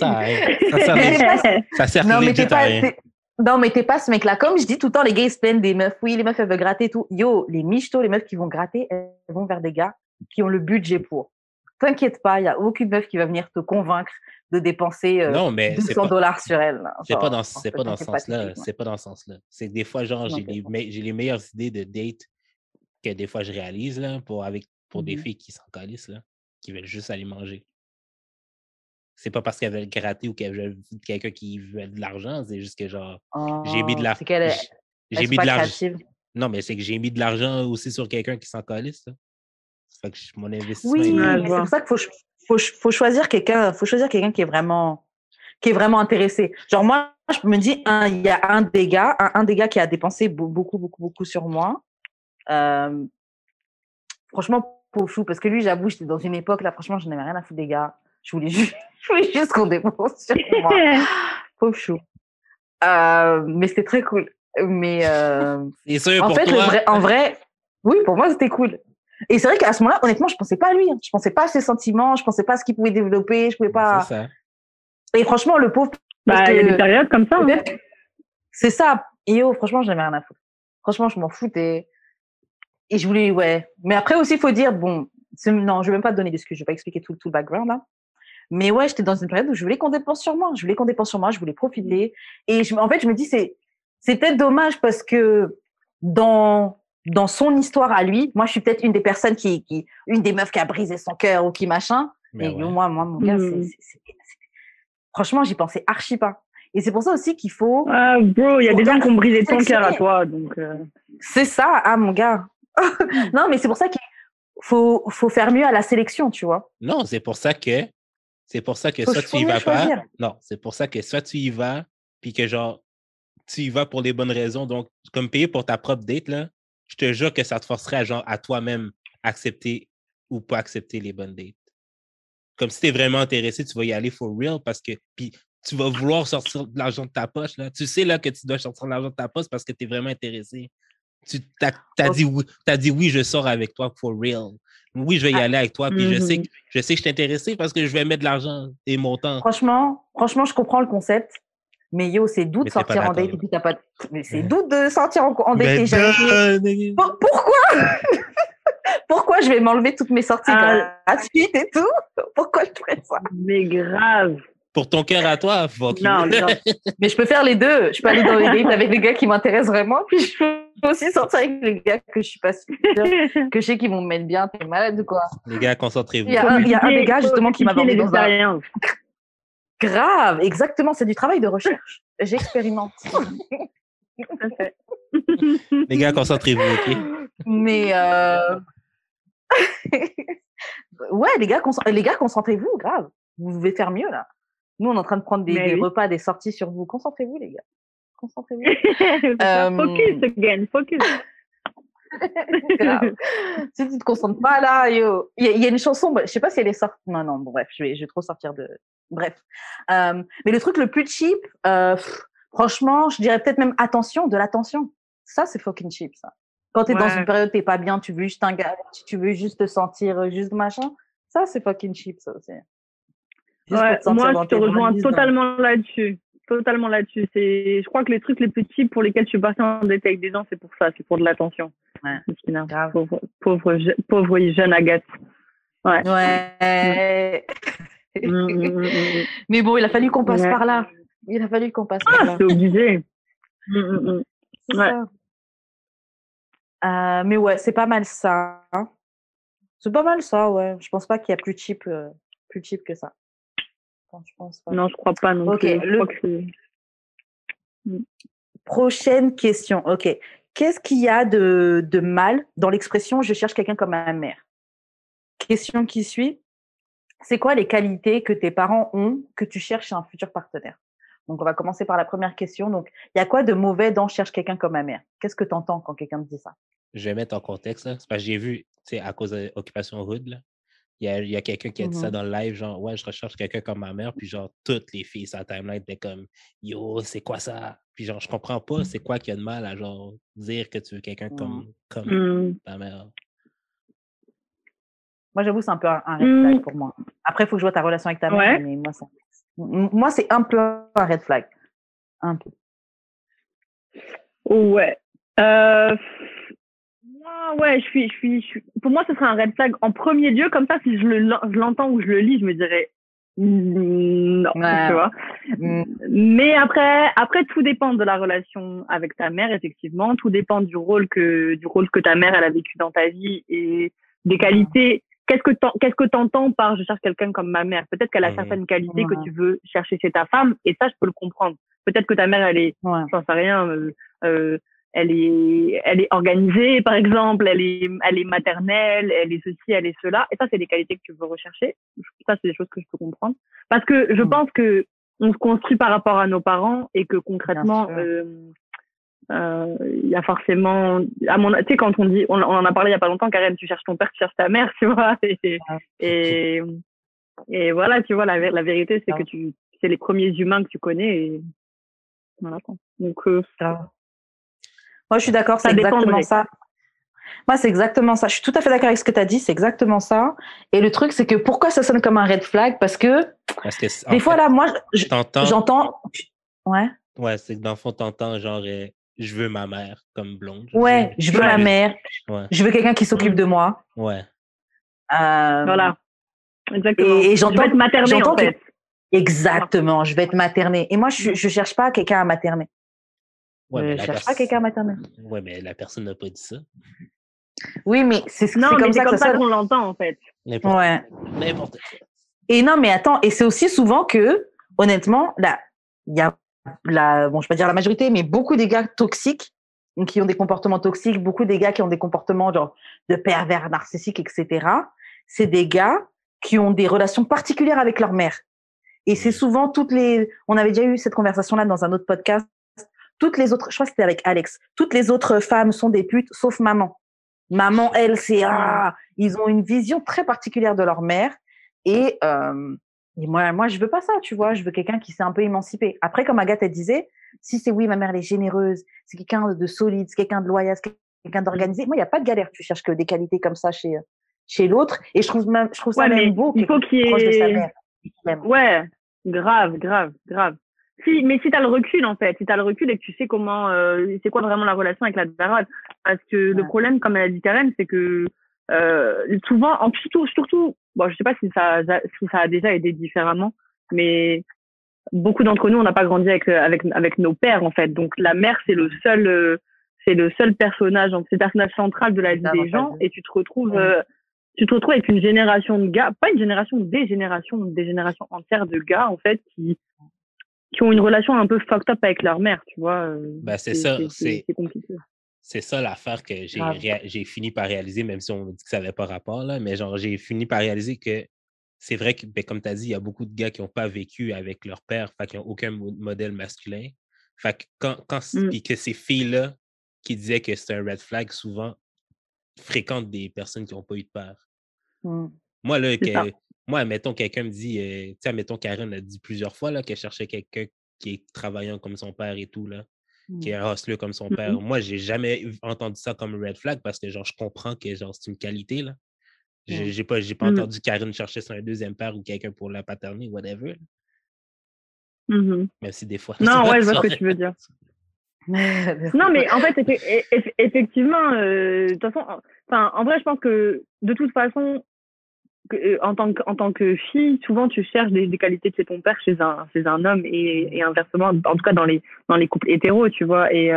sert non, legit à rien. Non, mais t'es pas ce mec-là. Comme je dis tout le temps, les gars, ils se plaignent des meufs. Oui, les meufs, elles veulent gratter et tout. Yo, les michtos, les meufs qui vont gratter, elles vont vers des gars qui ont le budget pour. T'inquiète pas, il n'y a aucune meuf qui va venir te convaincre de dépenser $200 sur elle. C'est pas dans ce sens-là. C'est pas dans ce sens-là. C'est que des fois, genre, j'ai les meilleures idées de date que des fois je réalise là, pour des filles qui s'en calissent, là, qui veulent juste aller manger. C'est pas parce qu'elles veulent gratter ou qu'elles veulent quelqu'un qui veut de l'argent, c'est juste que genre, j'ai mis de l'argent. J'ai mis de l'argent. Non, mais c'est que j'ai mis de l'argent aussi sur quelqu'un qui s'en calisse, là. Fait que mon investissement. Oui, mais c'est pour ça qu'il faut choisir quelqu'un qui est vraiment intéressé. Genre moi, je me dis, il y a un des gars qui a dépensé beaucoup sur moi. Franchement, pauvre chou, parce que lui, j'avoue, j'étais dans une époque là, franchement, je n'avais rien à foutre des gars. Je voulais juste qu'on dépense sur moi. Pauvre chou. Mais c'était très cool. Mais c'est sûr, en pour fait, toi. En vrai, oui, pour moi, c'était cool. Et c'est vrai qu'à ce moment-là, honnêtement, je pensais pas à lui. Je pensais pas à ses sentiments. Je pensais pas à ce qu'il pouvait développer. Je pouvais pas. C'est ça. Et franchement, le pauvre. Il y a des périodes comme ça. Hein. C'est ça. Et franchement, j'avais rien à foutre. Franchement, je m'en foutais. Et je voulais, ouais. Mais après aussi, il faut dire, bon, non, je vais même pas te donner d'excuses. Je vais pas expliquer tout le background là. Mais ouais, j'étais dans une période où je voulais qu'on dépense sur moi. Je voulais profiter. Et en fait, je me dis, c'est peut-être dommage parce que dans son histoire à lui, moi, je suis peut-être une des personnes une des meufs qui a brisé son cœur ou qui machin. Mais ouais. Moi, mon gars, Franchement, j'y pensais archi pas. Et c'est pour ça aussi qu'il faut... Ah, bro, il y a faut des gens qui ont brisé ton sélectionner. cœur à toi, donc... C'est ça, ah mon gars. Non, mais c'est pour ça qu'il faut faire mieux à la sélection, tu vois. Non, c'est pour ça que Faut soit tu y mieux vas pas. choisir. Non, c'est pour ça que soit tu y vas, puis que genre, tu y vas pour les bonnes raisons. Donc, comme payer pour ta propre date, là, je te jure que ça te forcerait à toi-même accepter ou pas accepter les bonnes dates. Comme si tu es vraiment intéressé, tu vas y aller for real parce que puis tu vas vouloir sortir de l'argent de ta poche. Là. Tu sais là, que tu dois sortir de l'argent de ta poche parce que tu es vraiment intéressé. Tu t'as dit oui, je sors avec toi for real. Oui, je vais y aller avec toi. Puis je sais que je suis intéressé parce que je vais mettre de l'argent et mon temps. Franchement, je comprends le concept. Mais yo, c'est doux de sortir en date et puis t'as pas... Mais c'est doux de sortir en date et jamais... Pourquoi? Pourquoi je vais m'enlever toutes mes sorties gratuites et tout? Pourquoi je ferais ça? Mais grave. Pour ton cœur à toi, fuck you. Non. Mais je peux faire les deux. Je peux aller dans les dates avec les gars qui m'intéressent vraiment, puis je peux aussi sortir avec les gars que je suis pas sûre, que je sais qu'ils vont me mettre bien. T'es malade ou quoi? Les gars, concentrez-vous. Il y a un des gars justement qui m'a abordé dans un... Grave, exactement. C'est du travail de recherche. J'expérimente. Les gars, concentrez-vous, OK? Mais ouais, les gars, concentrez-vous, grave. Vous devez faire mieux là. Nous, on est en train de prendre des repas, des sorties sur vous. Concentrez-vous, les gars. Concentrez-vous. Focus again, focus. Grave. Si tu te concentres pas là, yo. Il y a une chanson, je sais pas si elle est sortie. Non, bon, bref, je vais trop sortir de. Bref. Mais le truc le plus cheap, franchement, je dirais peut-être même de l'attention. Ça, c'est fucking cheap, ça. Quand t'es dans une période, t'es pas bien, tu veux juste un gars, tu veux juste te sentir, juste machin. Ça, c'est fucking cheap, ça aussi. Ouais, moi, je te rejoins totalement là-dessus. Totalement là-dessus. Je crois que les trucs les plus cheap pour lesquels je suis partie en date avec des gens, c'est pour ça. C'est pour de l'attention. Ouais. Pauvre jeune Agathe. Ouais. Mais bon, il a fallu qu'on passe par là. C'est obligé. C'est ça. Mais ouais, c'est pas mal ça. Hein. C'est pas mal ça, ouais. Je pense pas qu'il y a plus cheap que ça. Je pense pas. Non, je crois pas non plus. Prochaine question. Ok. Qu'est-ce qu'il y a de mal dans l'expression « je cherche quelqu'un comme ma mère » ? Question qui suit. C'est quoi les qualités que tes parents ont que tu cherches chez un futur partenaire ? Donc, on va commencer par la première question. Donc, il y a quoi de mauvais dans « cherche quelqu'un comme ma mère » ? Qu'est-ce que tu entends quand quelqu'un te dit ça ? Je vais mettre en contexte. Là. C'est parce que j'ai vu, tu sais, à cause de l'occupation rude, là, il y a quelqu'un qui a dit ça dans le live, genre, ouais, je recherche quelqu'un comme ma mère, puis genre, toutes les filles sur la timeline étaient comme, yo, c'est quoi ça? Puis genre, je comprends pas, c'est quoi qu'il y a de mal à genre dire que tu veux quelqu'un comme ta mère. Moi, j'avoue, c'est un peu un red flag pour moi. Après, il faut que je vois ta relation avec ta mère, mais moi, c'est un peu un red flag. Un peu. Ouais. Ouais, pour moi, ce serait un red flag en premier lieu. Comme ça, si je l'entends ou je le lis, je me dirais non, tu vois. Mais après, tout dépend de la relation avec ta mère, effectivement. Tout dépend du rôle que ta mère elle a vécu dans ta vie et des qualités. Qu'est-ce que t'entends par je cherche quelqu'un comme ma mère? Peut-être qu'elle a certaines qualités que tu veux chercher chez ta femme, et ça, je peux le comprendre. Peut-être que ta mère, elle est, j'en sais rien, elle est organisée, par exemple, elle est maternelle, elle est ceci, elle est cela. Et ça, c'est des qualités que tu veux rechercher. Ça, c'est des choses que je peux comprendre. Parce que je pense que on se construit par rapport à nos parents et que concrètement, il y a forcément, tu sais, quand on dit, on en a parlé il y a pas longtemps, Karen, tu cherches ton père, tu cherches ta mère, tu vois. Et voilà, tu vois, la vérité, c'est que c'est les premiers humains que tu connais et voilà. Donc, moi, je suis d'accord, c'est exactement ça. Moi, c'est exactement ça. Je suis tout à fait d'accord avec ce que tu as dit, c'est exactement ça. Et le truc, c'est que pourquoi ça sonne comme un red flag? Parce que des fois, là, moi, j'entends... Ouais. Ouais, c'est que dans le fond, t'entends genre, je veux ma mère comme blonde. Je veux ma mère. Ouais. Je veux quelqu'un qui s'occupe de moi. Ouais. Voilà. Exactement. Et j'entends... Je vais être maternée, en fait. Exactement, je vais être maternée. Et moi, je cherche pas quelqu'un à materner. Ouais, je cherche pas quelqu'un à materner. Ouais, mais la personne n'a pas dit ça. Oui, mais c'est comme ça qu'on l'entend, en fait. N'importe quoi. Et non, mais attends, et c'est aussi souvent que honnêtement, là, il y a bon, je vais pas dire la majorité, mais beaucoup des gars toxiques, donc qui ont des comportements toxiques, beaucoup des gars qui ont des comportements genre de pervers narcissiques, etc. C'est des gars qui ont des relations particulières avec leur mère. Et c'est souvent on avait déjà eu cette conversation-là dans un autre podcast. Toutes les autres, je crois que c'était avec Alex, toutes les autres femmes sont des putes, sauf maman. Maman, elle, ils ont une vision très particulière de leur mère. Et moi, je veux pas ça, tu vois. Je veux quelqu'un qui s'est un peu émancipé. Après, comme Agathe, elle disait, si c'est oui, ma mère, elle est généreuse, c'est quelqu'un de solide, c'est quelqu'un de loyal, c'est quelqu'un d'organisé. Moi, il n'y a pas de galère. Tu cherches que des qualités comme ça chez l'autre. Et je trouve ça même beau il faut qu'il y ait... proche de sa mère. Ouais, grave. Mais si tu as le recul, en fait, si tu as le recul et que tu sais comment, c'est quoi vraiment la relation avec la daronne. Parce que le problème, comme elle a dit Karen, c'est que souvent, surtout, bon, je sais pas si ça a déjà été différemment, mais beaucoup d'entre nous, on n'a pas grandi avec nos pères, en fait. Donc, la mère, c'est le seul personnage, donc c'est le personnage central de la vie des gens, et tu te retrouves avec une génération de gars, pas une génération, des générations entières de gars, en fait, qui ont une relation un peu fucked up avec leur mère, tu vois. Ben, c'est compliqué. C'est ça l'affaire que j'ai fini par réaliser, même si on dit que ça n'avait pas rapport, là, mais genre, j'ai fini par réaliser que c'est vrai que, ben, comme tu as dit, il y a beaucoup de gars qui n'ont pas vécu avec leur père, fait qu'ils n'ont aucun modèle masculin. Fait que puis que ces filles-là qui disaient que c'est un red flag, souvent, fréquentent des personnes qui n'ont pas eu de père. Moi, là, admettons, quelqu'un me dit, tu sais, admettons, Karen a dit plusieurs fois là, qu'elle cherchait quelqu'un qui est travaillant comme son père et tout, là, qui est un hustler comme son père. Moi, j'ai jamais entendu ça comme un red flag parce que, genre, je comprends que, genre, c'est une qualité, là. J'ai pas entendu Karen chercher sur un deuxième père ou quelqu'un pour la paternité, whatever. Même si des fois... Non, ouais, je vois ce que tu veux dire. Non, mais en fait, effectivement, de toute façon, en vrai, je pense que de toute façon, en tant que fille, souvent tu cherches des qualités de chez ton père chez un homme et inversement, en tout cas dans les couples hétéros, tu vois. Et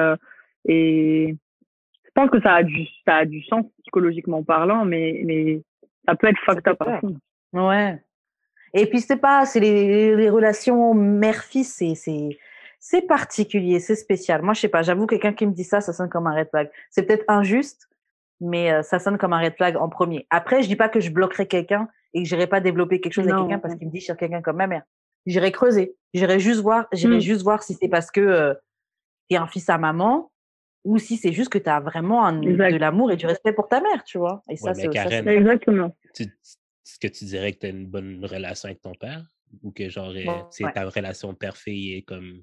je pense que ça a du sens psychologiquement parlant, mais ça peut être fucked up à fond. Ouais. Et puis c'est les relations mère-fils, c'est particulier, c'est spécial. Moi, je sais pas, j'avoue, quelqu'un qui me dit ça sonne comme un red flag. C'est peut-être injuste, mais ça sonne comme un red flag en premier. Après, je dis pas que je bloquerai quelqu'un et que j'irai pas développer quelque chose avec quelqu'un parce qu'il me dit sur quelqu'un comme ma mère. J'irai creuser, j'irai juste voir si c'est parce que t'es un fils à maman ou si c'est juste que tu as vraiment de l'amour et du respect pour ta mère, tu vois. Et ça, c'est Karen, exactement. Est-ce que tu dirais que tu as une bonne relation avec ton père ou que genre c'est ta relation père-fille est comme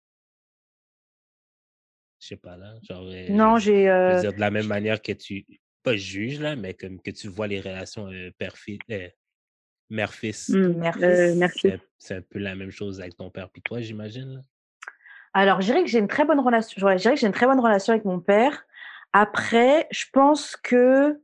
je sais pas là, genre non, je veux dire de la même manière que tu pas juges là, mais comme que tu vois les relations père-fille mère-fils. C'est un peu la même chose avec ton père puis toi, j'imagine là? Alors, je dirais que j'ai une très bonne relation. Je dirais que j'ai une très bonne relation avec mon père. Après, je pense que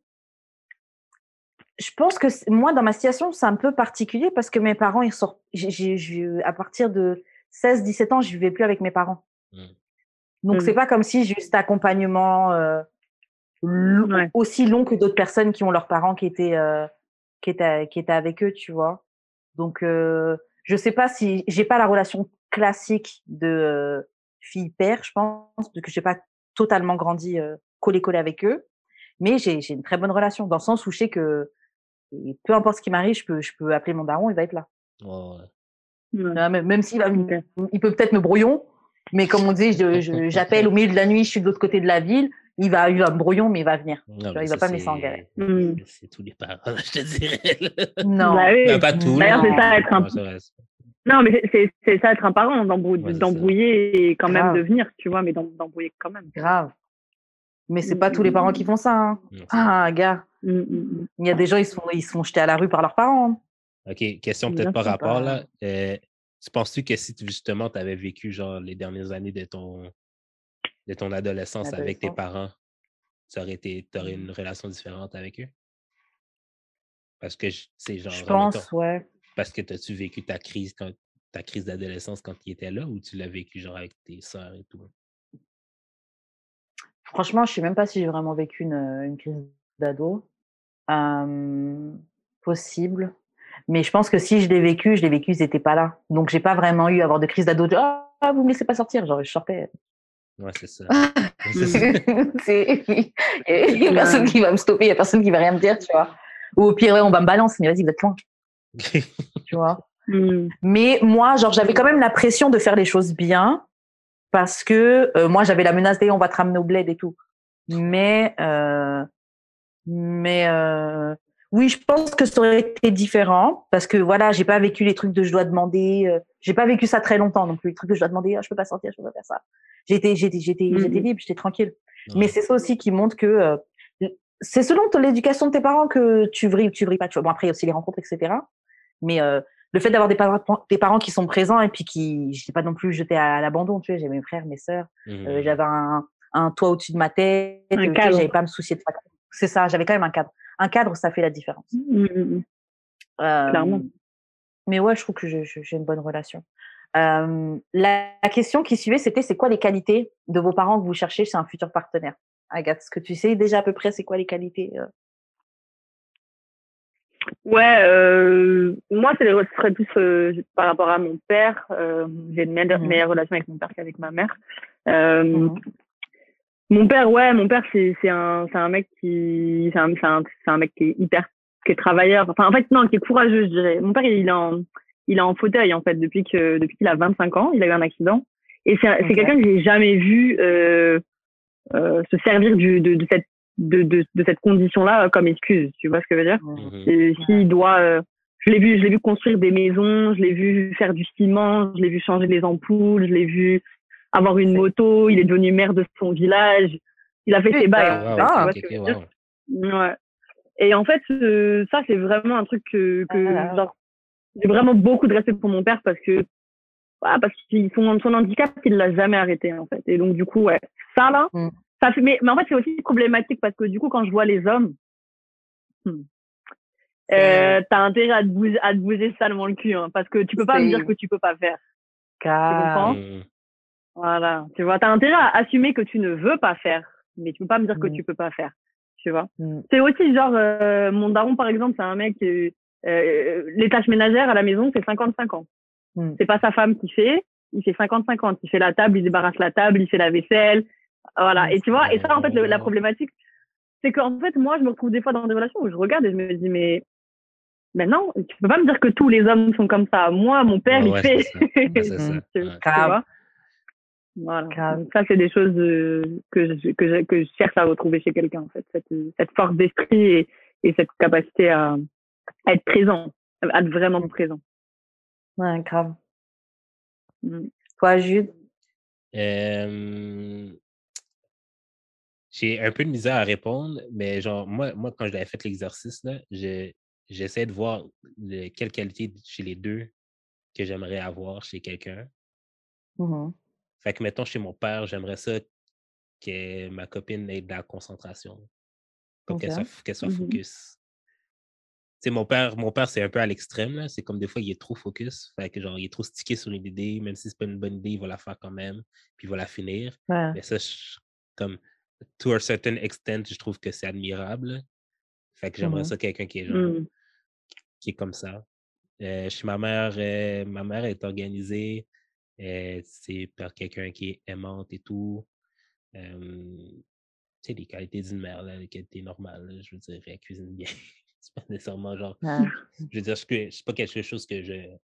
moi, dans ma situation, c'est un peu particulier parce que mes parents, ils sortent. À partir de 16-17 ans, je vivais plus avec mes parents. Donc, c'est pas comme si j'ai eu cet accompagnement aussi long que d'autres personnes qui ont leurs parents qui étaient avec eux, tu vois. Donc, je sais pas si j'ai pas la relation classique de fille-père, je pense, parce que j'ai pas totalement grandi collé avec eux, mais j'ai une très bonne relation dans le sens où je sais que peu importe ce qui m'arrive, je peux appeler mon daron, il va être là. Même s'il il peut peut-être me brouillon, mais comme on dit, j'appelle au milieu de la nuit, je suis de l'autre côté de la ville, il va me brouillon, mais il va venir. Non, il va pas me laisser en galère. C'est tous les parents, je te dirais. Non. Bah oui. Pas tout. D'ailleurs, c'est ça être un non, mais c'est ça être un parent, d'embrouiller et quand même de venir, tu vois, mais d'embrouiller quand même. Grave. Mais c'est pas tous les parents qui font ça. Hein. Gars. Il y a des gens, ils se font jeter à la rue par leurs parents. OK, question peut-être pas rapport, là. Tu penses-tu que si justement tu avais vécu genre les dernières années de ton adolescence avec tes parents, tu aurais une relation différente avec eux? Parce que c'est genre... Je pense, ouais. Parce que as-tu vécu ta crise d'adolescence quand ils étaient là ou tu l'as vécu genre avec tes sœurs et tout? Franchement, je ne sais même pas si j'ai vraiment vécu une crise d'ado. Possible. Mais je pense que si je l'ai vécu, ils n'étaient pas là. Donc, j'ai pas vraiment eu à avoir de crise d'ado. Ah, vous me laissez pas sortir. Genre, je sortais. Ouais, c'est ça. Il y a personne qui va me stopper, il y a personne qui va rien me dire, tu vois. Ou au pire, ouais, on va me balancer, mais vas-y, vous êtes loin. Tu vois. Mais moi, genre, j'avais quand même la pression de faire les choses bien parce que moi, j'avais la menace on va te ramener au bled et tout. Mais oui, je pense que ça aurait été différent parce que voilà, j'ai pas vécu les trucs de je dois demander. J'ai pas vécu ça très longtemps non plus. Les trucs de je dois demander, je peux pas sortir, je peux pas faire ça. J'étais libre, j'étais tranquille. Ouais. Mais c'est ça aussi qui montre que c'est selon l'éducation de tes parents que tu vrilles pas. Tu vois. Bon, après, il y a aussi les rencontres, etc. Mais le fait d'avoir des parents qui sont présents et puis qui, je sais pas non plus jeter à l'abandon, tu vois, j'ai mes frères, mes sœurs, j'avais un toit au-dessus de ma tête, j'avais pas à me soucier de ça. C'est ça, j'avais quand même un cadre. Un cadre, ça fait la différence. Clairement. Mais ouais, je trouve que j'ai une bonne relation. La question qui suivait, c'était c'est quoi les qualités de vos parents que vous cherchez chez un futur partenaire? Agathe, est-ce que tu sais déjà à peu près c'est quoi les qualités? Ouais, moi, ce serait plus par rapport à mon père. J'ai une meilleure relation avec mon père qu'avec ma mère. Mon père, c'est un mec qui, c'est un mec qui est travailleur. Enfin, en fait, non, qui est courageux, je dirais. Mon père, il est en fauteuil, en fait, depuis qu'il a 25 ans. Il a eu un accident. Et c'est quelqu'un que j'ai jamais vu, se servir de cette condition-là comme excuse. Tu vois ce que je veux dire? S'il doit, je l'ai vu construire des maisons, je l'ai vu faire du ciment, je l'ai vu changer des ampoules, je l'ai vu avoir une moto, il est devenu maire de son village, il a fait ses bails. Ouais. Et en fait, ça, c'est vraiment un truc que genre, j'ai vraiment beaucoup de respect pour mon père parce que son handicap, il l'a jamais arrêté, en fait. Et donc, du coup, ouais, ça, là, ça fait, mais en fait, c'est aussi problématique parce que du coup, quand je vois les hommes, t'as intérêt à te bouger salement le cul, hein, parce que tu peux pas me dire que tu peux pas faire. Tu comprends? Voilà. Tu vois, t'as intérêt à assumer que tu ne veux pas faire, mais tu peux pas me dire que tu peux pas faire. Tu vois? C'est aussi genre, mon daron, par exemple, c'est un mec, les tâches ménagères à la maison, c'est 55 ans. C'est pas sa femme qui fait, il fait 55 ans. Il fait la table, il débarrasse la table, il fait la vaisselle. Voilà. Et tu vois, et ça, en fait, la problématique, c'est qu'en fait, moi, je me retrouve des fois dans des relations où je regarde et je me dis, mais non, tu peux pas me dire que tous les hommes sont comme ça. Moi, mon père, il fait. C'est ça. Tu vois? Voilà. Donc ça, c'est des choses que je cherche à retrouver chez quelqu'un, en fait. Cette force d'esprit et cette capacité à être présent, à être vraiment présent. Ouais, grave. Toi, Jude? J'ai un peu de misère à répondre, mais genre, moi quand j'avais fait l'exercice, là, j'essaie de voir quelle qualité chez les deux que j'aimerais avoir chez quelqu'un. Fait que, mettons, chez mon père, j'aimerais ça que ma copine ait de la concentration. Comme qu'elle soit focus. Tu sais, mon père, c'est un peu à l'extrême, là. C'est comme des fois, il est trop focus. Fait que, genre, il est trop stické sur une idée. Même si c'est pas une bonne idée, il va la faire quand même. Puis il va la finir. Mais ça, comme, to a certain extent, je trouve que c'est admirable. Fait que j'aimerais ça quelqu'un qui est genre, qui est comme ça. Chez ma mère est organisée. C'est par quelqu'un qui est aimante et tout. Tu sais, les qualités d'une mère, là, les qualités normales, là, je veux dire, elle cuisine bien. C'est pas nécessairement genre. Je veux dire, c'est pas quelque chose que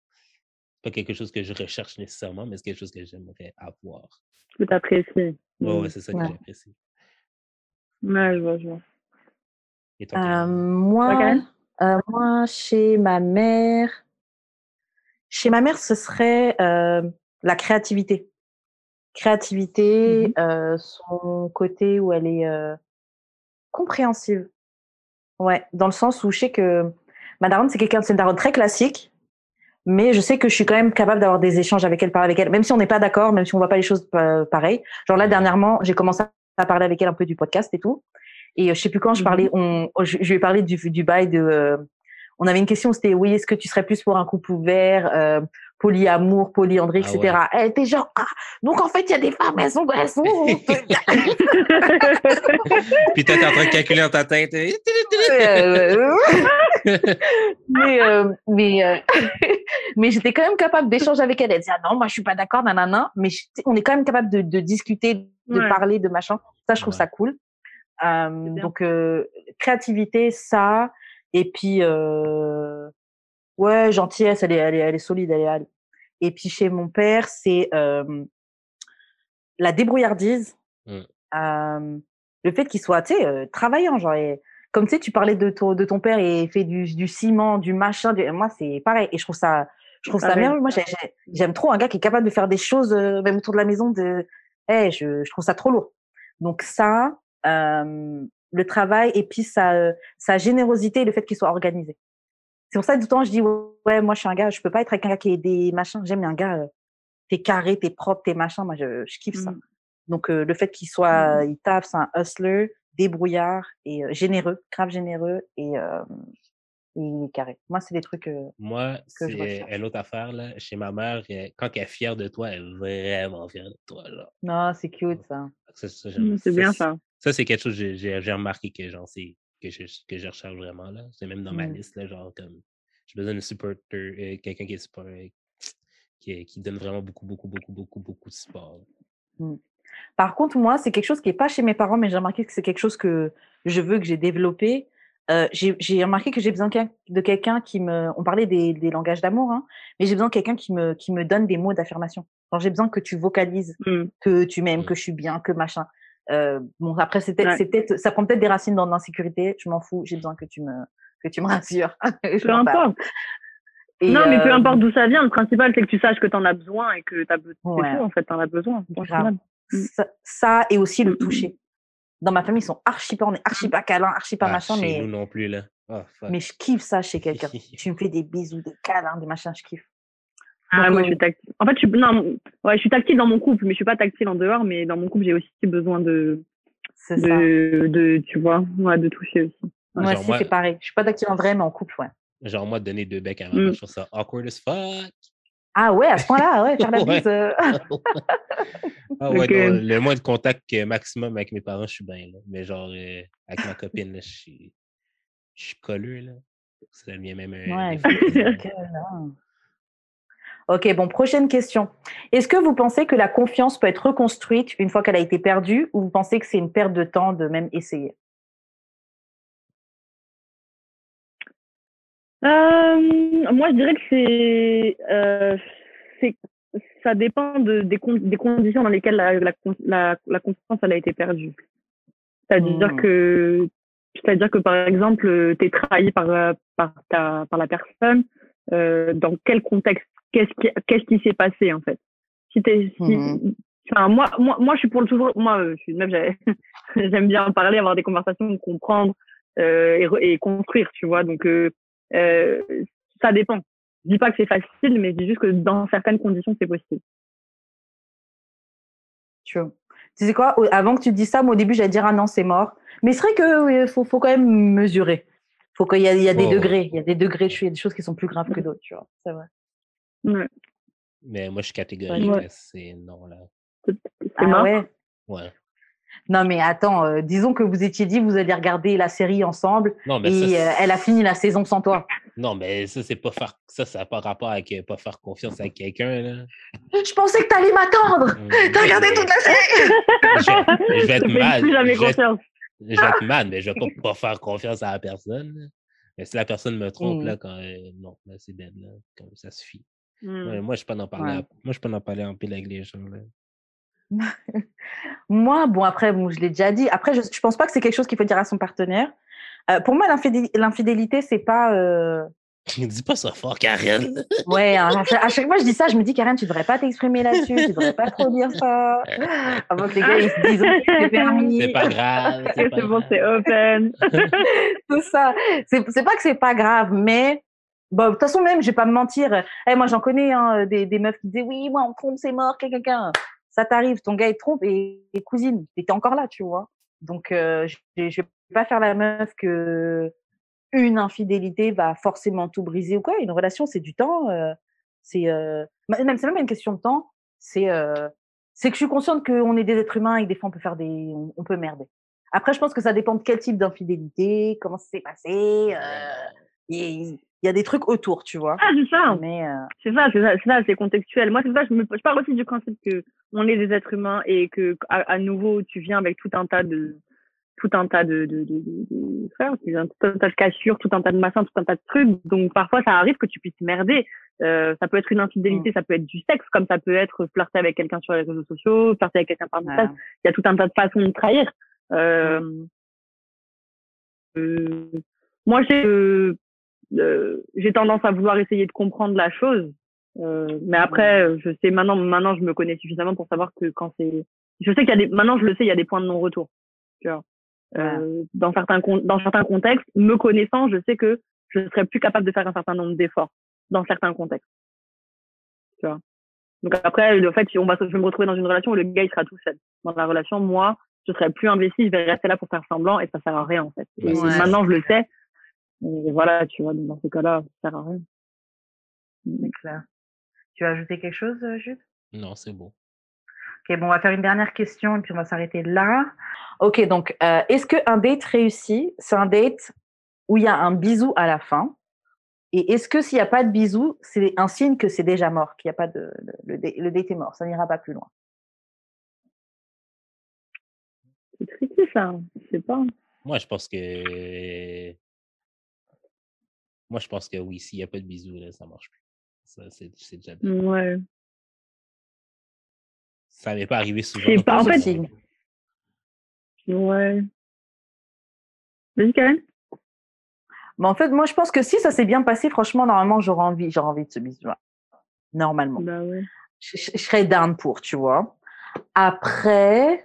je recherche nécessairement, mais c'est quelque chose que j'aimerais avoir. Que t'apprécies. Ouais, c'est ça que j'apprécie. Ouais, je vois. Et toi, moi, chez ma mère, ce serait la créativité. Son côté où elle est compréhensive. Ouais, dans le sens où je sais que ma daronne, c'est une daronne très classique, mais je sais que je suis quand même capable d'avoir des échanges avec elle, parler avec elle, même si on n'est pas d'accord, même si on voit pas les choses pareil. Genre là, dernièrement, j'ai commencé à parler avec elle un peu du podcast et tout. Et je sais plus quand je parlais, je lui ai parlé du bail de... on avait une question, c'était oui, est-ce que tu serais plus pour un couple ouvert, polyamour, polyandrie, etc. Ouais. Elle était genre, donc en fait, il y a des femmes, elles sont... Puis t'es en train de calculer dans ta tête. mais j'étais quand même capable d'échanger avec elle. Elle disait, ah non, moi, je suis pas d'accord, nanana. Mais on est quand même capable de discuter, de parler, de machin. Ça, je trouve ça cool. Donc, créativité, ça. Et puis, ouais, gentillesse, elle est solide, elle est. Et puis, chez mon père, c'est la débrouillardise. Le fait qu'il soit, tu sais, travaillant, genre, comme tu sais, tu parlais de ton père et fait du ciment, du machin. Moi, c'est pareil. Et je trouve ça merveilleux. Moi, j'aime trop un gars qui est capable de faire des choses, même autour de la maison. Je trouve ça trop lourd. Donc ça, le travail et puis sa générosité et le fait qu'il soit organisé. C'est pour ça que du temps, je dis, ouais, moi, je suis un gars, je peux pas être avec un gars qui est des machins. J'aime un gars, t'es carré, t'es propre, t'es machin. Moi, je kiffe ça. Donc, le fait qu'il soit, il tape, c'est un hustler, débrouillard et généreux, grave généreux et il est carré. Moi, c'est des trucs moi, que je c'est recherche. une autre affaire, là. Chez ma mère, quand elle est fière de toi, elle est vraiment fière de toi, là. Non, c'est cute, ça. C'est bien ça. Ça, c'est quelque chose que j'ai remarqué que, genre, que je recherche vraiment, là. C'est même dans ma liste, là, genre, comme, j'ai besoin de supporter, quelqu'un qui est support, qui donne vraiment beaucoup de support. Par contre, moi, c'est quelque chose qui n'est pas chez mes parents, mais j'ai remarqué que c'est quelque chose que je veux, que j'ai développé. J'ai remarqué que j'ai besoin de quelqu'un qui me... On parlait des langages d'amour, hein, mais j'ai besoin de quelqu'un qui me donne des mots d'affirmation. Genre, j'ai besoin que tu vocalises, que tu m'aimes, que je suis bien, que machin. Bon, après, ça prend peut-être des racines dans l'insécurité. Je m'en fous. J'ai besoin que tu me rassures. Peu importe. Non, mais peu importe d'où ça vient, le principal, c'est que tu saches que tu en as besoin et que tu as besoin. C'est tout, en fait, tu en as besoin. Ça et aussi le toucher. Dans ma famille, ils sont on est archi pas câlin, archi pas machin. Chez mais nous non plus, là. Oh, mais je kiffe ça chez quelqu'un. Tu me fais des bisous, des câlins, des machins, je kiffe. Donc, moi, je suis tactile. En fait, je suis tactile dans mon couple, mais je suis pas tactile en dehors. Mais dans mon couple, j'ai aussi besoin de tu vois, de toucher aussi. Moi aussi, c'est pareil. Je suis pas tactile en vrai, mais en couple, ouais. Genre, moi, donner 2 becs à ma mère, je trouve ça awkward as fuck. Ah ouais, à ce point-là, ouais, faire la bise. Ah ouais, non, le moins de contact maximum avec mes parents, je suis bien, là. Mais genre, avec ma copine, là, je suis colleux, là. Ça devient même un... Ok, bon, prochaine question. Est-ce que vous pensez que la confiance peut être reconstruite une fois qu'elle a été perdue, ou vous pensez que c'est une perte de temps de même essayer? Moi, je dirais que ça dépend des conditions dans lesquelles la confiance elle a été perdue. C'est-à-dire que par exemple, tu es trahi par la personne. Dans quel contexte? Qu'est-ce qui s'est passé en fait? Moi, je suis pour toujours. Moi, je suis une meuf. J'aime bien parler, avoir des conversations, comprendre et construire, tu vois. Donc ça dépend. Je dis pas que c'est facile, mais je dis juste que dans certaines conditions, c'est possible. Tu sais quoi? Avant que tu dises ça, moi, au début, j'allais dire, ah non, c'est mort. Mais c'est vrai qu'il faut quand même mesurer. Faut qu'il y a des degrés. Il y a des degrés, il y a des choses qui sont plus graves que d'autres, tu vois. C'est vrai. Ouais. Mais moi, je suis catégorique. Ouais. C'est non, là. C'est mort? Ouais. Non, mais attends, disons que vous étiez dit, vous allez regarder la série ensemble et elle a fini la saison sans toi. Non, mais ça, ça n'a pas rapport avec pas faire confiance à quelqu'un, là. Je pensais que t'allais m'attendre! T'as regardé toute la série! Je vais être mad. Plus jamais confiance. Je vais être mad, mais je vais pas faire confiance à la personne, là. Mais si la personne me trompe, là, quand non, là, c'est bête, là. Comme ça suffit. Moi, je peux en parler. Moi, je peux en parler en pile avec les gens, là. Moi, bon, après, je l'ai déjà dit. Après, je pense pas que c'est quelque chose qu'il faut dire à son partenaire. Pour moi, l'infidélité, c'est pas... Dis pas ça fort, Karen. Ouais, à chaque fois, je dis ça, je me dis, Karen, tu devrais pas t'exprimer là-dessus, tu devrais pas trop dire ça. Avant que les gars, ils se disent, c'est permis. C'est pas grave. C'est bon, c'est open. Tout ça. C'est pas que c'est pas grave, mais... Bon, de toute façon, même, je vais pas me mentir. Moi, j'en connais hein, des meufs qui disaient, oui, moi, on trompe, c'est mort, quelqu'un. Ça t'arrive, ton gars, il te trompe et cousine, t'étais encore là, tu vois. Donc, je vais pas faire la meuf que une infidélité va forcément tout briser ou quoi. Une relation, c'est du temps. C'est même pas une question de temps. C'est que je suis consciente qu'on est des êtres humains et que des fois, on peut merder. Après, je pense que ça dépend de quel type d'infidélité, comment ça s'est passé. il y a des trucs autour, tu vois. Ah, c'est ça. Mais C'est contextuel. Moi, c'est ça, je parle aussi du principe que on est des êtres humains et que, à nouveau, tu viens avec tout un tas de frères, tout un tas de cassures, tout un tas de machins, tout un tas de trucs. Donc, parfois, ça arrive que tu puisses merder. Ça peut être une infidélité, ça peut être du sexe, comme ça peut être flirter avec quelqu'un sur les réseaux sociaux, flirter avec quelqu'un par message. Il y a tout un tas de façons de trahir. Moi, j'ai tendance à vouloir essayer de comprendre la chose. Mais après, je sais maintenant, je me connais suffisamment pour savoir que quand c'est, je sais qu'il y a maintenant, je le sais, il y a des points de non-retour. Tu vois. Dans certains contextes, me connaissant, je sais que je serais plus capable de faire un certain nombre d'efforts dans certains contextes. Tu vois. Donc après, le fait, je vais me retrouver dans une relation où le gars, il sera tout seul. Dans la relation, moi, je serais plus investie, je vais rester là pour faire semblant et ça sert à rien, en fait. Et maintenant, je le sais. Et voilà, tu vois, dans ce cas-là, ça sert à rien. C'est clair. Tu veux ajouter quelque chose, Jude? Non, c'est bon. Ok, bon, on va faire une dernière question et puis on va s'arrêter là. Ok, donc, est-ce qu'un date réussi, c'est un date où il y a un bisou à la fin? Et est-ce que s'il n'y a pas de bisou, c'est un signe que c'est déjà mort, qu'il n'y a pas le date est mort, ça n'ira pas plus loin? C'est tricky, ça. Je sais pas. Moi, je pense que oui, s'il n'y a pas de bisous, là, ça marche plus. Ça, c'est déjà bien. Ouais. Ça m'est pas arrivé souvent. C'est pas, en fait, signe. Ouais. Vas-y, Karen. Mais en fait, moi, je pense que si ça s'est bien passé, franchement, normalement, j'aurais envie de ce bisou-là. Normalement. Bah ouais. Je serais down pour, tu vois. Après,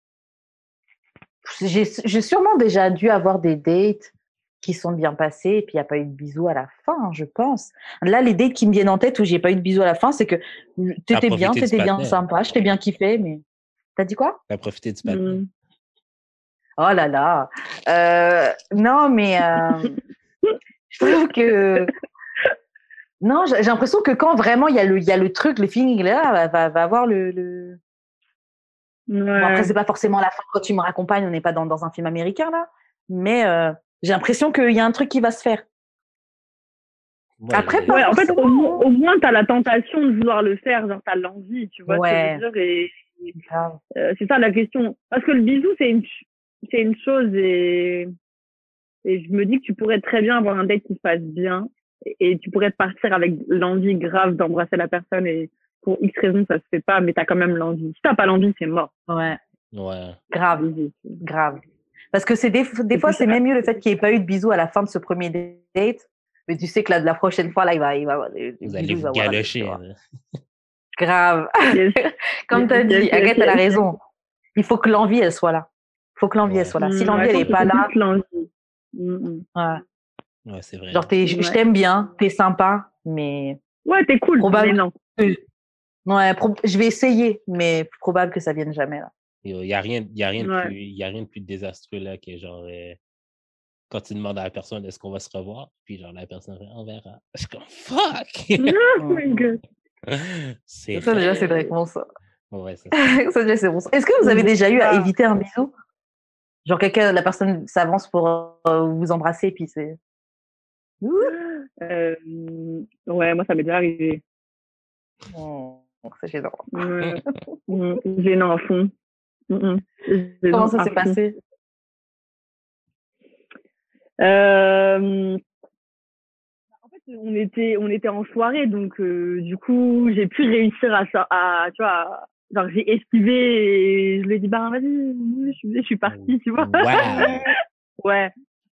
j'ai sûrement déjà dû avoir des dates qui sont bien passés et puis il n'y a pas eu de bisous à la fin, je pense. Là, les dates qui me viennent en tête où j'ai pas eu de bisous à la fin, c'est que t'étais bien sympa, je t'ai bien kiffé, mais... T'as dit quoi? T'as profité du patin. Oh là là. Non, mais je trouve que... Non, j'ai l'impression que quand vraiment il y a le truc, le feeling là, va avoir le... Ouais. Bon, après, c'est pas forcément la fin quand tu me raccompagnes, on n'est pas dans un film américain là, mais j'ai l'impression qu'il y a un truc qui va se faire. Ouais, Après, ouais, en fait, au moins, t'as la tentation de vouloir le faire, genre t'as l'envie, tu vois ce que je veux dire, et c'est ça la question. Parce que le bisou, c'est une chose et je me dis que tu pourrais très bien avoir un date qui se passe bien et tu pourrais partir avec l'envie grave d'embrasser la personne et pour X raisons, ça se fait pas, mais t'as quand même l'envie. Si t'as pas l'envie, c'est mort. Ouais. Ouais. Grave. Parce que c'est des fois, c'est même mieux le fait qu'il n'y ait pas eu de bisous à la fin de ce premier date. Mais tu sais que là, de la prochaine fois, là, il va avoir des Vous allez vous galocher. Grave. Comme tu as dit, Agathe, elle a raison. Il faut que l'envie, elle soit là. Il faut que l'envie, elle soit là. Si l'envie, elle n'est pas là... Ouais, c'est vrai. Genre, je t'aime bien, t'es sympa, mais... Ouais, t'es cool, mais non. Ouais, je vais essayer, mais probable que ça vienne jamais, là. Il n'y a rien de plus désastreux, là, que genre... quand tu demandes à la personne est-ce qu'on va se revoir, puis genre la personne on verra. Je suis comme fuck! Oh my god! Ça déjà c'est très bon ça. Ouais, ça déjà c'est bon. Est-ce que vous avez déjà eu à éviter un bisou? Genre la personne s'avance pour vous embrasser puis c'est... Ouais, moi ça m'est déjà arrivé. C'est gênant. Gênant à fond. Comment ça s'est passé? En fait, on était en soirée, donc du coup, j'ai pu réussir à tu vois, genre j'ai esquivé et je lui ai dit bah vas-y, je suis partie, tu vois. Ouais.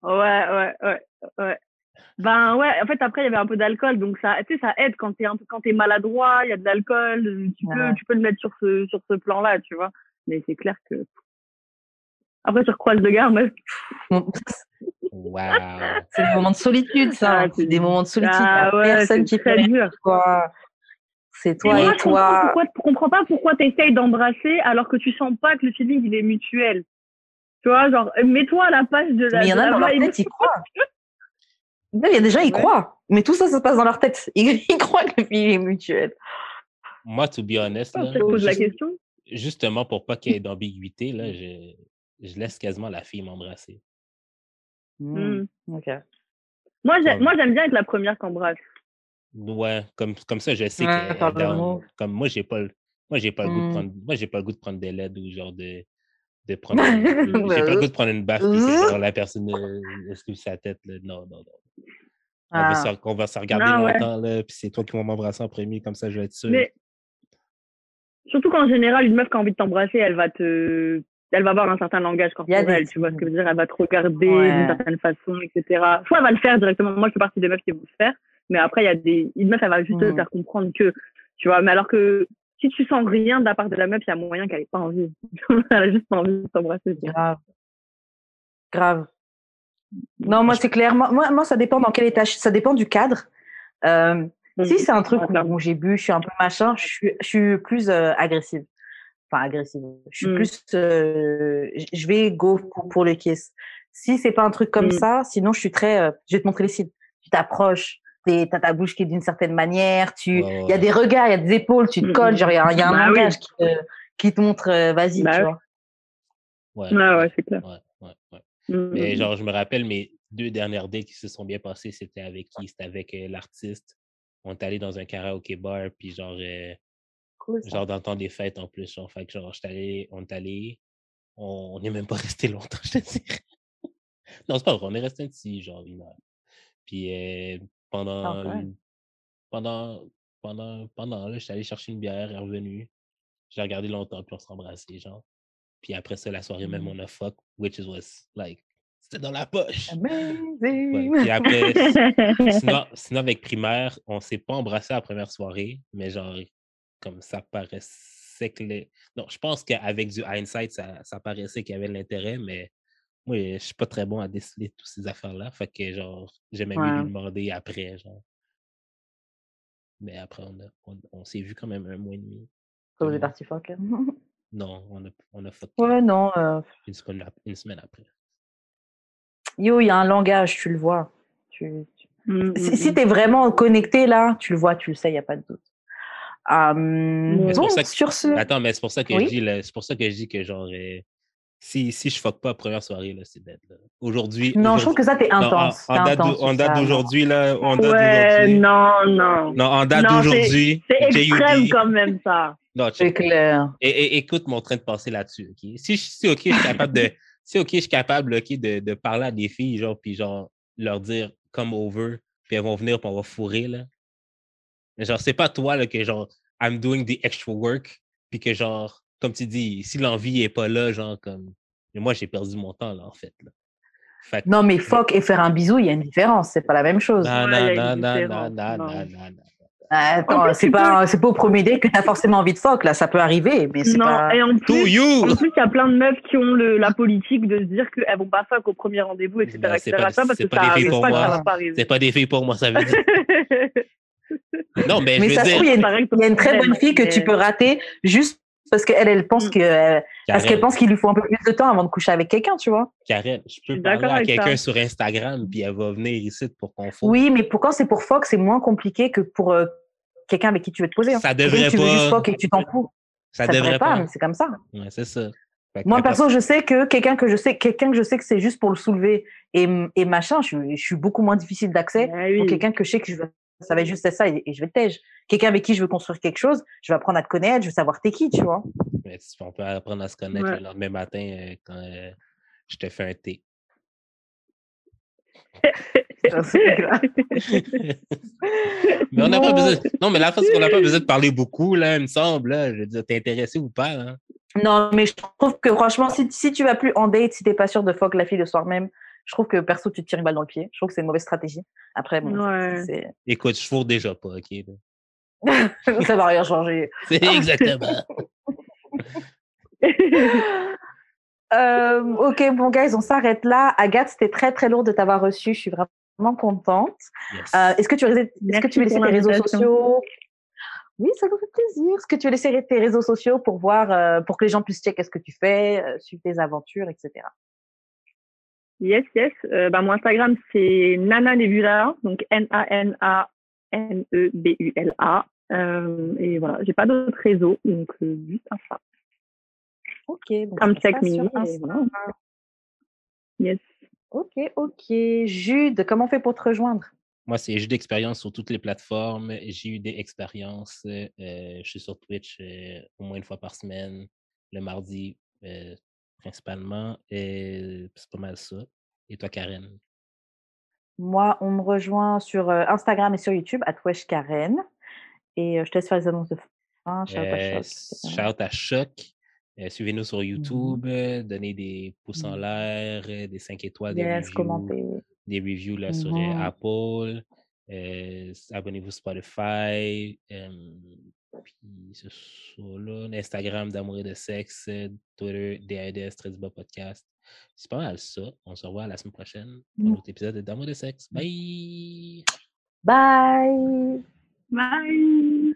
Ben ouais, en fait après il y avait un peu d'alcool, donc ça, tu sais, ça aide quand t'es maladroit, il y a de l'alcool, tu peux le mettre sur ce plan-là, tu vois. Mais c'est clair que après tu recroises le gars, meuf. Wow. C'est des moments de solitude, ça. C'est des moments de solitude. Personne qui fait dur. C'est toi et toi. Je comprends pas pourquoi t'essayes d'embrasser alors que tu sens pas que le feeling il est mutuel. Tu vois, genre, mets-toi à la page de la. Mais il y en a dans leur tête, ils croient. Il y a des gens, ils croient. Mais tout ça se passe dans leur tête. Ils croient que le feeling est mutuel. Moi, to be honest, là, je pose la question. Justement, pour pas qu'il y ait d'ambiguïté, là, je laisse quasiment la fille m'embrasser. Ok. Moi, j'aime bien être la première qu'embrasse. Ouais, comme ça, je sais Ouais, que par le down. mot. Comme moi, j'ai pas le goût de Hmm. prendre. Moi, j'ai pas le goût de prendre des LED ou genre de prendre j'ai pas le goût de prendre une baffe puis que genre la personne esquive sa tête là. Non, non, non. Ah. On va se regarder Ah ouais. longtemps là, puis c'est toi qui vas m'embrasser en premier, comme ça je vais être sûr. Mais surtout qu'en général, une meuf qui a envie de t'embrasser, elle va avoir un certain langage Il y a des corporel, tu vois ce que je veux dire, elle va te regarder Ouais. d'une certaine façon, etc. Soit elle va le faire directement, moi je fais partie des meufs qui vont le faire, mais après il y a une meuf, elle va juste te faire comprendre que, tu vois, mais alors que si tu sens rien de la part de la meuf, il y a moyen qu'elle ait pas envie. Elle a juste pas envie de t'embrasser. Grave. Grave. Non, moi, c'est clair. Moi, ça dépend dans quel état. Ça dépend du cadre. Si c'est un truc où j'ai bu, je suis un peu machin, je suis plus agressive. Enfin, agressive. Je suis plus... je vais go pour le kiss. Si c'est pas un truc comme ça, sinon, je suis très... je vais te montrer les signes. Tu t'approches, t'as ta bouche qui est d'une certaine manière, il y a des regards, il y a des épaules, tu te colles, genre, il y a un langage qui te montre, vas-y, tu vois. Ouais, c'est clair. Ouais. Mais genre, je me rappelle mes 2 dernières dates qui se sont bien passées, c'était avec qui? C'était avec l'artiste. On est allé dans un karaoké bar, puis genre, cool, genre dans le temps des fêtes en plus. Genre, fait que genre, on est allé, on n'est même pas resté longtemps, je te dirais. Non, c'est pas vrai, on est resté ici, genre 1 heure. Puis pendant, là, je suis allé chercher une bière, elle est revenue. J'ai regardé longtemps, puis on s'est embrassé, genre. Puis après ça, la soirée même, on a fuck, which was like, c'était dans la poche. Amazing. Puis après, sinon, avec Primaire, on s'est pas embrassé à la première soirée, mais genre, comme ça paraissait que non, je pense qu'avec du hindsight, ça paraissait qu'il y avait de l'intérêt, mais moi, je suis pas très bon à déceler toutes ces affaires-là. Fait que genre, j'aimais mieux lui demander après, genre. Mais après, on s'est vu quand même 1 mois et demi. Vous êtes parti fuck. Non, on a fucké. Ouais, non. Une semaine après. Yo, il y a un langage, tu le vois. Si t'es vraiment connecté là, tu le vois, tu le sais, il n'y a pas de doute. Donc, sur ce... Attends, mais c'est pour ça que je dis que genre, si je fuck pas la première soirée, là, c'est bête. Aujourd'hui. Non, je trouve que ça, t'es intense. En date d'aujourd'hui, là. Non, non. Non, en date d'aujourd'hui. C'est extrême quand même, ça. Non, c'est clair. Et écoute mon train de passer là-dessus, OK? Si je suis capable de parler à des filles, genre, puis genre, leur dire come over, puis elles vont venir, puis on va fourrer, là. Mais genre, c'est pas toi, là, que genre, I'm doing the extra work, puis que genre, comme tu dis, si l'envie est pas là, genre, comme, mais moi, j'ai perdu mon temps, là, en fait, là. Non, mais fuck et faire un bisou, il y a une différence, c'est pas la même chose. Non. Attends, c'est pas au premier date que t'as forcément envie de fuck, là, ça peut arriver, mais c'est pas... Et en plus, il y a plein de meufs qui ont la politique de se dire qu'elles vont pas fuck au premier rendez-vous, etc. C'est pas des filles pour moi, ça veut dire. Non, mais je ça veux dire... il y a une très bonne fille que tu peux rater juste parce qu'elle pense qu'elle pense qu'il lui faut un peu plus de temps avant de coucher avec quelqu'un, tu vois. Karen, je peux parler à quelqu'un sur Instagram puis elle va venir ici pour qu'on fasse. Oui, mais quand c'est pour fuck, c'est moins compliqué que pour quelqu'un avec qui tu veux te poser. Ça devrait pas. Tu veux juste fuck et que tu t'en fous. Ça devrait pas, mais c'est comme ça. Ouais, c'est ça. Moi, perso, je sais que quelqu'un que je sais que c'est juste pour le soulever et machin, je suis beaucoup moins difficile d'accès pour quelqu'un que je sais que ça va juste être ça et je vais te tège. Quelqu'un avec qui je veux construire quelque chose, je vais apprendre à te connaître, je veux savoir t'es qui, tu vois. Mais on peut apprendre à se connaître le lendemain matin quand je te fais un thé. Mais on n'a pas besoin. Non, mais la face qu'on n'a pas besoin de parler beaucoup, là, il me semble. Là, je veux dire, t'es intéressé ou pas, hein? Non, mais je trouve que franchement, si tu vas plus en date, si t'es pas sûr de fuck la fille le soir même, je trouve que perso, tu te tires une balle dans le pied. Je trouve que c'est une mauvaise stratégie. Après, bon, c'est... Écoute, je fourre déjà pas, OK? Ça va rien changer. C'est exactement. Ok, bon, guys, on s'arrête là. Agathe, c'était très, très lourd de t'avoir reçu. Je suis vraiment contente. Yes. Est-ce que tu veux laisser tes réseaux sociaux? Oui, ça nous fait plaisir. Est-ce que tu veux laisser tes réseaux sociaux pour voir, pour que les gens puissent checker ce que tu fais, suivre tes aventures, etc. Yes. Mon Instagram, c'est Nana Nebula, donc Nananebula. Et voilà, j'ai pas d'autres réseaux, donc juste ça. Ok, donc comme check me. Voilà. Yes. Ok. Jude, comment on fait pour te rejoindre? Moi, c'est j'ai eu d'expérience sur toutes les plateformes. J'ai eu des expériences. Je suis sur Twitch au moins une fois par semaine, le mardi principalement. Et c'est pas mal ça. Et toi, Karen? Moi, on me rejoint sur Instagram et sur YouTube, @weshkaren. Et je te laisse faire les annonces de fin. Shout à Choc, etc. Shout à Choc. Suivez-nous sur Mhm. YouTube. Donnez des pouces en l'air, des 5 étoiles, Yes, commentez. des reviews là, sur Apple. Abonnez-vous Spotify. Puis c'est ça là. Instagram d'Amour et de Sexe. Twitter, DADS, Tresba Podcast. C'est pas mal ça. On se revoit la semaine prochaine pour un autre épisode d'Amour et de Sexe. Bye! Bye! Bye!